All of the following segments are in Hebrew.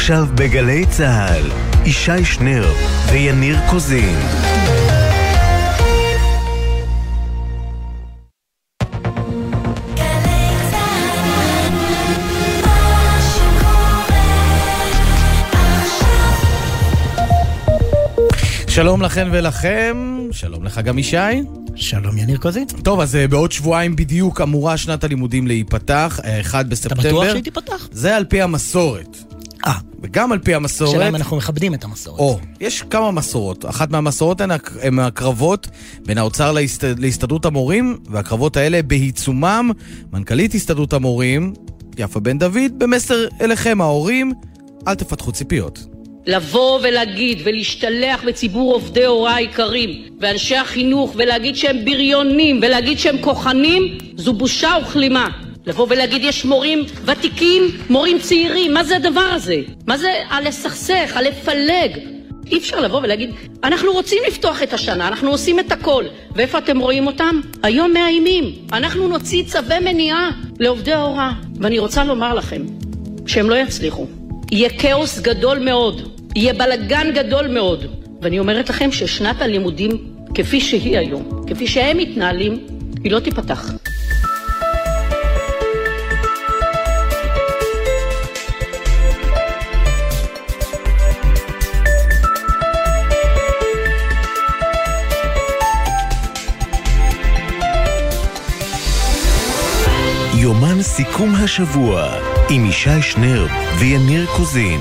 עכשיו בגלי צהל, ישי שנר ויניר קוזין. שלום לכן ולכם, שלום לך גם ישי. שלום יניר קוזין. טוב, אז בעוד שבועיים בדיוק אמורה שנת הלימודים להיפתח, 1 בספטמבר. אתה בטוח שהיא תיפתח? זה על פי המסורת. וגם על פי המסורת... שאלה אם אנחנו מכבדים את המסורת. יש כמה מסורות. אחת מהמסורות הן הקרבות בין האוצר להסתדרות המורים, והקרבות האלה בעיצומם. מנכ"לית הסתדרות המורים, יפה בן דוד, במסר אליכם ההורים, אל תפתחו ציפיות. לבוא ולהגיד ולהשתלח בציבור עובדי הוראה העיקרים ואנשי החינוך ולהגיד שהם בריונים ולהגיד שהם כוחנים, זו בושה וכלימה. לבוא ולהגיד יש מורים ותיקים, מורים צעירים, מה זה הדבר הזה? מה זה הלסכסך, הלפלג? אי אפשר לבוא ולהגיד, אנחנו רוצים לפתוח את השנה, אנחנו עושים את הכל. ואיפה אתם רואים אותם? היום מאיימים. אנחנו נוציא צווי מניעה לעובדי ההוראה. ואני רוצה לומר לכם, שהם לא יצליחו. יהיה כאוס גדול מאוד. יהיה בלגן גדול מאוד. ואני אומרת לכם ששנת הלימודים, כפי שהיא היום, כפי שהם מתנהלים, היא לא תיפתח. יומן סיכום השבוע עם ישי שנר ויניר קוזין.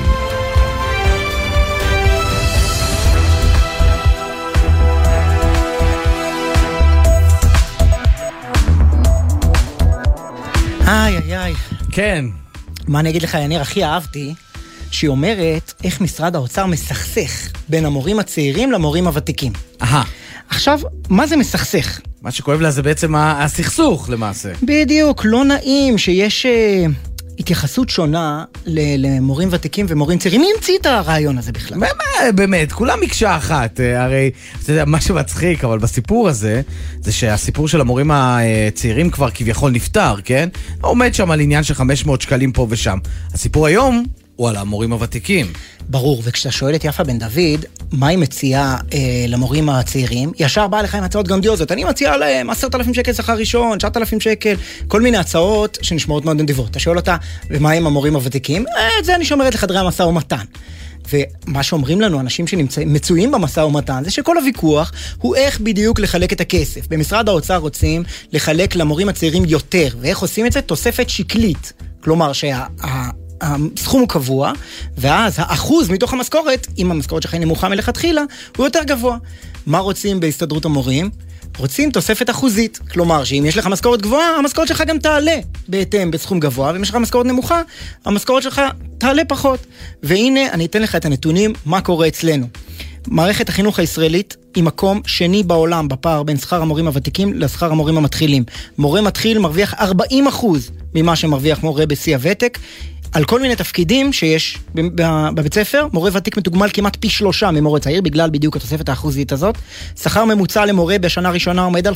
איי. כן. מה אני אגיד לך, יניר, הכי אהבתי שהיא אומרת איך משרד האוצר מסכסך בין המורים הצעירים למורים הוותיקים. עכשיו, מה זה מסכסך? מה שכואב לה זה בעצם הסכסוך למעשה. בדיוק, לא נעים שיש התייחסות שונה למורים ותיקים ומורים צעירים. מי המציא את הרעיון הזה בכלל? באמת, כולם מקשה אחת. הרי, אתה יודע, מה שמצחיק, אבל בסיפור הזה, זה שהסיפור של המורים הצעירים כבר כביכול נפטר, כן? עומד שם על עניין של 500 שקלים פה ושם. הסיפור היום הוא על המורים הוותיקים. ברור, וכשאתה שואל את יפה בן דוד, מה היא מציעה למורים הצעירים? ישר באה לך עם הצעות גרנדיוזות. אני מציעה להם 10,000 שקל שכר ראשון, 9,000 שקל, כל מיני הצעות שנשמעות מאוד נדיבות. אתה שואל אותה, ומה עם המורים הוותיקים? את זה אני שומרת לחדרי המשא ומתן. ומה שאומרים לנו, אנשים שמצויים במשא ומתן, זה שכל הוויכוח הוא איך בדיוק לחלק את הכסף. במשרד האוצר רוצים לחלק למורים הצעירים יותר, ואיך עושים את זה? תוספת שקלית. כלומר, הסכום הוא קבוע, ואז האחוז מתוך המשכורת, אם המשכורת שלך נמוכה מלכתחילה, הוא יותר גבוה. מה רוצים בהסתדרות המורים? רוצים תוספת אחוזית. כלומר, שאם יש לך משכורת גבוהה, המשכורת שלך גם תעלה בהתאם בסכום גבוה, ואם יש לך משכורת נמוכה, המשכורת שלך תעלה פחות. והנה, אני אתן לך את הנתונים, מה קורה אצלנו. מערכת החינוך הישראלית היא מקום שני בעולם בפער בין שכר המורים הוותיקים לשכר המורים המתחילים. מורה מתחיל מרוויח 40% ממה שמרוויח מורה בשיא הוותק, על כל מיני תפקידים שיש בבית ספר. מורה ותיק מתוגמל כמעט פי 3 ממורה צעיר, בגלל בדיוק התוספת האחוזית הזאת. שכר ממוצע למורה בשנה ראשונה עומד על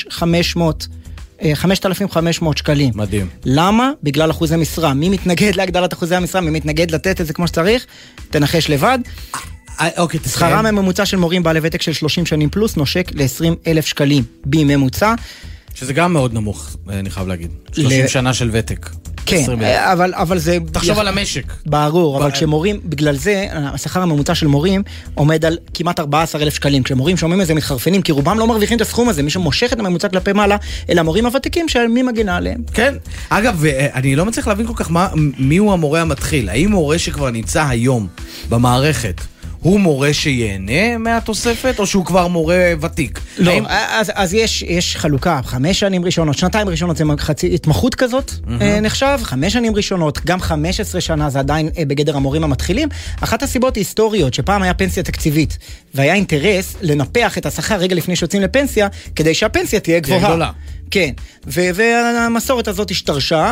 5,500 שקלים. מדהים. למה? בגלל אחוזי משרה. מי מתנגד להגדלת אחוזי המשרה? מי מתנגד לתת את זה כמו שצריך? תנחש לבד. אוקיי, שכרם הממוצע של מורים בעלי ותק של 30 שנים פלוס נושק ל-20,000 שקלים בממוצע. שזה גם מאוד נמוך, אני חייב להגיד. 30 שנה של ותק. כן, אבל זה... תחשוב על המשק. ברור, אבל כשמורים, בגלל זה, השכר הממוצע של מורים עומד על כמעט 14,000 שקלים. כשמורים שומעים איזה מתחרפנים, כי רובם לא מרוויחים את הסכום הזה, מי שמושך את הממוצע כלפי מעלה, אלה המורים הוותיקים שמי מגינה עליהם. כן. אגב, אני לא מצליח להבין כל כך מי הוא המורה המתחיל. האם מורה שכבר נמצא היום במערכת, הוא מורה שיהנה מהתוספת, או שהוא כבר מורה ותיק? לא, אז יש חלוקה, 5 שנים ראשונות, 2 ראשונות זה חצי התמחות כזאת, נחשב, 5 שנים ראשונות, גם 15 שנה זה עדיין בגדר המורים המתחילים. אחת הסיבות היסטוריות, שפעם היה פנסיה תקציבית, והיה אינטרס לנפח את השכר רגע לפני שיוצאים לפנסיה, כדי שהפנסיה תהיה גבוהה. כן, והמסורת הזאת השתרשה,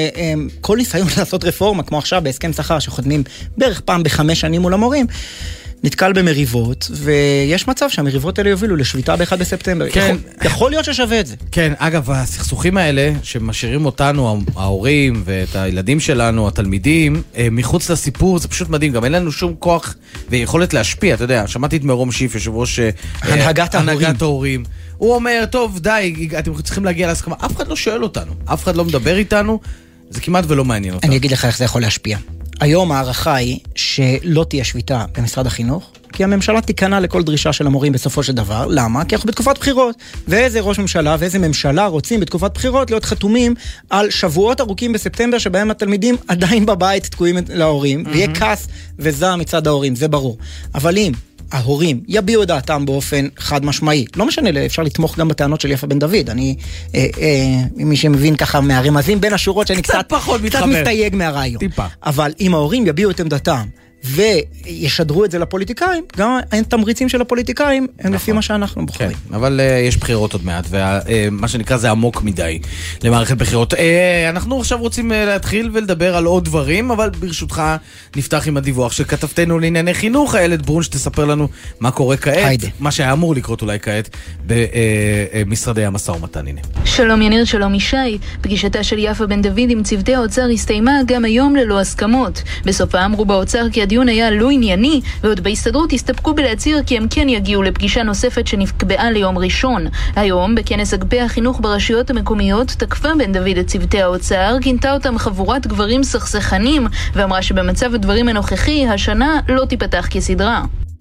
וכל ניסיון לעשות רפורמה, כמו עכשיו בהסכם שכר שחותמים בערך פעם ב5 שנים מול המורים, נתקל במריבות, ויש מצב שהמריבות האלה יובילו לשביתה ב-1 בספטמבר. כן. יכול להיות ששווה את זה. כן, אגב, הסכסוכים האלה שמשאירים אותנו, ההורים ואת הילדים שלנו, התלמידים, מחוץ לסיפור, זה פשוט מדהים. גם אין לנו שום כוח ויכולת להשפיע, אתה יודע, שמעתי את מרום שיף, יושב ראש הנהגת ההורים. הוא אומר, טוב, די, אתם צריכים להגיע להסכמה. אף אחד לא שואל אותנו, אף אחד לא מדבר איתנו, זה כמעט ולא מעניין אותנו. אני אגיד לך איך זה יכול להשפיע. היום הערכה היא שלא תהיה שביתה במשרד החינוך, כי הממשלה תיכנע לכל דרישה של המורים בסופו של דבר. למה? כי אנחנו בתקופת בחירות. ואיזה ראש ממשלה ואיזה ממשלה רוצים בתקופת בחירות להיות חתומים על שבועות ארוכים בספטמבר, שבהם התלמידים עדיין בבית תקועים להורים, ויהיה כעס וזעם מצד ההורים, זה ברור. אבל אם ההורים יביעו את דעתם באופן חד משמעי, לא משנה, אפשר לתמוך גם בטענות של יפה בן דוד, אני, מי שמבין ככה מהרמזים בין השורות, שאני קצת מסתייג מהרעיון. טיפה. אבל אם ההורים יביעו את עמדתם, וישדרו את זה לפוליטיקאים, גם התמריצים של הפוליטיקאים הם לפי מה שאנחנו בוחרים. כן, אבל יש בחירות עוד מעט, ומה שנקרא זה עמוק מדי למערכת בחירות. אנחנו עכשיו רוצים להתחיל ולדבר על עוד דברים, אבל ברשותך נפתח עם הדיווח של כתבתנו לענייני חינוך, איילת ברון, שתספר לנו מה קורה כעת, מה שהיה אמור לקרות אולי כעת במשרדי המשא ומתן. הנה. שלום יניר, שלום ישי. פגישתה של יפה בן דוד עם צוותי האוצר הסתיימה גם היום ללא הסכמות. בסופה אמרו באוצר כי הדיון היה לא ענייני, ועוד בהסתדרות הסתפקו בלהצהיר כי הם כן יגיעו לפגישה נוספת שנקבעה ליום ראשון. היום, בכנס אגפי החינוך ברשויות המקומיות, תקפה בן דוד את צוותי האוצר, כינתה אותם חבורת גברים סכסכנים, ואמרה שבמצב הדברים הנוכחי, השנה לא תיפתח כסדרה.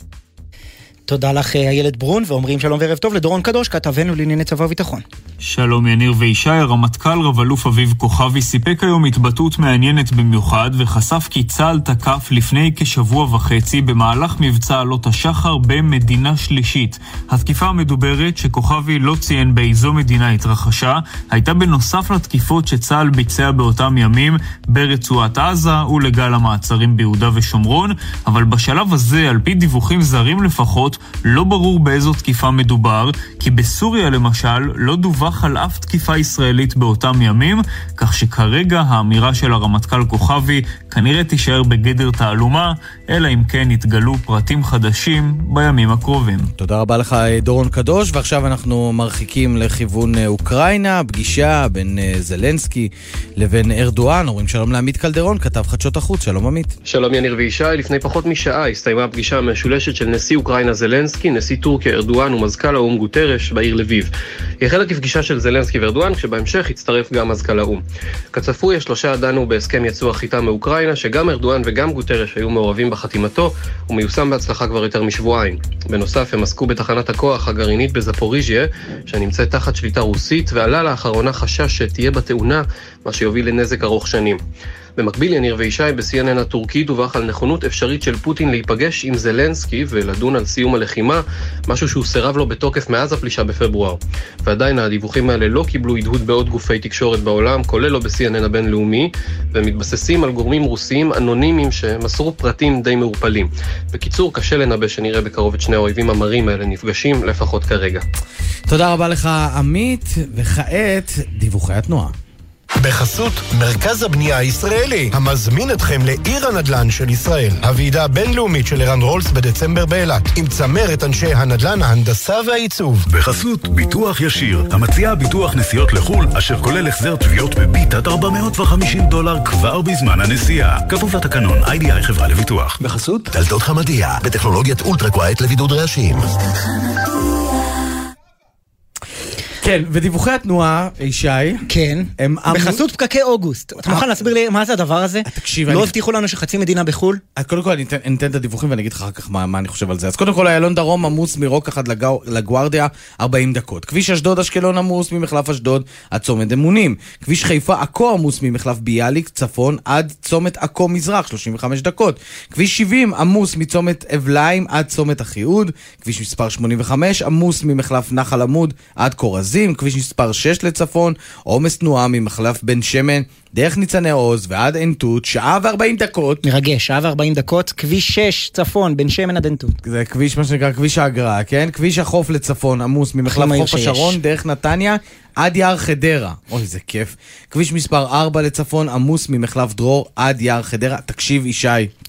תודה לך איילת ברון, ואומרים שלום וערב טוב לדורון קדוש, כתבנו לענייני צבא וביטחון. שלום יניר וישי. הרמטכ"ל רב אלוף אביב כוכבי סיפק היום התבטאות מעניינת במיוחד, וחשף כי צה"ל תקף לפני כשבוע וחצי במהלך מבצע עלות השחר במדינה שלישית. התקיפה המדוברת, שכוכבי לא ציין באיזו מדינה התרחשה, הייתה בנוסף לתקיפות שצה"ל ביצע באותם ימים ברצועת עזה ולגל המעצרים ביהודה ושומרון, אבל בשלב הזה, על פי דיווחים זרים לפחות, לא ברור באיזו תקיפה מדובר, כי בסוריה למשל לא דווח על אף תקיפה ישראלית באותם ימים, כך שכרגע האמירה של הרמטכ"ל כוכבי כנראה תישאר בגדר תעלומה, אלא אם כן יתגלו פרטים חדשים בימים הקרובים. תודה רבה לך דורון קדוש, ועכשיו אנחנו מרחיקים לכיוון אוקראינה, פגישה בין זלנסקי לבין ארדואן. אומרים שלום לעמית קלדרון, כתב חדשות החוץ. שלום עמית. שלום יניר וישי. לפני פחות משעה הסתיימה הפגישה המשולשת של נשיא אוקראינה זלנסקי, נשיא טורקיה ארדואן ומזכ"ל האו"ם גוטרש בעיר לביב. היא החלה כפגישה של זלנסקי וארדואן, כשבהמשך הצטרף גם מזכ"ל האו"ם. כצפוי, השלושה דנו בהסכם יצוא החיטה מאוקראינה, שגם ארדואן וגם גוטרש היו מעורבים בחתימתו, ומיושם בהצלחה כבר יותר משבועיים. בנוסף, הם עסקו בתחנת הכוח הגרעינית בזפוריז'יה, שנמצאת תחת שליטה רוסית, ועלה לאחרונה חשש שתהיה בתאונה, מה שיוביל לנזק ארוך שנים. במקביל יניר וישי, ב-CNN הטורקי דווח על נכונות אפשרית של פוטין להיפגש עם זלנסקי ולדון על סיום הלחימה, משהו שהוא סירב לו בתוקף מאז הפלישה בפברואר. ועדיין הדיווחים האלה לא קיבלו הדהוד בעוד גופי תקשורת בעולם, כולל לא ב-CNN הבינלאומי, ומתבססים על גורמים רוסיים אנונימיים שמסרו פרטים די מעורפלים. בקיצור, קשה לנבא שנראה בקרוב את שני האויבים המרים האלה נפגשים, לפחות כרגע. תודה רבה לך עמית, וכעת דיווחי התנועה. בחסות מרכז הבנייה הישראלי, המזמין אתכם לעיר הנדל"ן של ישראל. הוועידה הבינלאומית של ערן רולס בדצמבר באילת, עם צמרת אנשי הנדל"ן, ההנדסה והעיצוב. בחסות ביטוח ישיר, המציע ביטוח נסיעות לחול, אשר כולל החזר תביעות בביט עד $450 כבר בזמן הנסיעה. כפוף לתקנון, IDI חברה לביטוח. בחסות דלתות חמדיה, בטכנולוגיית אולטרה קווייט לבידוד רעשים. כן, ודיווחי התנועה, ישי. כן, בחסות פקקי אוגוסט. אתה מוכן להסביר לי מה זה הדבר הזה? תקשיב, לא הבטיחו לנו שחצי מדינה בחול? קודם כל, אני אתן את הדיווחים ואני אגיד לך אחר כך מה אני חושב על זה. אז קודם כל, איילון דרום עמוס מרוק אחד לגוארדיה 40 דקות. כביש אשדוד אשקלון עמוס ממחלף אשדוד עד צומת אמונים. כביש חיפה עכו עמוס ממחלף ביאליק צפון עד צומת עכו מזרח 35 דקות. כביש 70 עמוס מצומת אבליים עד צומת החיעוד. כביש מספר 85 עמוס ממחלף נחל עמוד עד קורזים. כביש מספר 6 לצפון, עומס תנועה ממחלף בן שמן, דרך ניצני עוז ועד עין תות, שעה ו40 דקות. מרגש, שעה ו40 דקות, כביש 6 צפון, בן שמן עד עין תות. זה כביש, מה שנקרא, כביש האגרה, כן? כביש החוף לצפון, עמוס ממחלף חוף השרון, דרך נתניה, עד יער חדרה. אוי, זה כיף. כביש מספר 4 לצפון, עמוס ממחלף דרור עד יער חדרה. תקשיב, ישי.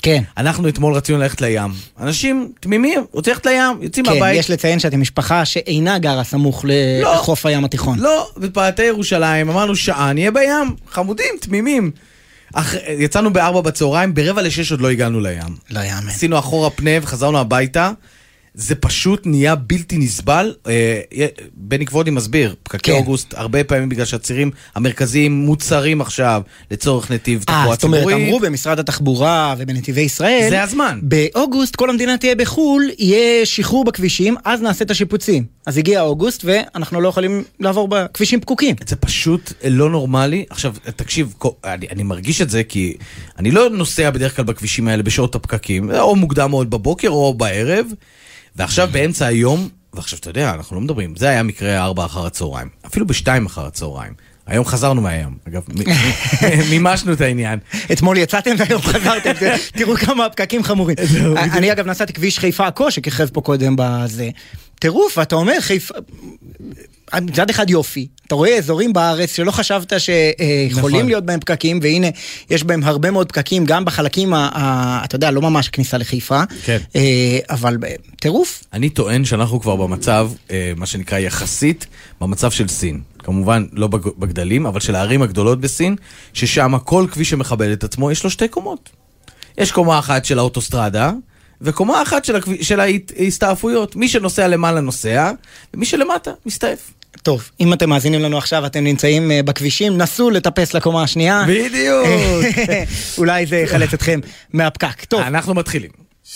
כן. אנחנו אתמול רצינו ללכת לים. אנשים תמימים, רוצים ללכת לים, יוצאים כן, מהבית. יש לציין שאתם משפחה שאינה גרה סמוך לחוף הים התיכון. לא, בפאתי ירושלים, אמרנו שעה, נהיה בים, חמודים, תמימים. יצאנו ב4 בצהריים, ב5:45 עוד לא הגענו לים. לא יאמן. עשינו אחורה פנה וחזרנו הביתה. זה פשוט נהיה בלתי נסבל. בני כבודי מסביר, פקקי אוגוסט, הרבה פעמים בגלל שהצירים המרכזיים מוצרים עכשיו לצורך נתיב תחבורה ציבורית. זאת אומרת, אמרו במשרד התחבורה ובנתיבי ישראל, זה הזמן. באוגוסט כל המדינה תהיה בחול, יהיה שחרור בכבישים, אז נעשה את השיפוצים. אז הגיע אוגוסט ואנחנו לא יכולים לעבור בכבישים פקוקים. זה פשוט לא נורמלי. עכשיו, תקשיב, אני מרגיש את זה כי אני לא נוסע בדרך כלל בכבישים האלה בשעות הפקקים, או מוקדם מאוד בבוקר או בערב, ועכשיו באמצע היום, ועכשיו אתה יודע, אנחנו לא מדברים, זה היה מקרה 4 אחר הצהריים, אפילו ב2 אחר הצהריים. היום חזרנו מהים, אגב, מימשנו את העניין. אתמול יצאתם והיום חזרתם, תראו כמה הפקקים חמורים. אני אגב נסעתי כביש חיפה עכו, שכיכב פה קודם בזה. טירוף, ואתה אומר חיפה, מצד אחד יופי, אתה רואה אזורים בארץ שלא חשבת שיכולים להיות בהם פקקים, והנה יש בהם הרבה מאוד פקקים, גם בחלקים, אתה יודע, לא ממש כניסה לחיפה, אבל טירוף. אני טוען שאנחנו כבר במצב, מה שנקרא יחסית, במצב של סין. כמובן לא בגדלים, אבל של הערים הגדולות בסין, ששם כל כביש שמכבד את עצמו, יש לו 2 קומות. יש קומה אחת של האוטוסטרדה, וקומה אחת של ההסתעפויות. מי שנוסע למעלה נוסע, ומי שלמטה מסתעף. טוב, אם אתם מאזינים לנו עכשיו, אתם נמצאים בכבישים, נסו לטפס לקומה השנייה. בדיוק. אולי זה יחלץ אתכם מהפקק. טוב. אנחנו מתחילים.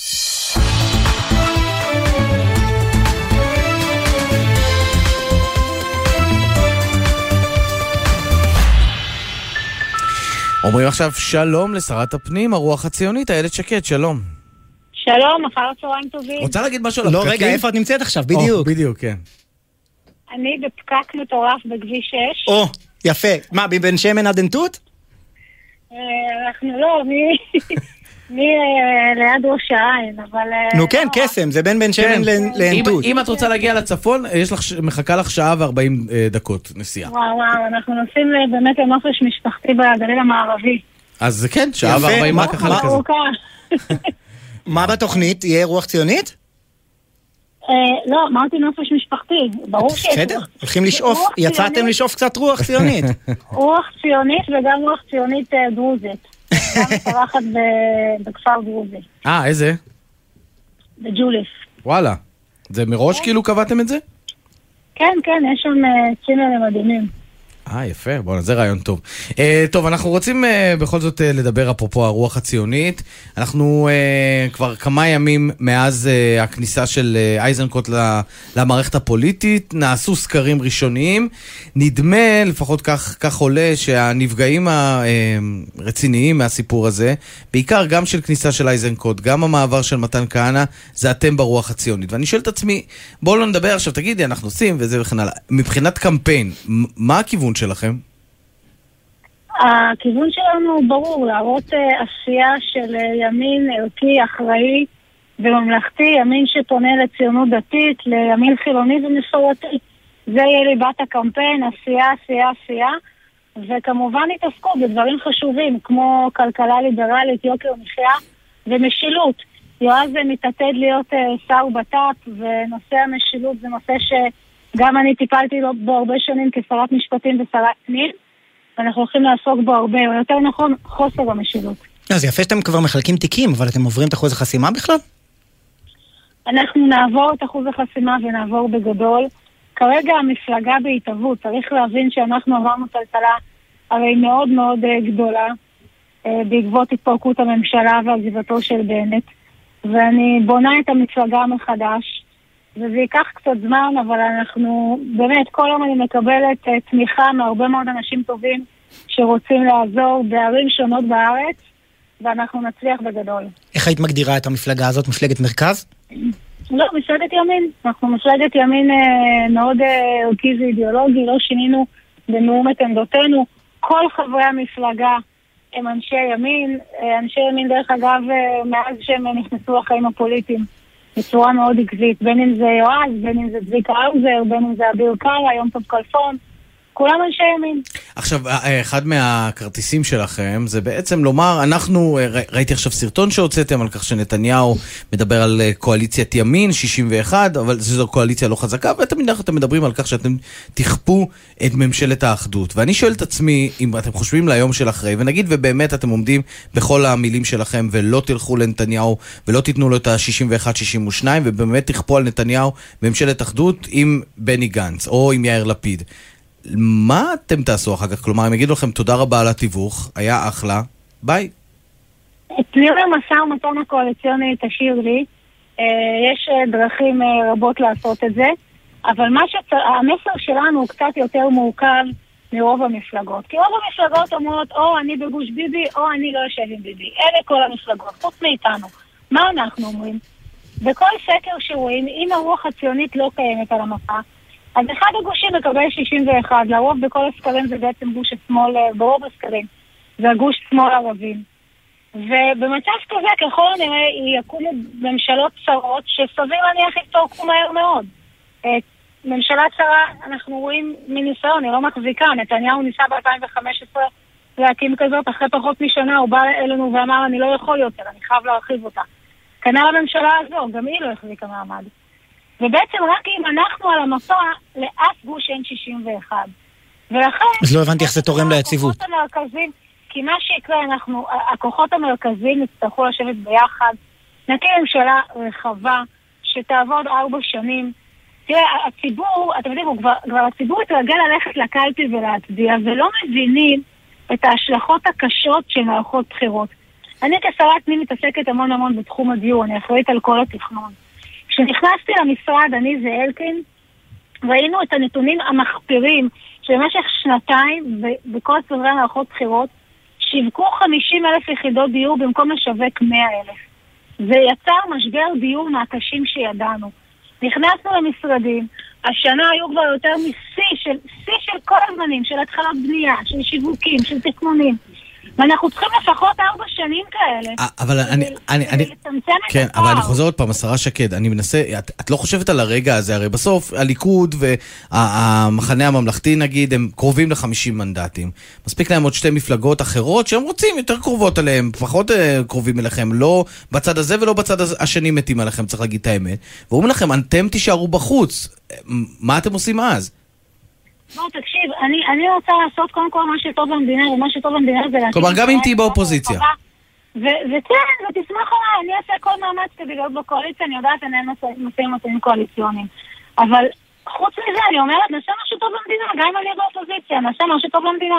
אומרים עכשיו שלום לשרת הפנים, הרוח הציונית, איילת שקד, שלום. שלום, אחר צהריים טובים. רוצה להגיד משהו על הפקקים? לא, רגע, איפה את נמצאת עכשיו? בדיוק. בדיוק, כן. אני בפקק מטורף בכביש 6. יפה. מה, בן שמן עד עין-תות? אנחנו לא, ליד ראש העין, אבל... נו כן, קסם, זה בן שמן לעין-תות. אם את רוצה להגיע לצפון, מחכה לך 1:40 דקות נסיעה. וואו, אנחנו נוסעים באמת לנופש משפחתי בגליל המערבי. אז כן, 1:40 רק אחר כזה. מה בתוכנית? יהיה רוח ציונית? לא, אמרתי נופש משפחתי, ברור שיש. בסדר, הולכים לשאוף, יצאתם לשאוף קצת רוח ציונית. רוח ציונית וגם רוח ציונית דרוזית. גם מתארחת בכפר דרוזי. איזה? בג'וליס. וואלה. זה מראש כאילו קבעתם את זה? כן, יש שם צימרים מדהימים. יפה, בואו, זה רעיון טוב. טוב, אנחנו רוצים בכל זאת לדבר אפרופו הרוח הציונית. אנחנו כבר כמה ימים מאז הכניסה של אייזנקוט למערכת הפוליטית, נעשו סקרים ראשוניים. נדמה, לפחות כך עולה, שהנפגעים הרציניים מהסיפור הזה, בעיקר גם של כניסה של אייזנקוט, גם המעבר של מתן כהנא, זה אתם ברוח הציונית. ואני שואל את עצמי, בואו לא נדבר עכשיו, תגידי, אנחנו עושים וזה וכן הלאה. מבחינת קמפיין, מה הכיוון שלכם? הכיוון שלנו הוא ברור, להראות עשייה של ימין ערכי, אחראי וממלכתי, ימין שפונה לציונות דתית, לימין חילוני ומסורתי. זה יהיה ליבת הקמפיין, עשייה, וכמובן התעסקו בדברים חשובים, כמו כלכלה ליברלית, יוקר מחיה ומשילות. יועז מתעתד להיות שר בט"פ, ונושא המשילות זה נושא שגם אני טיפלתי בו הרבה שנים כשרת משפטים ושרת פנים, ואנחנו הולכים לעסוק בו הרבה, או יותר נכון, חוסר המשילות. אז יפה שאתם כבר מחלקים תיקים, אבל אתם עוברים את אחוז החסימה בכלל? אנחנו נעבור את אחוז החסימה ונעבור בגדול. כרגע המפלגה בהתהוות, צריך להבין שאנחנו עברנו טלטלה הרי מאוד מאוד גדולה, בעקבות התפרקות הממשלה ועזיבתו של בנט, ואני בונה את המפלגה מחדש, וזה ייקח קצת זמן, אבל אנחנו, באמת, כל יום אני מקבלת תמיכה מהרבה מאוד אנשים טובים שרוצים לעזור בערים שונות בארץ, ואנחנו נצליח בגדול. איך היית מגדירה את המפלגה הזאת? מפלגת מרכז? לא, מפלגת ימין. אנחנו מפלגת ימין מאוד ערכי ואידיאולוגי, לא שינינו בנאום את עמדותינו. כל חברי המפלגה הם אנשי ימין. אנשי ימין, דרך אגב, מאז שהם נכנסו לחיים הפוליטיים, בצורה מאוד עקבית. בין אם זה יועז, בין אם זה צביקה האוזר, בין אם זה אביר קארה, יום טוב כלפון. כולם אנשי ימין. עכשיו, אחד מהכרטיסים שלכם זה בעצם לומר, ראיתי עכשיו סרטון שהוצאתם על כך שנתניהו מדבר על קואליציית ימין, 61, אבל זו קואליציה לא חזקה, ואתם מדברים על כך שאתם תכפו את ממשלת האחדות. ואני שואל את עצמי, אם אתם חושבים ליום של אחרי, ונגיד ובאמת אתם עומדים בכל המילים שלכם, ולא תלכו לנתניהו, ולא תיתנו לו את ה-61-62, ובאמת תכפו על נתניהו ממשלת אחדות עם בני גנץ, או עם יאיר לפיד. מה אתם תעשו אחר כך? כלומר, הם יגידו לכם תודה רבה על התיווך, היה אחלה, ביי. תני למשא ומתן הקואליציוני, תשאיר לי. יש דרכים רבות לעשות את זה, אבל המסר שלנו הוא קצת יותר מורכב מרוב המפלגות. כי רוב המפלגות אומרות, או אני בגוש ביבי, או אני לא יושב עם ביבי. אלה כל המפלגות, חוץ מאיתנו. מה אנחנו אומרים? בכל סקר שרואים, אם הרוח הציונית לא קיימת על המפה, אז אחד הגושים מקבל 61, לרוב בכל הסקרים זה בעצם גוש השמאל, ברוב הסקרים, זה הגוש שמאל ערבים. ובמצב כזה, ככל הנראה, יקומו ממשלות צרות שסביר להניח יתפרקו מהר מאוד. ממשלה צרה, אנחנו רואים מניסיון, היא לא מחזיקה. נתניהו ניסה ב-2015 להקים כזאת, אחרי פחות משנה הוא בא אלינו ואמר, אני לא יכול יותר, אני חייב להרחיב אותה. כנראה הממשלה הזו, גם היא לא החזיקה מעמד. ובעצם רק אם אנחנו על המפה, לאף גוש אין 61. ולכן... אז לא הבנתי איך זה תורם ליציבות. כי מה שיקרה, הכוחות המרכזיים יצטרכו לשבת ביחד, נקים ממשלה רחבה, שתעבוד 4 שנים. תראה, הציבור, אתם יודעים, כבר הציבור התרגל ללכת לקלפי ולהצביע, ולא מבינים את ההשלכות הקשות של מערכות בחירות. אני כשרת פנים מתעסקת המון בתחום הדיור, אני אחראית על כל התכנון. כשנכנסתי למשרד, אני ואלקין, ראינו את הנתונים המחפירים, שבמשך 2 בכל סדרי מערכות בחירות, שיווקו 50,000 יחידות דיור במקום לשווק 100,000. זה יצר משבר דיור מהקשים שידענו. נכנסנו למשרדים, השנה היו כבר יותר משיא של כל הזמנים, של התחלות בנייה, של שיווקים, של תכנונים. ואנחנו צריכים לפחות 4 שנים כאלה. אבל כן, אבל אני חוזר עוד פעם, השרה שקד, אני מנסה, את לא חושבת על הרגע הזה, הרי בסוף הליכוד והמחנה הממלכתי נגיד, הם קרובים ל50 מנדטים. מספיק להם עוד 2 מפלגות אחרות שהם רוצים יותר קרובות עליהם, פחות קרובים אליכם, לא בצד הזה ולא בצד השני מתים עליכם, צריך להגיד את האמת. ואומרים לכם, אתם תישארו בחוץ. מה אתם עושים אז? בוא, תקשיב, אני רוצה לעשות קודם כל מה שטוב במדינה, ומה שטוב במדינה זה להשאיר... כלומר, גם אם תהי באופוזיציה. וכן, ותשמח עליי, אני אעשה כל מאמץ כדי להיות בקואליציה, אני יודעת, אני מסיים אותם קואליציונים. אבל חוץ מזה, אני אומרת, נעשה משהו טוב במדינה, גם אם אני באופוזיציה, נעשה משהו טוב במדינה.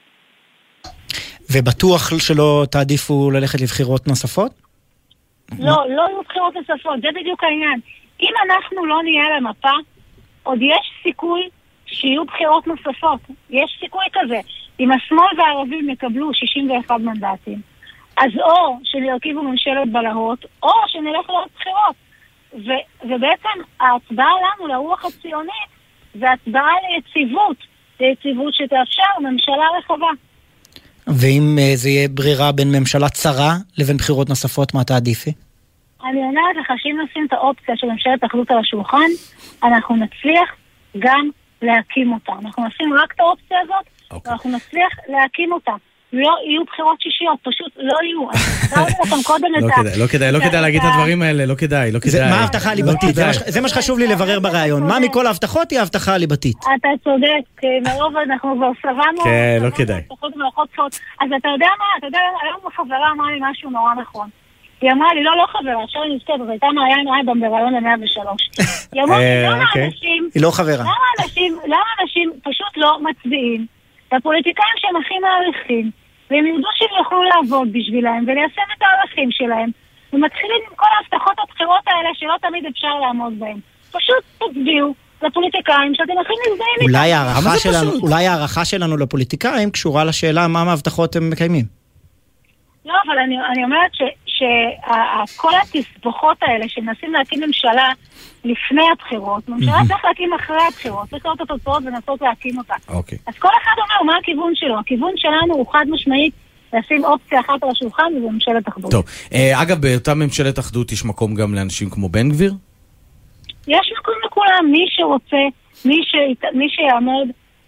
ובטוח שלא תעדיפו ללכת לבחירות נוספות? לא יהיו בחירות נוספות, זה בדיוק העניין. אם אנחנו לא נהיה למפה, עוד יש סיכוי שיהיו בחירות נוספות. יש סיכוי כזה. אם השמאל והערבים יקבלו 61 מנדטים, אז או שנרכיבו ממשלת בלהות, או שנלך לעוד בחירות. ובעצם ההצבעה לנו, לרוח הציונית, זה הצבעה ליציבות שתאפשר ממשלה רחבה. ואם זה יהיה ברירה בין ממשלה צרה לבין בחירות נוספות, מה תעדיפי? אני אומרת לך שאם נשים את האופציה של ממשלת אחדות על השולחן, אנחנו נצליח גם להקים אותה. אנחנו נשים רק את האופציה הזאת, ואנחנו נצליח להקים אותה. לא יהיו בחירות שישיות, פשוט לא יהיו. לא כדאי להגיד את הדברים האלה, לא כדאי. מה ההבטחה הליבתית? זה מה שחשוב לי לברר ברעיון. מה מכל ההבטחות היא ההבטחה הליבתית? אתה צודק, מרוב אנחנו כבר סבנו. כן, לא כדאי. אז אתה יודע מה? אתה יודע, היום החברה אמרה לי משהו נורא נכון. היא אמרה לי, לא חברה, עכשיו אני נזכרת, זו הייתה מעיין רייבן ברעיון ל-103. היא אמרה לי, למה אנשים... היא לא חברה. למה אנשים פשוט לא מצביעים? והפוליטיקאים שהם הכי מעריכים, והם ידעו שהם יוכלו לעבוד בשבילהם, וליישם את הערכים שלהם, ומתחילים עם כל ההבטחות הבחירות האלה שלא תמיד אפשר לעמוד בהם. פשוט תצביעו לפוליטיקאים שאתם הכי נזדהים איתם. אולי הערכה שלנו לפוליטיקאים קשורה לשאלה מה מההבטחות הם מקיימים. לא, אבל אני אומרת שכל התסבוכות האלה שמנסים להקים ממשלה לפני הבחירות, ממשלה צריך להקים אחרי הבחירות, צריך לראות את התוצאות ונסות להקים אותה. אז כל אחד אומר מה הכיוון שלו. הכיוון שלנו הוא חד משמעית לשים אופציה אחת על השולחן, וזה ממשלת אחדות. טוב, אגב, באותה ממשלת אחדות יש מקום גם לאנשים כמו בן גביר? יש מקום לכולם, מי שרוצה, מי שיעמוד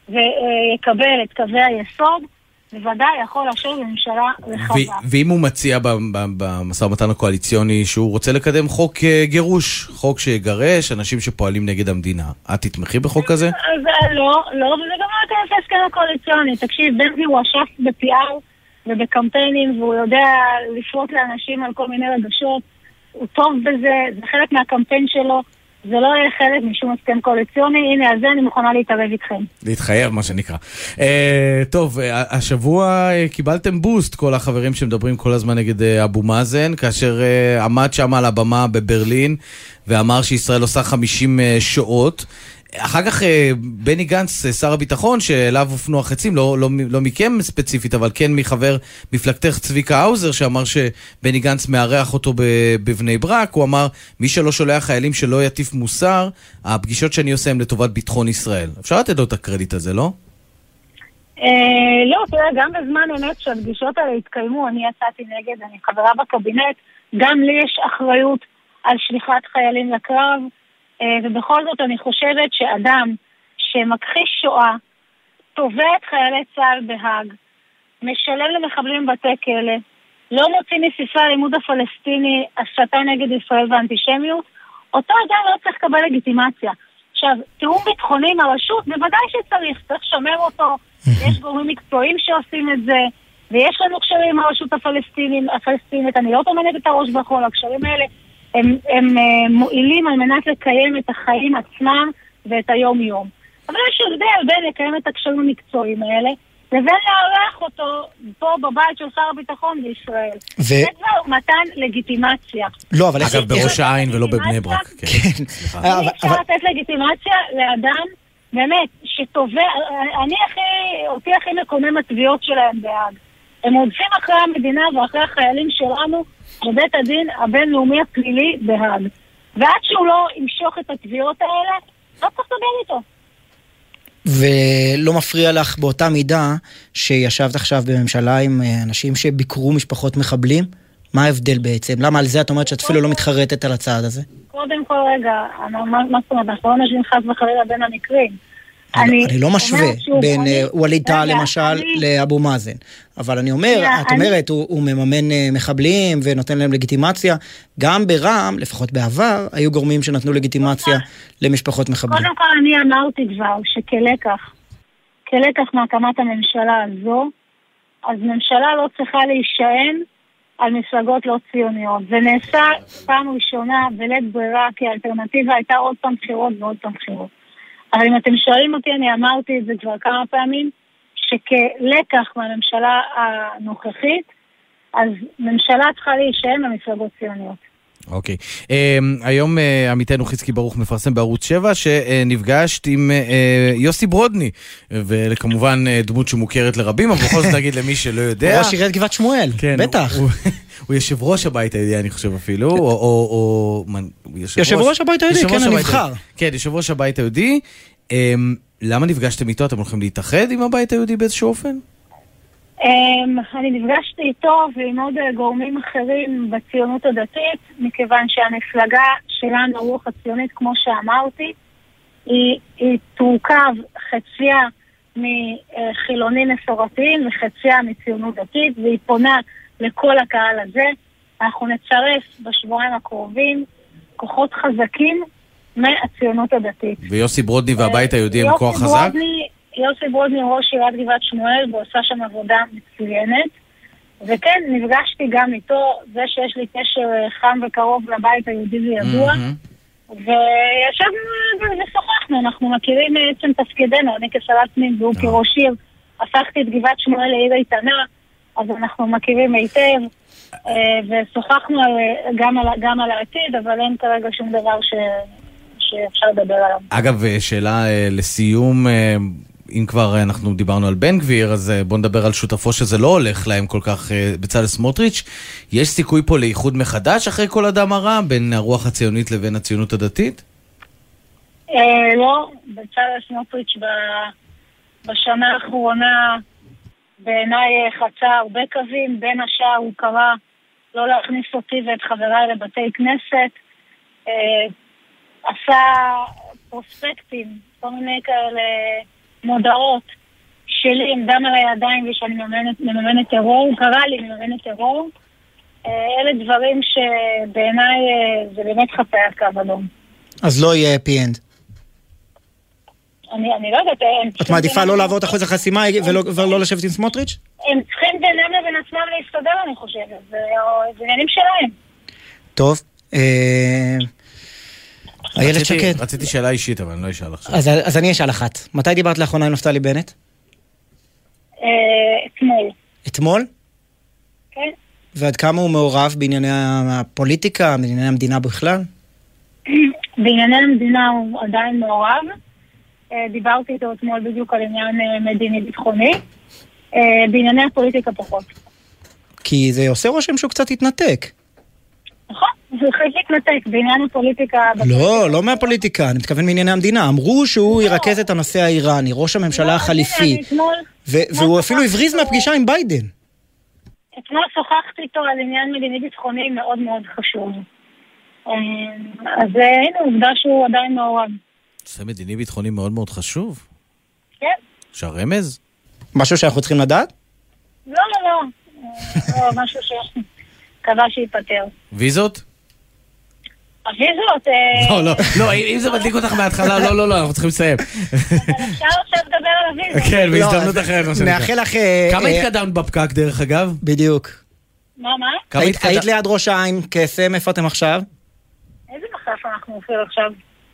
ויקבל את קווי היסוד, בוודאי יכול לאשר בממשלה רחבה. ואם הוא מציע במשא ומתן הקואליציוני שהוא רוצה לקדם חוק גירוש, חוק שיגרש אנשים שפועלים נגד המדינה, את תתמכי בחוק כזה? לא, וזה גם לא יותר הסכם הקואליציוני. תקשיב, בן גביר הוא אשף ב-PR ובקמפיינים, והוא יודע לפרוט לאנשים על כל מיני רגשות, הוא טוב בזה, זה חלק מהקמפיין שלו, זה לא יהיה חלק משום הסכם קואליציוני. הנה, על זה אני מוכנה להתערב איתכם. להתחייב, מה שנקרא. טוב, השבוע קיבלתם בוסט, כל החברים שמדברים כל הזמן נגד אבו מאזן, כאשר עמד שם על הבמה בברלין, ואמר שישראל עושה 50 שעות. אחר כך בני גנץ, שר הביטחון, שאליו הופנו החצים, לא מכם ספציפית, אבל כן מחבר מפלגתך צביקה האוזר, שאמר שבני גנץ מארח אותו בבני ברק. הוא אמר, מי שלא שולח חיילים שלא יטיף מוסר, הפגישות שאני עושה הם לטובת ביטחון ישראל. אפשר לתת לו את הקרדיט הזה, לא? לא, תראה, גם בזמן אמת שהפגישות האלה התקיימו, אני יצאתי נגד, אני חברה בקבינט, גם לי יש אחריות על שליחת חיילים לקרב, ובכל זאת אני חושבת שאדם שמכחיש שואה, תובע את חיילי צה"ל בהאג, משלם למחבלים בתי כלא, לא מוציא מספרי הלימוד הפלסטיני הסתה נגד ישראל ואנטישמיות, אותו אדם לא צריך לקבל לגיטימציה. עכשיו, תיאום ביטחוני עם הרשות, בוודאי שצריך, צריך לשמר אותו, יש גורמים מקצועיים שעושים את זה, ויש לנו קשרים עם הרשות הפלסטינית, אני לא טומנת את הראש בחול, הקשרים האלה הם מועילים על מנת לקיים את החיים עצמם ואת היום-יום. אבל יש הבדל בין לקיים את הקשרים המקצועיים האלה, לבין לארח אותו פה בבית של שר הביטחון בישראל. זה כבר מתן לגיטימציה. לא, אבל אגב, בראש העין ולא בבני ברק. אפשר לתת לגיטימציה לאדם, באמת, שטובה, אותי הכי מקומם התביעות שלהם בהאג. הם עודפים אחרי המדינה ואחרי החיילים שלנו בבית הדין הבינלאומי הפלילי בהאג. ועד שהוא לא ימשוך את התביעות האלה, לא צריך לדבר איתו. ולא מפריע לך באותה מידה שישבת עכשיו בממשלה עם אנשים שביקרו משפחות מחבלים? מה ההבדל בעצם? למה על זה את אומרת שאת אפילו לא מתחרטת על הצעד הזה? קודם כל רגע, מה זאת אומרת? אנחנו לא נשבים חס וחלילה בין המקרים. אני לא משווה בין ווליד טאה למשל לאבו מאזן, אבל אני אומר, את אומרת, הוא מממן מחבלים ונותן להם לגיטימציה, גם ברע"מ, לפחות בעבר, היו גורמים שנתנו לגיטימציה למשפחות מחבלים. קודם כל אני אמרתי כבר שכלקח מהקמת הממשלה הזו, אז ממשלה לא צריכה להישען על מפלגות לא ציוניות. זה נעשה פעם ראשונה בלית ברירה, כי האלטרנטיבה הייתה עוד פעם בחירות ועוד פעם בחירות. אבל אם אתם שואלים אותי, אני אמרתי את זה כבר כמה פעמים, שכלקח מהממשלה הנוכחית, אז ממשלה צריכה להישען למפלגות ציוניות. אוקיי. היום עמיתנו חזקי ברוך מפרסם בערוץ 7 שנפגשת עם יוסי ברודני, וכמובן דמות שמוכרת לרבים, אבל בכל זאת נגיד למי שלא יודע. ראש עיריית גבעת שמואל, בטח. הוא יושב ראש הבית היהודי, אני חושב אפילו, יושב ראש הבית היהודי, כן, הנבחר. כן, יושב ראש הבית היהודי. למה נפגשתם איתו? אתם הולכים להתאחד עם הבית היהודי באיזשהו אופן? אני נפגשתי איתו ועם עוד גורמים אחרים בציונות הדתית, מכיוון שהמפלגה שלנו, הרוח הציונית, כמו שאמרתי, היא תורכב חציה מחילונים מסורתיים וחציה מציונות דתית, והיא פונה לכל הקהל הזה. אנחנו נצרף בשבועיים הקרובים כוחות חזקים מהציונות הדתית. ויוסי ברודני והבית היהודי הם כוח חזק? יוסי ברודני ראש עיריית גבעת שמואל, ועושה שם עבודה מצוינת. וכן, נפגשתי גם איתו, זה שיש לי קשר חם וקרוב לבית היהודי וידוע. וישבנו ושוחחנו, אנחנו מכירים בעצם תפקידנו, אני כשרת פנים והוא כראש עיר, הפכתי את גבעת שמואל לעיר איתנה, אז אנחנו מכירים היטב, ושוחחנו גם על העתיד, אבל אין כרגע שום דבר שאפשר לדבר עליו. אגב, שאלה לסיום, אם כבר אנחנו דיברנו על בן גביר, אז בוא נדבר על שותפו שזה לא הולך להם כל כך, בצלאל סמוטריץ'. יש סיכוי פה לאיחוד מחדש אחרי כל אדם הרע, בין הרוח הציונית לבין הציונות הדתית? לא, בצלאל סמוטריץ' בשנה האחרונה בעיניי חצה הרבה קווים, בין השאר הוא קרא לא להכניס אותי ואת חבריי לבתי כנסת, עשה פרוספקטים, כל מיני כאלה מודעות שלי עם דם על הידיים ושאני מממנת טרור, הוא קרא לי מממנת טרור. אלה דברים שבעיניי זה באמת חציית קו אדום. אז לא יהיה happy end. אני לא יודעת. את מעדיפה לא לעבור את אחוז החסימה ולא לשבת עם סמוטריץ'? הם צריכים בינם לבין עצמם להסתדר, אני חושבת. זה עניינים שלהם. טוב. איילת שקד. רציתי שאלה אישית, אבל אני לא אשאל עכשיו. אז אני אשאל אחת. מתי דיברת לאחרונה עם נפתלי בנט? אתמול. אתמול? כן. ועד כמה הוא מעורב בענייני הפוליטיקה, בענייני המדינה בכלל? בענייני המדינה הוא עדיין מעורב. דיברתי איתו אתמול בדיוק על עניין מדיני-ביטחוני. בענייני הפוליטיקה פחות. כי זה עושה רושם שהוא קצת התנתק. נכון, זה חייב להתנתק בעניין הפוליטיקה. לא מהפוליטיקה, אני מתכוון מענייני המדינה. אמרו שהוא ירכז את הנושא האיראני, ראש הממשלה החליפי. והוא אפילו הבריז מהפגישה עם ביידן. אתמול שוחחתי איתו על עניין מדיני-ביטחוני מאוד מאוד חשוב. אז הנה, עובדה שהוא עדיין מעורב. זה מדיני-ביטחוני מאוד מאוד חשוב? כן. אפשר רמז? משהו שאנחנו צריכים לדעת? לא. משהו שקבע שיפטר. ויזות? הוויזות... לא, אם זה מדליק אותך מההתחלה, לא, אנחנו צריכים לסיים. אפשר עכשיו לדבר על הוויזות. כן, בהזדמנות אחרת. נאחל לך... כמה התקדמת בפקק דרך אגב? בדיוק. מה? היית ליד ראש העין, קסם, איפה אתם עכשיו? איזה מחלף אנחנו עושים עכשיו?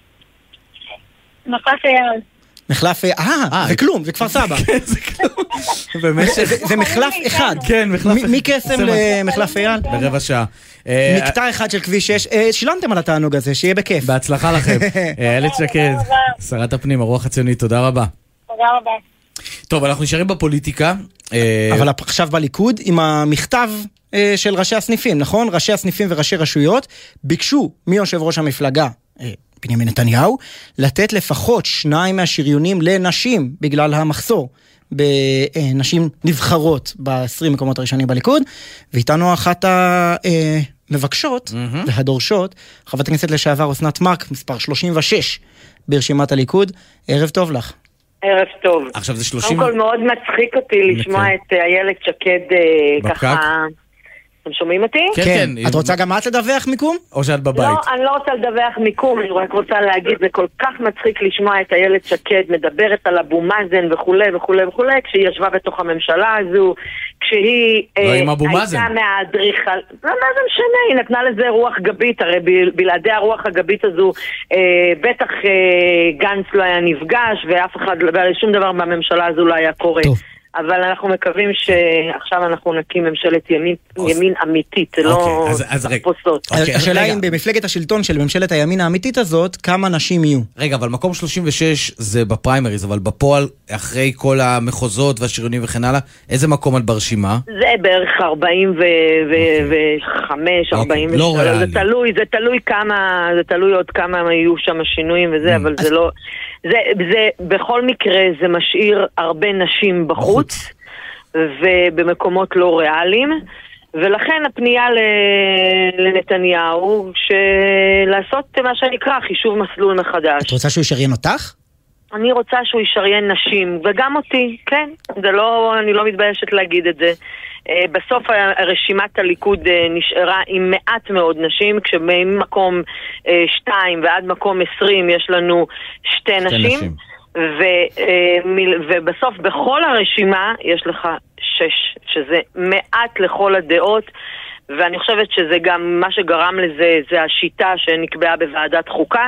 מחלף אייל. מחלף, זה כלום, זה כפר סבא. זה כלום. זה מחלף אחד. כן, מחלף אחד. מקסם למחלף אייל? ברבע שעה. מקטע אחד של כביש 6. שילמתם על התענוג הזה, שיהיה בכיף. בהצלחה לכם. איילת שקד, שרת הפנים, הרוח הציונית, תודה רבה. תודה רבה. טוב, אנחנו נשארים בפוליטיקה. אבל עכשיו בליכוד עם המכתב של ראשי הסניפים, נכון? ראשי הסניפים וראשי רשויות ביקשו מיושב ראש המפלגה, בנימין נתניהו, לתת לפחות 2 מהשריונים לנשים בגלל המחסור בנשים נבחרות ב-20 מקומות הראשונים בליכוד, ואיתנו אחת המבקשות והדורשות, חברת הכנסת לשעבר אסנת מארק, מספר 36 ברשימת הליכוד. ערב טוב לך. ערב טוב. עכשיו זה 30... קודם כל מאוד מצחיק אותי לשמוע את איילת שקד ככה... אתם שומעים אותי? כן. את רוצה גם את לדווח מיקום? או שאת בבית? לא, אני לא רוצה לדווח מיקום, אני רק רוצה להגיד, זה כל כך מצחיק לשמוע את איילת שקד מדברת על אבו מאזן וכולי וכולי וכולי, כשהיא ישבה בתוך הממשלה הזו, כשהיא הייתה מהאדריכל, מה זה משנה, היא נתנה לזה רוח גבית, הרי בלעדי הרוח הגבית הזו, בטח גנץ לא היה נפגש, ואף אחד, ושום דבר בממשלה הזו לא היה קורה. אבל אנחנו מקווים שעכשיו אנחנו נקים ממשלת ימין אמיתית, לא פוסות. השאלה אם במפלגת השלטון של ממשלת הימין האמיתית הזאת, כמה נשים יהיו? רגע, אבל מקום 36 זה בפריימריז, אבל בפועל, אחרי כל המחוזות והשריונים וכן הלאה, איזה מקום על ברשימה? זה בערך 45, 46. לא ריאלי. זה תלוי כמה, זה תלוי עוד כמה יהיו שם השינויים וזה, אבל זה לא... זה בכל מקרה זה משאיר הרבה נשים בחוץ ובמקומות לא ריאליים, ולכן הפנייה לנתניהו לעשות מה שנקרא חישוב מסלול מחדש. את רוצה שהוא ישריין אותך? אני רוצה שהוא ישריין נשים, וגם אותי, כן. זה לא, אני לא מתביישת להגיד את זה. בסוף רשימת הליכוד נשארה עם מעט מאוד נשים, כשממקום 2 ועד מקום 20 יש לנו 2 נשים. ובסוף בכל הרשימה יש לך 6, שזה מעט לכל הדעות, ואני חושבת שזה גם מה שגרם לזה, זה השיטה שנקבעה בוועדת חוקה,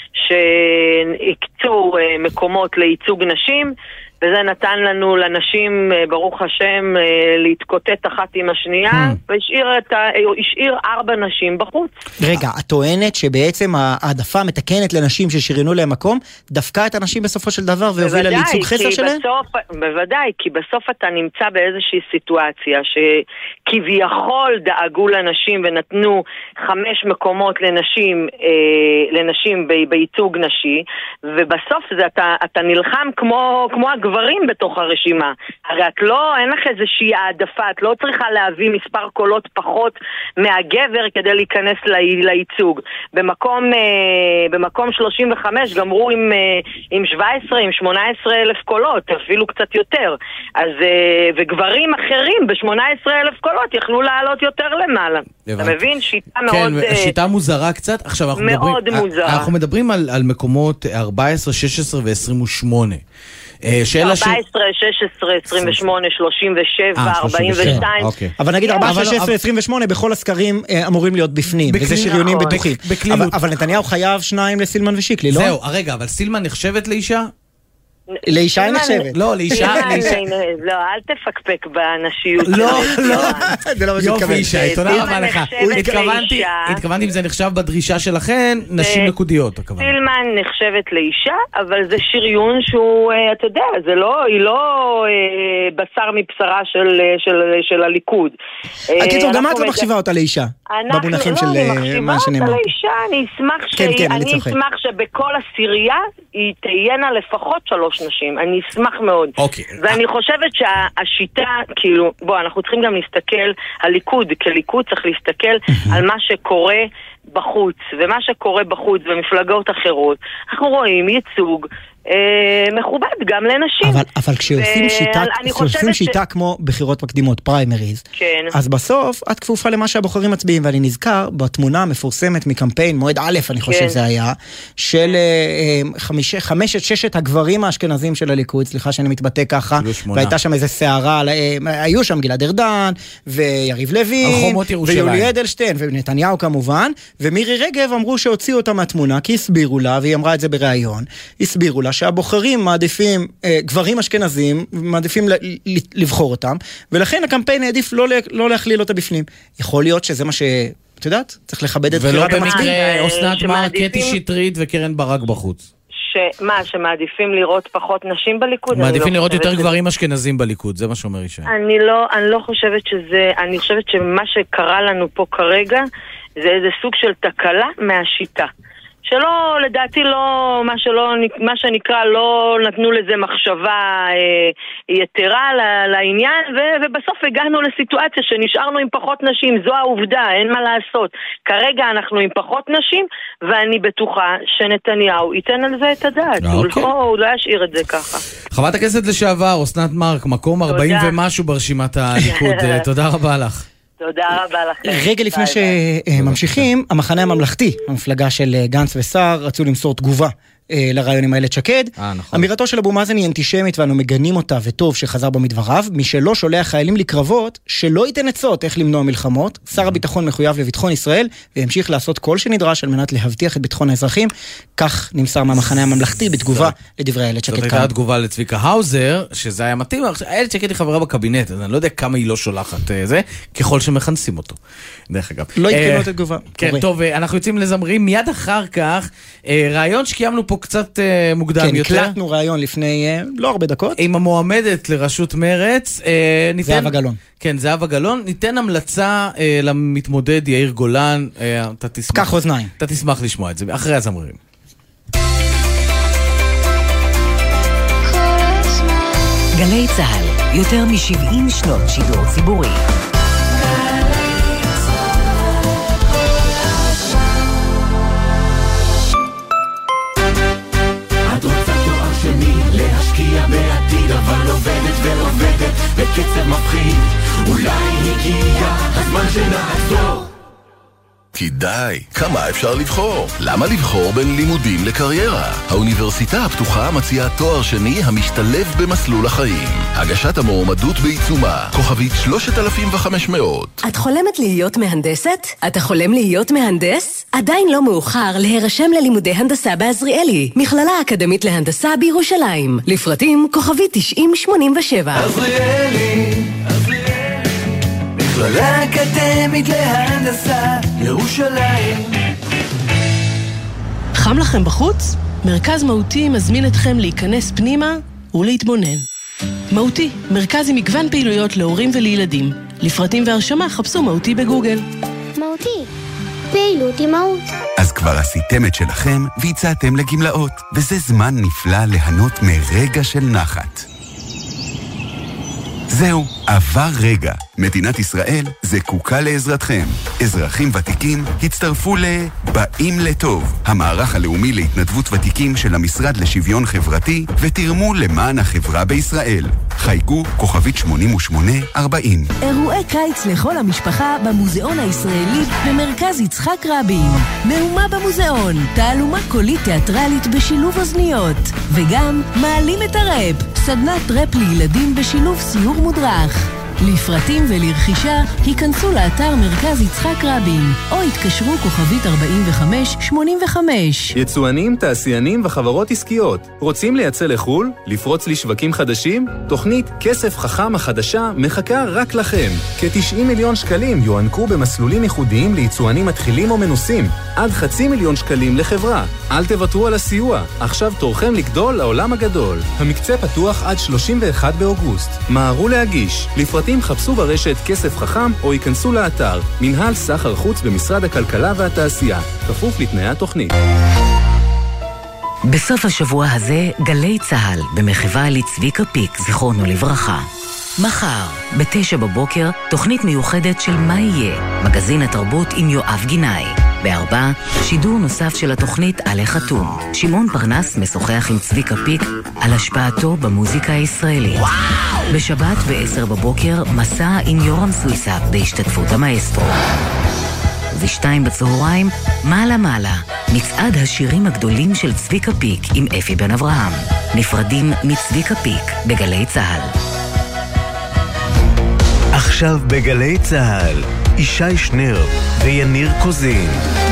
שהקצו מקומות לייצוג נשים, וזה נתן לנו לנשים, ברוך השם, להתקוטט אחת עם השנייה, והשאיר 4 נשים בחוץ. רגע, את טוענת שבעצם העדפה מתקנת לנשים ששרינו להם מקום, דווקא את הנשים בסופו של דבר והובילה לייצוג חסר שלהם? בוודאי, כי בסוף אתה נמצא באיזושהי סיטואציה שכביכול דאגו לנשים ונתנו 5 מקומות לנשים בייצוג נשי, ובסוף אתה נלחם כמו הגברים, גברים בתוך הרשימה. הרי את לא, אין לך איזושהי העדפה, את לא צריכה להביא מספר קולות פחות מהגבר כדי להיכנס לייצוג. במקום 35 גמרו עם 17, עם 18 אלף קולות, אפילו קצת יותר. אז, וגברים אחרים ב18 אלף קולות יכלו לעלות יותר למעלה. אתה מבין? שיטה מאוד... כן, שיטה מוזרה קצת. עכשיו אנחנו מדברים על מקומות 14, 16 ו-28. 14, 16, 28, 37, 42. אבל נגיד 14, 16, 28 בכל הסקרים אמורים להיות בפנים, וזה שריונים בטוחים. אבל נתניהו חייב 2 לסילמן ושיקלי, לא? זהו, הרגע, אבל סילמן נחשבת לאישה? לאישה היא נחשבת. לא, לאישה... לא, אל תפקפק בנשיות. לא, זה לא מה יופי אישה, תודה רבה לך. התכוונתי אם זה נחשב בדרישה שלכן, נשים נקודיות. סילמן נחשבת לאישה, אבל זה שריון שהוא, אתה יודע, היא לא בשר מבשרה של הליכוד. הקיצור, גם את לא מחשיבה אותה לאישה. במונחים של מה שנאמר. אני אשמח שבכל עשירייה היא תהיינה לפחות 3 נשים. אני אשמח מאוד. ואני חושבת שהשיטה, כאילו, אנחנו צריכים גם להסתכל, הליכוד, כליכוד צריך להסתכל על מה שקורה בחוץ, ומה שקורה בחוץ במפלגות אחרות. אנחנו רואים ייצוג מכובד גם לנשים. אבל כשעושים שיטה כמו בחירות מקדימות, פריימריז, אז בסוף את כפופה למה שהבוחרים מצביעים, ואני נזכר בתמונה המפורסמת מקמפיין, מועד א', אני חושב זה היה, של 5-6 הגברים האשכנזים של הליכוד, סליחה שאני מתבטא ככה, והייתה שם איזה שערה, היו שם גלעד ארדן, ויריב לוין, ויולי אדלשטיין, ונתניהו כמובן, ומירי רגב אמרו שהוציאו אותה מהתמונה, כי הסבירו לה, והיא אמרה את זה בראיון, הסבירו לה שהבוחרים מעדיפים גברים אשכנזים, מעדיפים לבחור אותם, ולכן הקמפיין העדיף לא להכליל אותה בפנים. יכול להיות שזה מה את יודעת? צריך לכבד את בחירת המצביעים. ולא במקרה אסנת מארק, קטי שטרית וקרן ברק בחוץ. שמעדיפים לראות פחות נשים בליכוד? מעדיפים לראות יותר גברים אשכנזים בליכוד, זה מה שאומר אישה. אני לא חושבת שזה, אני חושבת שמה שקרה לנו פה כרגע, זה איזה סוג של תקלה מהשיטה. שלא, לדעתי מה שנקרא, לא נתנו לזה מחשבה יתרה לעניין, ובסוף הגענו לסיטואציה שנשארנו עם פחות נשים, זו העובדה, אין מה לעשות. כרגע אנחנו עם פחות נשים, ואני בטוחה שנתניהו ייתן על זה את הדעת. הוא לא ישאיר את זה ככה. חברת הכנסת לשעבר, אסנת מארק, מקום 40 ומשהו ברשימת הליכוד. תודה רבה לך. תודה רבה לכם. רגע לפני שממשיכים, המחנה הממלכתי, המפלגה של גנץ וסער, רצו למסור תגובה לרעיון עם איילת שקד. אמירתו של אבו מאזן היא אנטישמית ואנו מגנים אותה, וטוב שחזר בה מדבריו. מי שלא שולח חיילים לקרבות, שלא ייתן עצות איך למנוע מלחמות. שר הביטחון מחויב לביטחון ישראל, וימשיך לעשות כל שנדרש על מנת להבטיח את ביטחון האזרחים. כך נמסר מהמחנה הממלכתי בתגובה לדברי איילת שקד. זאת הייתה תגובה לצביקה האוזר, שזה היה מתאים. איילת שקד היא חברה בקבינט, אז אני לא יודע כמה היא לא שולחת זה, ככל שמכנסים אותו. דרך אגב. לא התקנו את התגובה. כן, טוב, אנחנו יוצאים לזמרים. מיד אחר כך, רעיון שקיימנו פה קצת מוקדם יותר. כן, הקלטנו רעיון לפני לא הרבה דקות. עם המועמדת לראשות מרץ. זהבה גלאון. כן, זהבה גלאון. ניתן המלצה למתמודד יאיר גולן. כך אוזניים. אתה תשמח לשמוע את זה, אחרי הזמרים. גלי צהל, יותר מ-70 שנות שידור ציבורי. בעתיד אבל עובדת ועובדת בקצב מפחיד, אולי הגיע הזמן שנעצור. כדאי, כמה אפשר לבחור? למה לבחור בין לימודים לקריירה? האוניברסיטה הפתוחה מציעה תואר שני המשתלב במסלול החיים. הגשת המועמדות בעיצומה, כוכבית 3500. את חולמת להיות מהנדסת? אתה חולם להיות מהנדס? עדיין לא מאוחר להירשם ללימודי הנדסה בעזריאלי, מכללה אקדמית להנדסה בירושלים. לפרטים כוכבית 9087. עזריאלי, מכללה אקדמית להנדסה ירושלים. חם לכם בחוץ? מרכז מהותי מזמין אתכם להיכנס פנימה ולהתבונן. מהותי, מרכז עם מגוון פעילויות להורים ולילדים. לפרטים והרשמה חפשו מהותי בגוגל. מהותי, פעילות עם מהות. אז כבר עשיתם את שלכם והצעתם לגמלאות, וזה זמן נפלא ליהנות מרגע של נחת. זהו, עבר רגע. מדינת ישראל זקוקה לעזרתכם. אזרחים ותיקים הצטרפו באים לטוב, המערך הלאומי להתנדבות ותיקים של המשרד לשוויון חברתי, ותרמו למען החברה בישראל. חייגו כוכבית 8840. אירועי קיץ לכל המשפחה במוזיאון הישראלי במרכז יצחק רבין. מהומה במוזיאון, תעלומה קולית תיאטרלית בשילוב אוזניות. וגם מעלים את הראפ, סדנת ראפ לילדים בשילוב סיור מודרך. לפרטים ולרכישה, היכנסו לאתר מרכז יצחק רבין, או התקשרו כוכבית 4585. יצואנים, תעשיינים וחברות עסקיות. רוצים לייצא לחול? לפרוץ לשווקים חדשים? תוכנית כסף חכם החדשה מחכה רק לכם. כ-90 מיליון שקלים יוענקו במסלולים ייחודיים ליצואנים מתחילים או מנוסים. עד 500,000 שקלים לחברה. אל תוותרו על הסיוע. עכשיו תורכם לגדול לעולם הגדול. המקצה פתוח עד 31 באוגוסט. מהרו להגיש. לפרטים חפשו ברשת כסף חכם או ייכנסו לאתר מנהל סחר חוץ במשרד הכלכלה והתעשייה, כפוף לתנאי התוכנית. בסוף השבוע הזה גלי צהל במחווה לצביקה פיק, זכרונו לברכה. מחר, ב-9 בבוקר, תוכנית מיוחדת של מה יהיה, מגזין התרבות עם יואב גינאי. ב-4, שידור נוסף של התוכנית עלי חתום. שמעון פרנס משוחח עם צביקה פיק על השפעתו במוזיקה הישראלית. בשבת ב-10 בבוקר, מסע עם יורם סוויסה בהשתתפות המאסטרו. ב-2 בצהריים, מעלה מעלה, מצעד השירים הגדולים של צביקה פיק עם אפי בן אברהם. נפרדים מצביקה פיק בגלי צהל. עכשיו בגלי צהל, ישי שנר ויניר קוזין.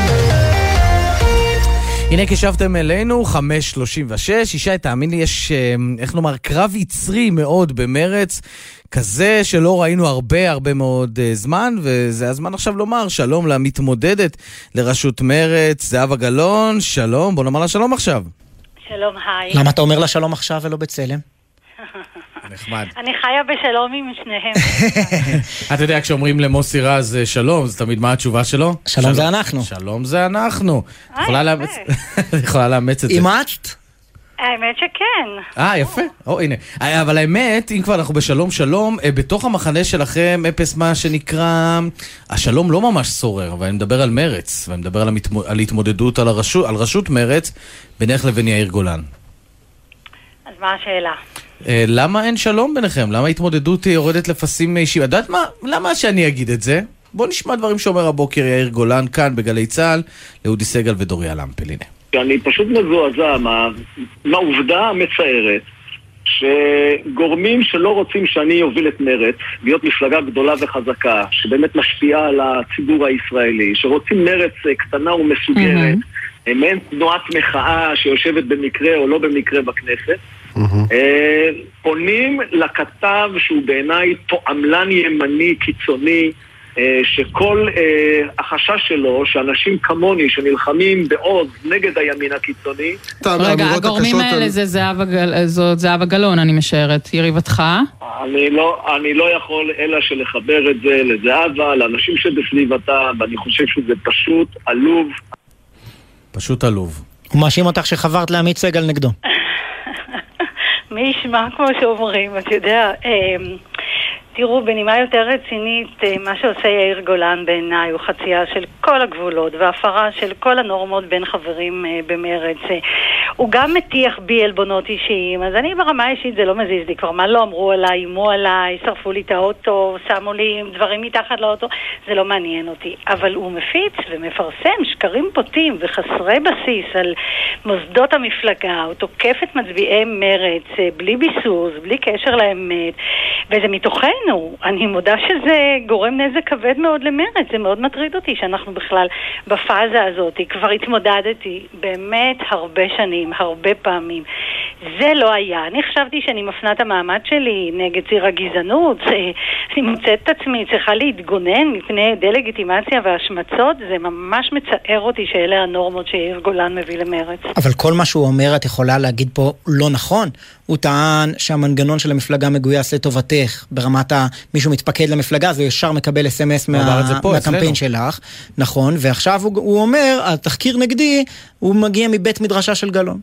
הנה כשבתם אלינו, 5:36. ישי, תאמין לי, יש, איך נאמר, קרב יצרי מאוד במרץ, כזה שלא ראינו הרבה מאוד זמן, וזה הזמן עכשיו לומר שלום למתמודדת לראשות מרץ, זהבה גלאון. שלום, בוא נאמר לה שלום עכשיו. שלום, היי. למה אתה אומר לה שלום עכשיו ולא בצלם? נחמד. אני חיה בשלום עם שניהם. אתה יודע, כשאומרים למוסי רז שלום, זה תמיד מה התשובה שלו? שלום זה אנחנו. שלום זה אנחנו. יכולה לאמץ את זה. אימצת? האמת שכן. יפה. הנה. אבל האמת, אם כבר אנחנו בשלום שלום, בתוך המחנה שלכם אפס מה שנקרא, השלום לא ממש שורר, ואני מדבר על מרץ, ואני מדבר על התמודדות על רשות מרץ, בינך לבין יאיר גולן. אז מה השאלה? למה אין שלום ביניכם? למה ההתמודדות יורדת לפסים אישיים? יודעת מה? למה שאני אגיד את זה? בוא נשמע דברים שאומר הבוקר יאיר גולן כאן בגלי צהל, לאודי סגל ודוריה למפל. הנה. אני פשוט מזועזע מהעובדה המצערת שגורמים שלא רוצים שאני אוביל את מרץ, להיות מפלגה גדולה וחזקה, שבאמת משפיעה על הציבור הישראלי, שרוצים מרץ קטנה ומסוגרת, מעין תנועת מחאה שיושבת במקרה או לא במקרה בכנסת, פונים לכתב שהוא בעיניי תועמלן ימני קיצוני, שכל החשש שלו שאנשים כמוני שנלחמים בעוז נגד הימין הקיצוני. רגע, הגורמים האלה זאת זהבה גלאון, אני משערת, יריבתך? אני לא יכול אלא שלחבר את זה לזהבה, לאנשים שבסביבתה, ואני חושב שזה פשוט עלוב. פשוט עלוב. הוא מאשים אותך שחברת לעמית סגל נגדו. מי ישמע כמו שאומרים, אתה יודע, תראו, בנימה יותר רצינית, מה שעושה יאיר גולן בעיניי הוא חצייה של כל הגבולות והפרה של כל הנורמות בין חברים במרץ. הוא גם מטיח בי אלבונות אישיים, אז אני ברמה האישית זה לא מזיז לי, כבר מה לא אמרו עליי, אימו עליי, שרפו לי את האוטו, שמו לי דברים מתחת לאוטו, זה לא מעניין אותי. אבל הוא מפיץ ומפרסם שקרים פוטים וחסרי בסיס על מוסדות המפלגה, הוא תוקף את מצביעי מרץ בלי ביסוס, בלי קשר לאמת, וזה מתוכנו. אני מודה שזה גורם נזק כבד מאוד למרץ, זה מאוד מטריד אותי שאנחנו בכלל בפאזה הזאת. כבר התמודדתי באמת הרבה שנים, הרבה פעמים. זה לא היה. אני חשבתי שאני מפנה את המעמד שלי נגד ציר הגזענות. אני מוצאת את עצמי, צריכה להתגונן מפני דה-לגיטימציה והשמצות. זה ממש מצער אותי שאלה הנורמות שיאיר גולן מביא למרץ. אבל כל מה שהוא אומר את יכולה להגיד פה לא נכון. הוא טען שהמנגנון של המפלגה מגויס לטובתך, ברמת מישהו מתפקד למפלגה, זה ישר מקבל אס-אמס מהקמפיין שלך, נכון, ועכשיו הוא אומר, התחקיר נגדי, הוא מגיע מבית מדרשה של גלאון.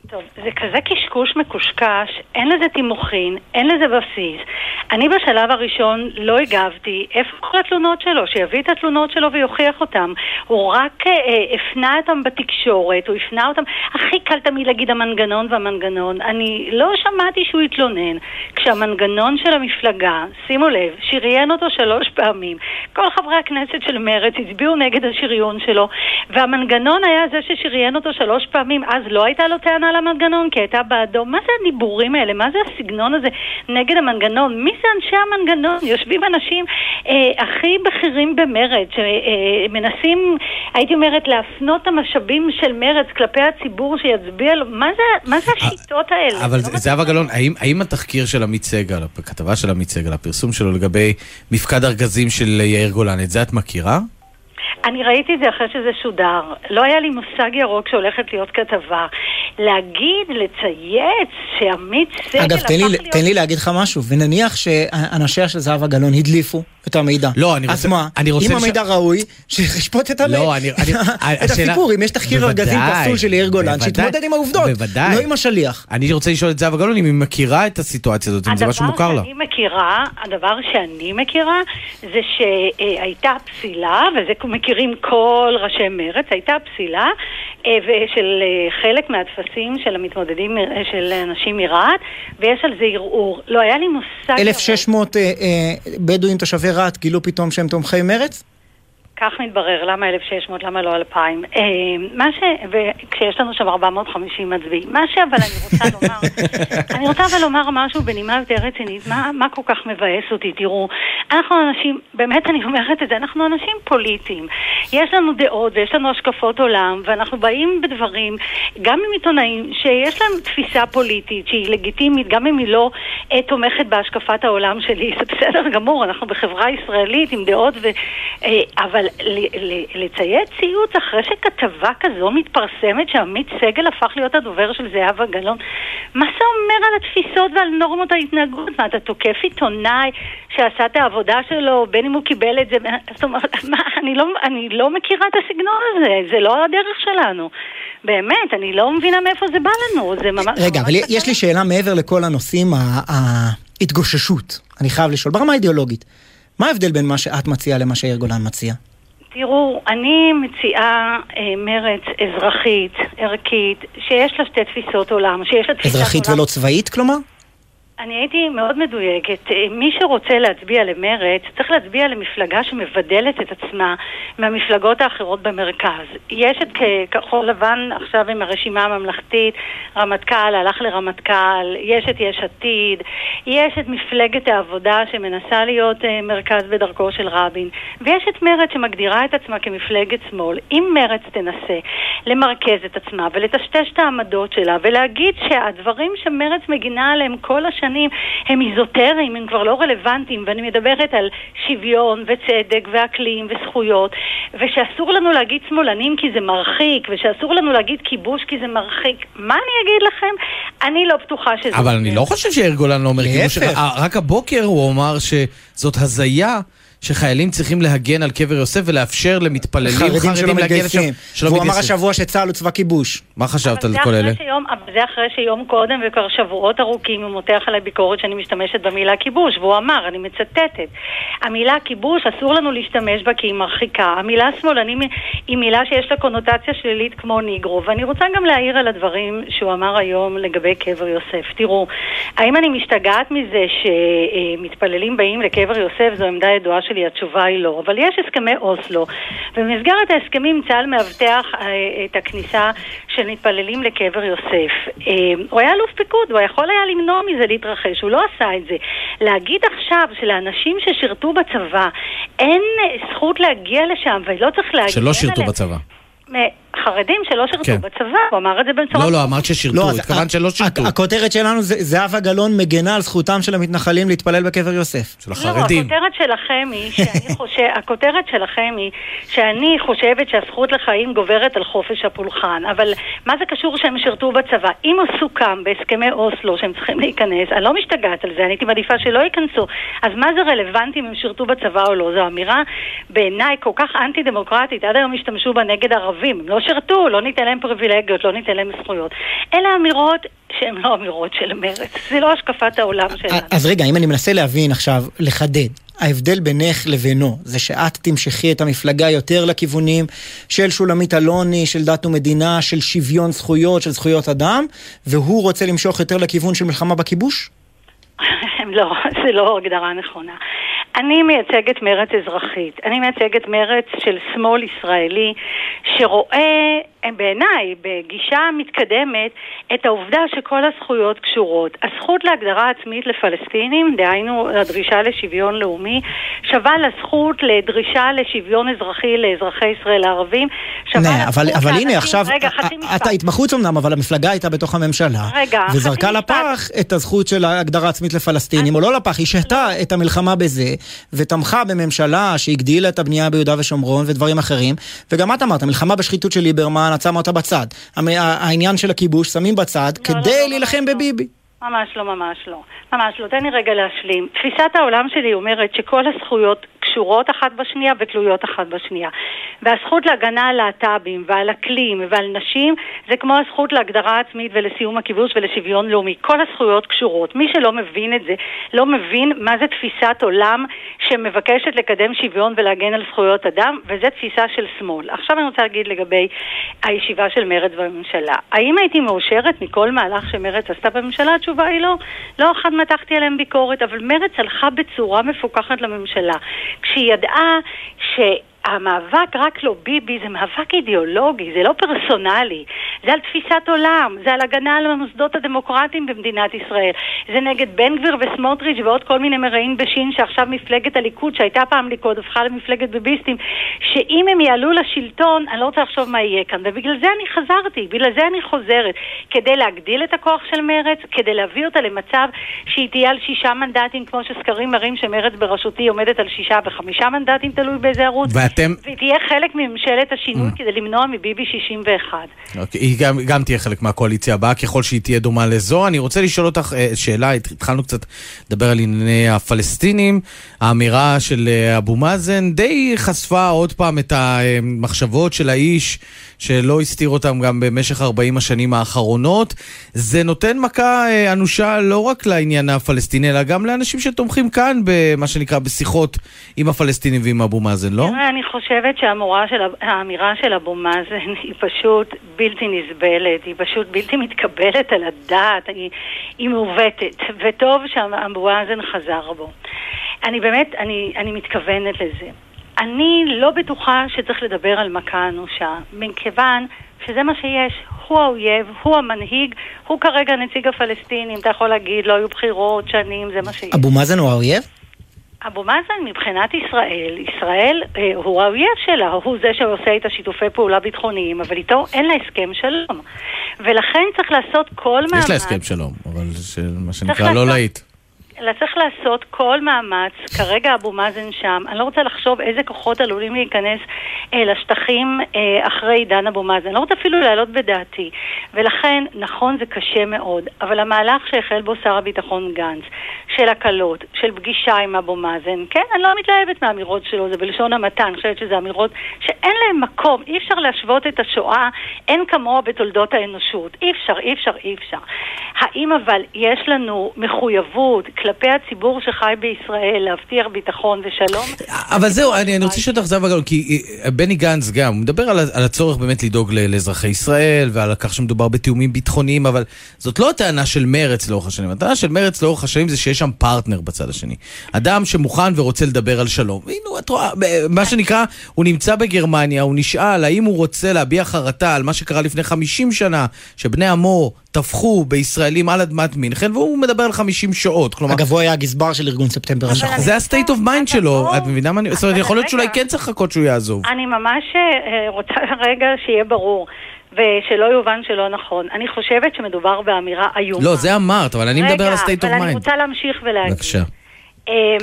טוב, זה כזה קשקוש מקושקש, אין לזה תימוכין, אין לזה בסיס. אני בשלב הראשון לא הגבתי, איפה כל התלונות שלו? שיביא את התלונות שלו ויוכיח אותם. הוא רק הפנה אותם בתקשורת, הוא הפנה אותם, הכי קל תמיד להגיד המנגנון והמנגנון. אני לא שמעתי שהוא התלונן. כשהמנגנון של המפלגה, שימו לב, שריין אותו 3 פעמים. כל חברי הכנסת של מרץ הצביעו נגד השריון שלו, והמנגנון היה זה ששריין אותו 3 פעמים, אז לא הייתה לו טענה למנגנון, כי הייתה בעדו. מה זה הדיבורים האלה? מה זה הסגנון הזה נגד המנגנון? מי זה אנשי המנגנון? יושבים אנשים הכי בכירים במרץ, שמנסים, הייתי אומרת, להפנות את המשאבים של מרץ כלפי הציבור שיצביע לו. מה זה השיטות האלה? אבל זהבה גלאון, האם התחקיר של עמית סגל, הכתבה של עמית סגל, הפרסום שלו לגבי מפקד ארגזים של יאיר גולן, את זה את מכירה? אני ראיתי את זה אחרי שזה שודר. לא היה לי מושג ירוק שהולכת להיות כתבה. להגיד, לצייץ, שעמית סגל... אגב, תן לי להגיד לך משהו, ונניח שאנשיה של זהבה גלאון הדליפו את המידע. לא, אני רוצה... אז מה? אם המידע ראוי, שישפוט את הסיפור. אם יש תחקיר ארגזים פסול של יאיר גולן, שיתמודד עם העובדות, לא עם השליח. אני רוצה לשאול את זהבה גלאון אם היא מכירה את הסיטואציה הזאת, אם זה משהו מוכר לה. הדבר שאני מכירה, זה שהייתה פסילה, וזה מכירים כל ראשי מרץ, הייתה פסילה של חלק מהתפסים של המתמודדים של אנשים מרעת, ויש על זה ערעור. לא היה לי מושג... 1,600 בדואים תושבי רעת גילו פתאום שהם תומכי מרץ? כך מתברר, למה 1,600, למה לא 2,000? וכשיש לנו שם 450 מצביעים. מה אבל אני רוצה לומר משהו בנימה יותר רצינית, מה כל כך מבאס אותי? תראו, אנחנו אנשים, באמת אני אומרת את זה, אנחנו אנשים פוליטיים. יש לנו דעות ויש לנו השקפות עולם, ואנחנו באים בדברים, גם עם עיתונאים, שיש להם תפיסה פוליטית שהיא לגיטימית, גם אם היא לא תומכת בהשקפת העולם שלי, זה בסדר גמור, אנחנו בחברה ישראלית עם דעות אבל לציית ציוץ אחרי שכתבה כזו מתפרסמת שעמית סגל הפך להיות הדובר של זהבה גלאון, מה זה אומר על התפיסות ועל נורמות ההתנהגות? מה, אתה תוקף עיתונאי שעשה את העבודה שלו, בין אם הוא קיבל את זה? זאת אומרת, אני לא מכירה את הסגנון הזה, זה לא הדרך שלנו. באמת, אני לא מבינה מאיפה זה בא לנו. רגע, אבל יש לי שאלה מעבר לכל הנושאים, ההתגוששות. אני חייב לשאול, ברמה האידיאולוגית, מה ההבדל בין מה שאת מציעה למה שיאיר גולן מציע? תראו, אני מציעה מרץ אזרחית, ערכית, שיש לה 2 תפיסות עולם, שיש לה תפיסת אזרחית עולם. ולא צבאית, כלומר? אני הייתי מאוד מדויקת. מי שרוצה להצביע למרץ, צריך להצביע למפלגה שמבדלת את עצמה מהמפלגות האחרות במרכז. יש את כחול לבן עכשיו עם הרשימה הממלכתית, רמטכ"ל, הלך לרמטכ"ל, יש את יש עתיד, יש את מפלגת העבודה שמנסה להיות מרכז בדרכו של רבין, ויש את מרץ שמגדירה את עצמה כמפלגת שמאל. אם מרץ תנסה למרכז את עצמה ולטשטש את העמדות שלה ולהגיד שהדברים שמרץ מגינה עליהם כל השנים הם איזוטריים, הם כבר לא רלוונטיים, ואני מדברת על שוויון וצדק ואקלים וזכויות, ושאסור לנו להגיד שמאלנים כי זה מרחיק, ושאסור לנו להגיד כיבוש כי זה מרחיק. מה אני אגיד לכם? אני לא בטוחה שזה... אבל אני לא חושב שיאיר גולן לא אומר כיבוש. רק הבוקר הוא אמר שזאת הזיה שחיילים צריכים להגן על קבר יוסף ולאפשר למתפללים חרדים להגן לשם. והוא אמר השבוע שצה"ל הוא צבא כיבוש. מה חשבת על כל אלה? זה אחרי שיום קודם וכבר שבועות ארוכים הוא מותח עליי ביקורת שאני משתמשת במילה כיבוש, והוא אמר, אני מצטטת, המילה כיבוש אסור לנו להשתמש בה כי היא מרחיקה. המילה שמאלנים היא מילה שיש לה קונוטציה שלילית כמו ניגרו, ואני רוצה גם להעיר על הדברים שהוא אמר היום לגבי קבר יוסף. תראו, האם אני משתגעת מזה שמתפללים באים לקבר יוסף? זו עמדה ידועה שלי, התשובה היא לא. אבל יש הסכמי אוסלו, ובמסגרת ההסכמים צה"ל מאבטח את הכניסה של מתפללים לקבר יוסף. הוא היה אלוף פיקוד, הוא יכול היה למנוע מזה להתרחש, הוא לא עשה את זה. להגיד עכשיו שלאנשים ששירתו בצבא אין זכות להגיע לשם, ולא צריך להגיע... שלא שירתו בצבא. חרדים שלא שירתו בצבא, הוא אמר את זה בצורה... לא, אמרת ששירתו, התכוונת שלא שירתו. הכותרת שלנו זה זהבה גלאון מגנה על זכותם של המתנחלים להתפלל בקבר יוסף. של החרדים. הכותרת שלכם היא שאני חושבת שהזכות לחיים גוברת על חופש הפולחן, אבל מה זה קשור שהם שירתו בצבא? אם הוא סוכם בהסכמי אוסלו שהם צריכים להיכנס, אני לא משתגעת על זה, אני הייתי מעדיפה שלא ייכנסו, אז מה זה רלוונטי אם הם שירתו בצבא או לא? זו אמירה בעיניי כל כך אנטי-דמוקרטית, עד היום השתמשו בה נגד ערבים, הם לא שישרתו, לא ניתן להם פריבילגיות, לא ניתן להם זכויות. אלה אמירות שהן לא אמירות של מרץ, זה לא השקפת העולם שלנו. אז רגע, אם אני מנסה להבין עכשיו, לחדד, ההבדל בינך לבינו, זה שאת תמשכי את המפלגה יותר לכיוונים של שולמית אלוני, של דת ומדינה, של שוויון זכויות, של זכויות אדם, והוא רוצה למשוך יותר לכיוון של מלחמה בכיבוש? לא, זה לא הגדרה נכונה. אני מייצגת מרץ אזרחית, אני מייצגת מרץ של שמאל ישראלי שרואה בעיניי בגישה מתקדמת את העובדה שכל הזכויות קשורות. הזכות להגדרה עצמית לפלסטינים, דהיינו הדרישה לשוויון לאומי, שווה לזכות לדרישה לשוויון אזרחי לאזרחי ישראל הערבים. אבל הנה עכשיו, אתה התמחות אמנם, אבל המפלגה הייתה בתוך הממשלה, וזרקה לפח את הזכות של ההגדרה עצמית לפלסטינים, או לא לפח, היא שחתה את המלחמה בזה, ותמכה בממשלה שהגדילה את הבנייה ביהודה ושומרון ודברים אחרים, וגם את אמרת, המלחמה בשחיתות של ליברמן, עצמה אותה בצד. העניין של הכיבוש שמים בצד כדי להילחם בביבי. ממש לא, ממש לא. ממש לא. תן לי רגע להשלים. תפיסת העולם שלי אומרת שכל הזכויות קשורות אחת בשנייה ותלויות אחת בשנייה. והזכות להגנה על להט"בים ועל אקלים ועל נשים זה כמו הזכות להגדרה עצמית ולסיום הכיבוש ולשוויון לאומי. כל הזכויות קשורות. מי שלא מבין את זה, לא מבין מה זה תפיסת עולם שמבקשת לקדם שוויון ולהגן על זכויות אדם, וזה תפיסה של שמאל. עכשיו אני רוצה להגיד לגבי הישיבה של מרץ בממשלה. האם הייתי מאושרת מכל מהלך שמרץ עשתה בממשלה? התשובה היא לא. לא אחד מתחתי עליהם ביקורת, אבל מרץ הלכה בצורה מפוקחת לממשלה. כשהיא ידעה שהמאבק רק לא ביבי, זה מאבק אידיאולוגי, זה לא פרסונלי, זה על תפיסת עולם, זה על הגנה על המוסדות הדמוקרטיים במדינת ישראל, זה נגד בן גביר וסמוטריץ' ועוד כל מיני מראים בשין שעכשיו מפלגת הליכוד, שהייתה פעם ליכוד, הפכה למפלגת ביביסטים, שאם הם יעלו לשלטון, אני לא רוצה לחשוב מה יהיה כאן, ובגלל זה אני חזרתי, בגלל זה אני חוזרת, כדי להגדיל את הכוח של מרץ, כדי להביא אותה למצב שהיא תהיה על 6 מנדטים, כמו שסקרים מראים שמרץ בראשותי עומדת על 6 ו5 מנדטים, תלוי באיזה ערוץ. ותהיה חלק מממשלת השינוי כדי למנוע מביבי 61. היא גם תהיה חלק מהקואליציה הבאה, ככל שהיא תהיה דומה לזו. אני רוצה לשאול אותך שאלה, התחלנו קצת לדבר על ענייני הפלסטינים, האמירה של אבו מאזן די חשפה עוד פעם את המחשבות של האיש, שלא הסתיר אותם גם במשך 40 השנים האחרונות. זה נותן מכה אנושה לא רק לעניין הפלסטיני, אלא גם לאנשים שתומכים כאן במה שנקרא בשיחות עם הפלסטינים ועם אבו מאזן, לא? אני חושבת שהאמירה של אבו מאזן היא פשוט בלתי נסבלת, היא פשוט בלתי מתקבלת על הדעת, היא מעוותת, וטוב שאבו מאזן חזר בו. אני מתכוונת לזה. אני לא בטוחה שצריך לדבר על מכה אנושה, מכיוון שזה מה שיש, הוא האויב, הוא המנהיג, הוא כרגע נציג הפלסטינים, אתה יכול להגיד, לא היו בחירות, שנים, זה מה שיש. אבו מאזן הוא האויב? אבו מאזן מבחינת ישראל הוא האויב שלה, הוא זה שעושה את השיתופי פעולה ביטחוניים, אבל איתו אין לה הסכם שלום. ולכן צריך לעשות כל מאמץ. יש לה הסכם שלום, אבל מה שנקרא לא להיט. צריך לעשות כל מאמץ, כרגע אבו מאזן שם, אני לא רוצה לחשוב איזה כוחות עלולים להיכנס לשטחים אחרי עידן אבו מאזן, אני לא רוצה אפילו לעלות בדעתי, ולכן נכון זה קשה מאוד, אבל המהלך שהחל בו שר הביטחון גנץ, של הקלות, של פגישה עם אבו מאזן, כן, אני לא מתלהבת מהאמירות שלו, זה בלשון המעטה, אני חושבת שזה אמירות שאין להם מקום, אי אפשר להשוות את השואה, אין כמוה בתולדות האנושות, אי אפשר. האם אבל יש לנו מחויבות כלפי הציבור שחי בישראל להבטיח ביטחון ושלום? אבל זהו, אני רוצה שתחזב זהבה, כי בני גנץ גם, הוא מדבר על הצורך באמת לדאוג לאזרחי ישראל, ועל כך שמדובר בתיאומים ביטחוניים, אבל זאת לא הטענה של מרץ לאורך השנים. הטענה של מרץ לאורך השנים זה שיש שם פרטנר בצד השני. אדם שמוכן ורוצה לדבר על שלום. והנה, את רואה, מה שנקרא, הוא נמצא בגרמניה, הוא נשאל האם הוא רוצה להביע חרטה על מה שקרה לפני 50 שנה, שבני עמו טפחו בישראלים על אדמת מינכן, והוא מדבר על 50 שעות. אגב, הוא היה הגזבר של ארגון ספטמבר השחור. זה ה-state of mind שלו. את מבינה מה אני... זאת אומרת, יכול להיות שאולי כן צריך לחכות שהוא יעזוב. אני ממש רוצה רגע שיהיה ברור, ושלא יובן שלא נכון. אני חושבת שמדובר באמירה איומה. לא, זה אמרת, אבל אני מדבר על ה-state of mind. אבל אני רוצה להמשיך ולהגיד. בבקשה.